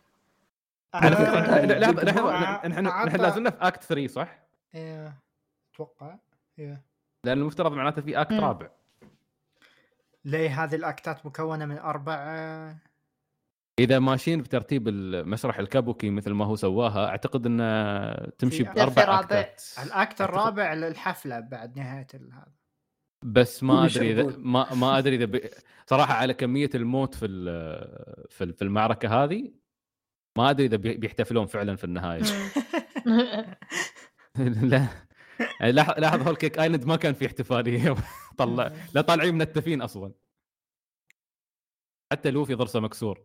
نحن لازلنا في اكت 3 صح؟ ايه اتوقع ايه، لان المفترض معناته في اكت رابع. ليه هذه الاكتات مكونه من 4؟ اذا ماشيين بترتيب المسرح الكابوكي مثل ما هو سواها اعتقد انه تمشي باربع اكتات. الاكت الرابع للحفله بعد نهايه هذا، بس ما ادري اذا ما ادري اذا صراحه على كميه الموت في المعركه هذه ما ادري اذا بيحتفلون فعلا في النهايه. لا لاحظ هول كيك ايلاند ما كان في احتفاليه. لا طالعين منتفين اصلا، حتى لوفي ضرسه مكسور.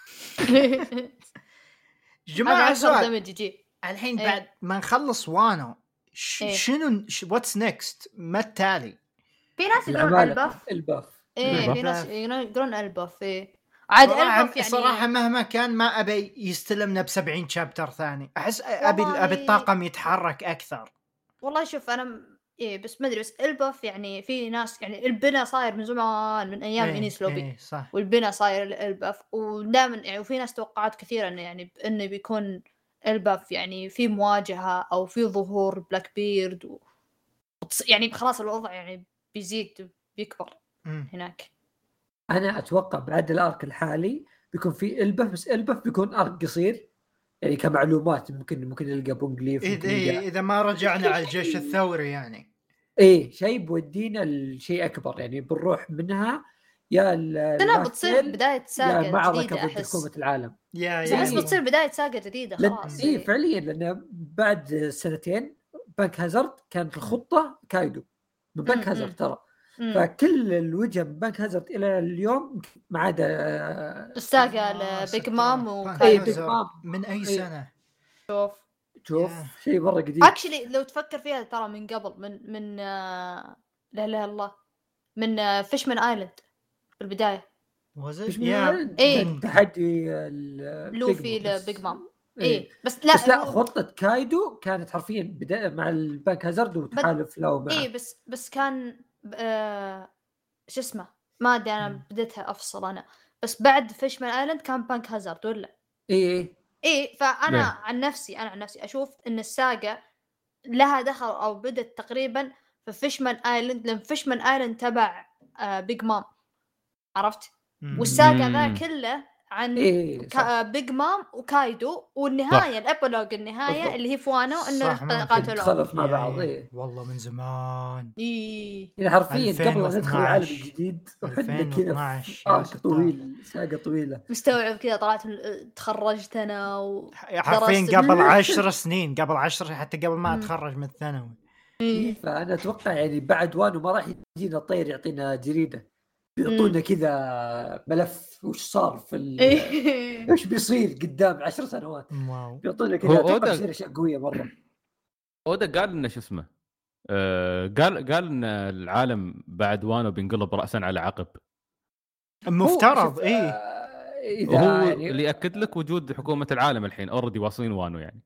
جماعه الحين بعد ما نخلص وانو شنو واتس نيكست؟ ما التالي؟ في ناس يقولون الباف في ناس يقولون الباف عاد الباف يعني صراحه مهما كان ما ابي يستلمنا ب70 شابتر ثاني. احس ابي الطاقم يتحرك اكثر. والله شوف انا بس ما ادري، بس الباف يعني في ناس يعني البنا صاير من زمان من ايام انيس لوبي والبنا صاير الباف ودائما يعني، وفي ناس توقعات كثيره انه يعني انه بيكون الباف يعني في مواجهه او في ظهور بلاك بيرد يعني خلاص الوضع يعني بيزيد بيكبر هناك. انا اتوقع بعد الارك الحالي بيكون في الباف، بس الباف بيكون ارك قصير يعني كمعلومات ممكن نلقى بونجليف اذا ما رجعنا على الجيش الثوري يعني شيء بودينا الشيء اكبر يعني بنروح منها يا لا بتصير بداية ساقة جديدة ضد حكومة العالم بس بتصير بداية ساقة جديدة خلاص فعليا لأن بعد سنتين بنك هازارد كانت الخطة كايدو من بنك هازارد ترى فكل الوجه من بنك هازارد إلى اليوم ما عدا الساقة لبيج مام وكايدو من أي سنة شوف شيء مرة قديم اكشلي لو تفكر فيها ترى من قبل من لا لا الله من فيشمان ايلاند في البداية تحدي لوفي لبيج مام بس لا خطة كايدو كانت حرفيا بداية مع البنك هازارد وتحالف له معه بس كان شو اسمه ما ادري انا بديتها افصل انا بس بعد فيشمان ايلاند كان بنك هازارد ولا فانا عن نفسي اشوف ان الساقة لها دخل او بدت تقريبا في فيشمان ايلاند لان فيشمان ايلاند تبع بيج مام عرفت والساقة ذا كله عن بيج مام وكايدو والنهايه الابولوج النهايه اللي هي فوانو انه قاتلوا تخلف مع بعض والله من زمان يعني حرفيا قبل ما ندخل العالم الجديد وحنا كذا طويل ساقة طويلة مستوعب كذا طلعت تخرجت انا حرفيا قبل 10 سنين قبل 10 حتى قبل ما اتخرج من الثانوي فانا اتوقع يعني بعد وانو ما راح يجينا طير يعطينا جريدة بيعطونا كذا ملف وش صار في ايش بيصير قدام 10 سنوات بيعطونا كذا تصير اشياء قويه مره. اودا قال لنا شو اسمه قال ان العالم بعد وانو بينقلب راسا على عقب المفترض اذا هو يعني اللي ياكد لك وجود حكومه العالم الحين اوريدي واصلين وانو يعني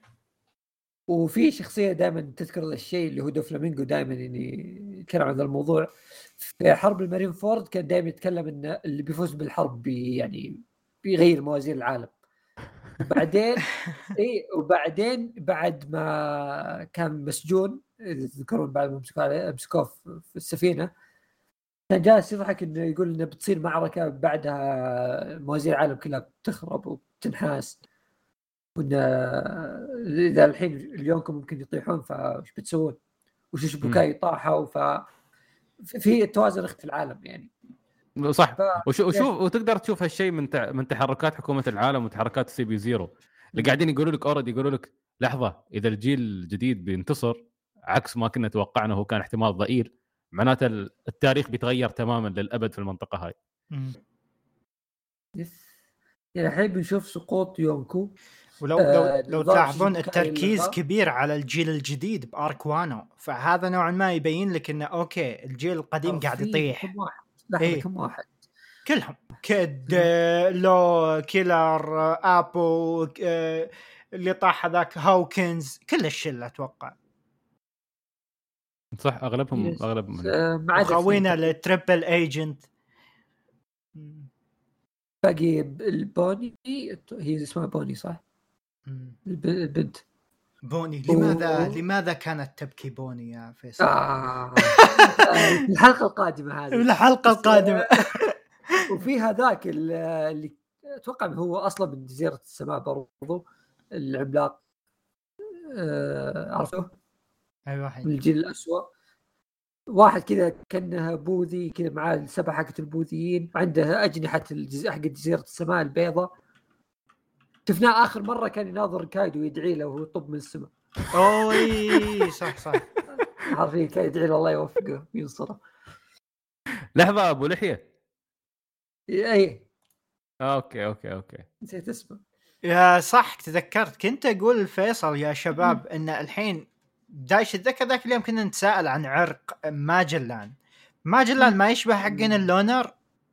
وفي شخصيه دائما تذكر الشيء اللي هو دوفلامينغو دائما يعني يتكلم عن الموضوع في حرب المارين فورد كان دائما يتكلم ان اللي بيفوز بالحرب يعني بيغير موازين العالم بعدين وبعدين بعد ما كان مسجون تذكرون بعد ما مسكوه في السفينه كان جالس يضحك انه يقول انه بتصير معركه بعدها موازين العالم كلها بتخرب وبتنحاس وإن إذا الحين اليومكم ممكن يطيحون فوش بتسوون وش شبكاي طاحوا في توازن في العالم يعني صح وشوف وتقدر تشوف هالشيء من تحركات حكومة العالم وتحركات سي بي زيرو اللي قاعدين يقولوا لك اوريدي يقولوا لك لحظة إذا الجيل الجديد بينتصر عكس ما كنا توقعنا هو كان احتمال ضئيل معناته التاريخ بيتغير تماما للأبد في المنطقة هاي يعني الحين بنشوف سقوط يونكو لو تلاحظون التركيز كبير على الجيل الجديد بارك وانو فهذا نوعا ما يبين لك انه اوكي الجيل القديم قاعد يطيح كم واحد كلهم كيد لو كيلر ابو اللي طاح هذاك هاوكنز كل الشله اتوقع صح اغلبهم خوينا التريبل ايجنت باقي البوني هي اسمها بوني صح البنت بوني لماذا كانت تبكي بوني يا فيصل الحلقه القادمه هذه الحلقه القادمه وفي هذاك اللي اتوقع هو اصلا من جزيره السماء برضو العملاق عرفته ايوه من الجيل الأسوأ واحد كذا كانه بوذي كذا معاه السبعه حقت البوذيين عنده اجنحه حق جزيره السماء البيضاء شفناه اخر مره كان يناظر كايدو ويدعي له وهو يطب من السماء اوي صح عارفين كان يدعي له الله يوفقه وينصره لحظه ابو لحيه اي اوكي نسيت اسمه يا صح تذكرت كنت اقول الفيصل يا شباب ان الحين دايش اتذكر ذاك اليوم كنا نتساءل عن عرق ماجلان ما يشبه حقين اللونر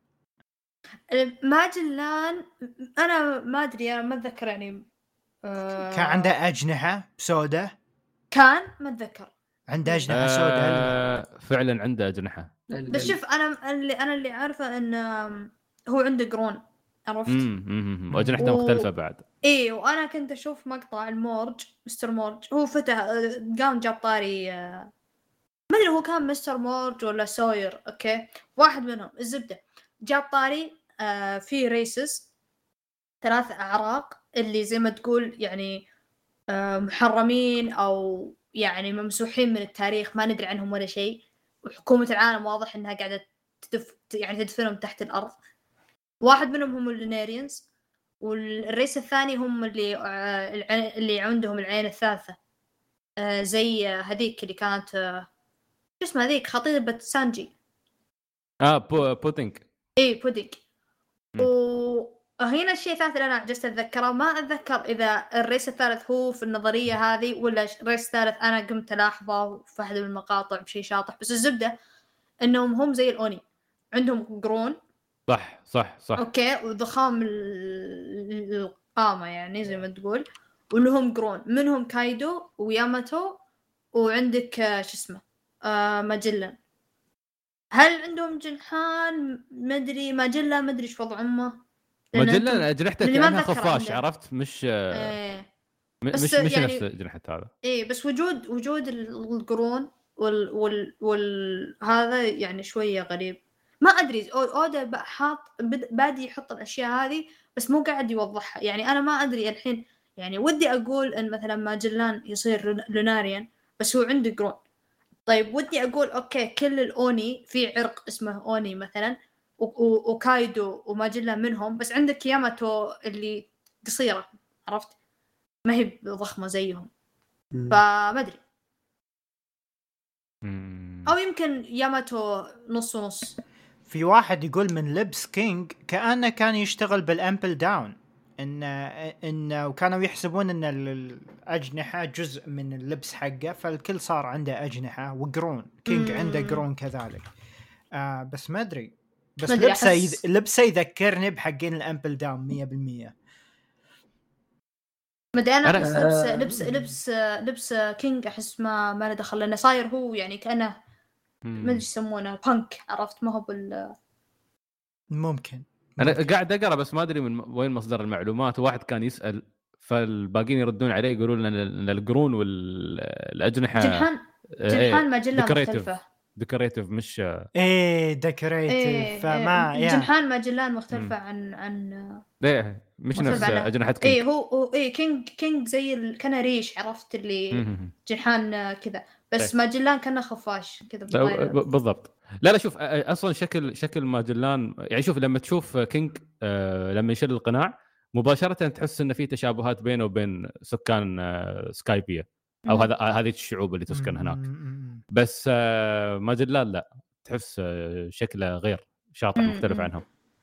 ماجلان انا ما ادري انا ما اتذكر يعني كان عنده اجنحه سوداء كان ما اتذكر عنده اجنحه سوداء فعلا عنده اجنحه بس شوف انا اللي عارفه ان هو عنده قرون عرفت واجنحته مختلفه بعد ايه وانا كنت اشوف مقطع المورج مستر مورج هو فتح قام جاب طاري ما ادري هو كان مستر مورج ولا سوير اوكي واحد منهم الزبده جاب طاري في ريسز 3 اعراق اللي زي ما تقول يعني محرمين او يعني ممسوحين من التاريخ ما ندري عنهم ولا شيء وحكومه العالم واضح انها قاعده يعني تدفنهم تحت الارض واحد منهم هم الليناريانز والرئيس الثاني هم اللي عندهم العين الثالثة زي هذيك اللي كانت شو اسمها هذيك خطيبة سانجي بودينج ايه بودينج وهنا الشيء الثالث اللي انا عجزت اتذكره ما اتذكر اذا الرئيس الثالث هو في النظرية هذه ولا الرئيس الثالث انا قمت الاحظه في احد من المقاطع بشيء شاطح بس الزبدة انهم هم زي الاوني عندهم قرون صح اوكي وضخام القامه يعني زي ما تقول ولهم قرون منهم كايدو وياماتو وعندك شو اسمه ماجلان هل عندهم جنحان ما ادري ماجلان ما ادري ايش وضع امه ماجلان اجنحته كانها خفاش عرفت مش مش يعني نفس جنحه هذا ايه بس وجود القرون هذا يعني شويه غريب ما أدري أودا حاط بادي يحط الأشياء هذه بس مو قاعد يوضحها يعني أنا ما أدري الحين يعني ودي أقول إن مثلا ماجلان يصير لوناريان بس هو عنده قرون طيب ودي أقول أوكي كل الأوني في عرق اسمه أوني مثلا وكايدو وماجلان منهم بس عندك ياماتو اللي قصيرة عرفت ما هي ضخمة زيهم فما أدري أو يمكن ياماتو نص ونص في واحد يقول من لبس كينج كأنه كان يشتغل بالأمبل داون إن وكانوا يحسبون إن الأجنحة جزء من اللبس حقه فالكل صار عنده أجنحة وقرون كينج عنده قرون كذلك بس ما أدري بس لبسه يذكرني بحقين الأمبل داون 100% مدانا لبس كينج أحس ما له دخل لأنه صاير هو يعني كأنه ما ادري يسمونه بانك عرفت ما هو ممكن انا قاعد اقرا بس ما ادري من وين مصدر المعلومات واحد كان يسال فالباقيين يردون عليه يقولون ان القرون والاجنحه جنحان ماجلان مختلفه ديكوريتيف مش ديكوريتيف فما جنحان ماجلان مختلفه عن مش نفس اجنحه كينج هو كينج زي كان ريش عرفت اللي جنحان كذا بس ماجلان كان خفاش كذا بالضبط لا شوف اصلا شكل ماجلان يعني شوف لما تشوف كينج لما يشيل القناع مباشره تحس ان في تشابهات بينه وبين سكان سكايبيا او هذه الشعوب اللي تسكن هناك بس ماجلان لا تحس شكله غير شاطئ مختلف عنهم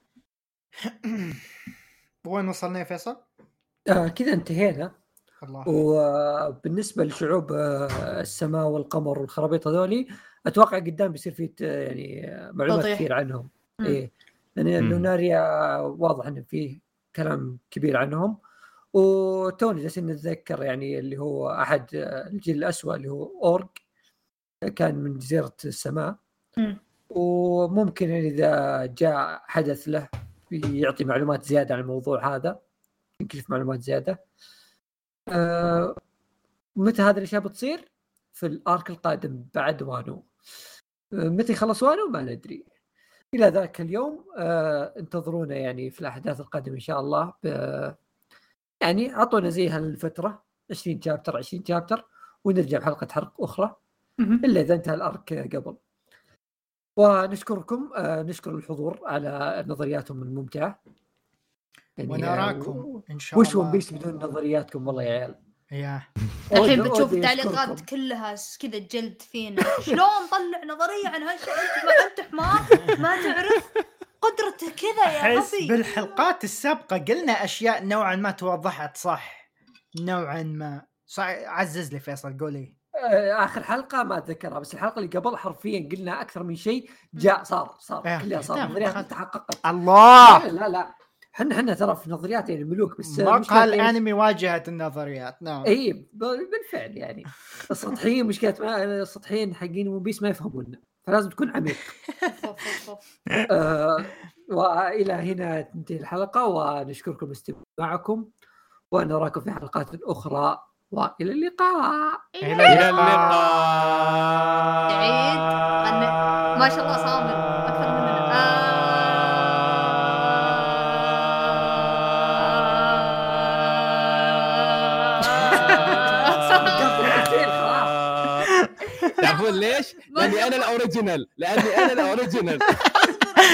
وين وصلنا يا فيصل كذا انتهينا الله. وبالنسبه لشعوب السماء والقمر والخرابيط هذولي اتوقع قدام بيصير في يعني معلومات كثير عنهم ايه لأن لوناريا واضح إنه فيه كلام كبير عنهم. وتوني جالسين نتذكر يعني اللي هو أحد الجيل الأسوأ اللي هو أورغ كان من جزيرة السماء. وممكن يعني إذا جاء حدث له يعطي معلومات زيادة عن الموضوع هذا، ينكشف معلومات زيادة. متى هذه الأشياء بتصير؟ في الآرك القادم بعد وانو. متى يخلص وانو ما ندري. إلى ذاك اليوم انتظرونا يعني في الأحداث القادمة إن شاء الله. يعني أعطونا زي هالفترة 20 شابتر ونرجع بحلقة حرق أخرى إلا إذا انتهى الأرك قبل. ونشكركم نشكر الحضور على نظرياتهم الممتعة يعني. ونراكم إن شاء الله. وش ون بيس بدون نظرياتكم والله يا عيال. الحين بتشوف التعليقات كلها كذا جلد فينا. شلون طلع نظرية عن هالشيء؟ أنت حمار ما تعرف قدرته كذا يا غبي. بالحلقات السابقة قلنا أشياء نوعا ما توضحت صح نوعا ما صح. عزز لي فيصل قولي. آخر حلقة ما أتذكرها بس الحلقة اللي قبل حرفيا قلنا أكثر من شيء جاء صار كلها صار نظريات تحققت. الله لا حنا ترى في نظريات يعني ملوك بس مقهى الانمي واجهت النظريات. نعم اي بالفعل يعني السطحيين مشكلة السطحيين حقين ون بيس ما يفهمون فلازم تكون عميق. والى هنا تنتهي الحلقة ونشكركم استماعكم ونراكم في حلقات اخرى والى اللقاء. الى اللقاء. عيد ما شاء الله صامل اكثر مننا. تعرفون ليش؟ لاني انا الاوريجينال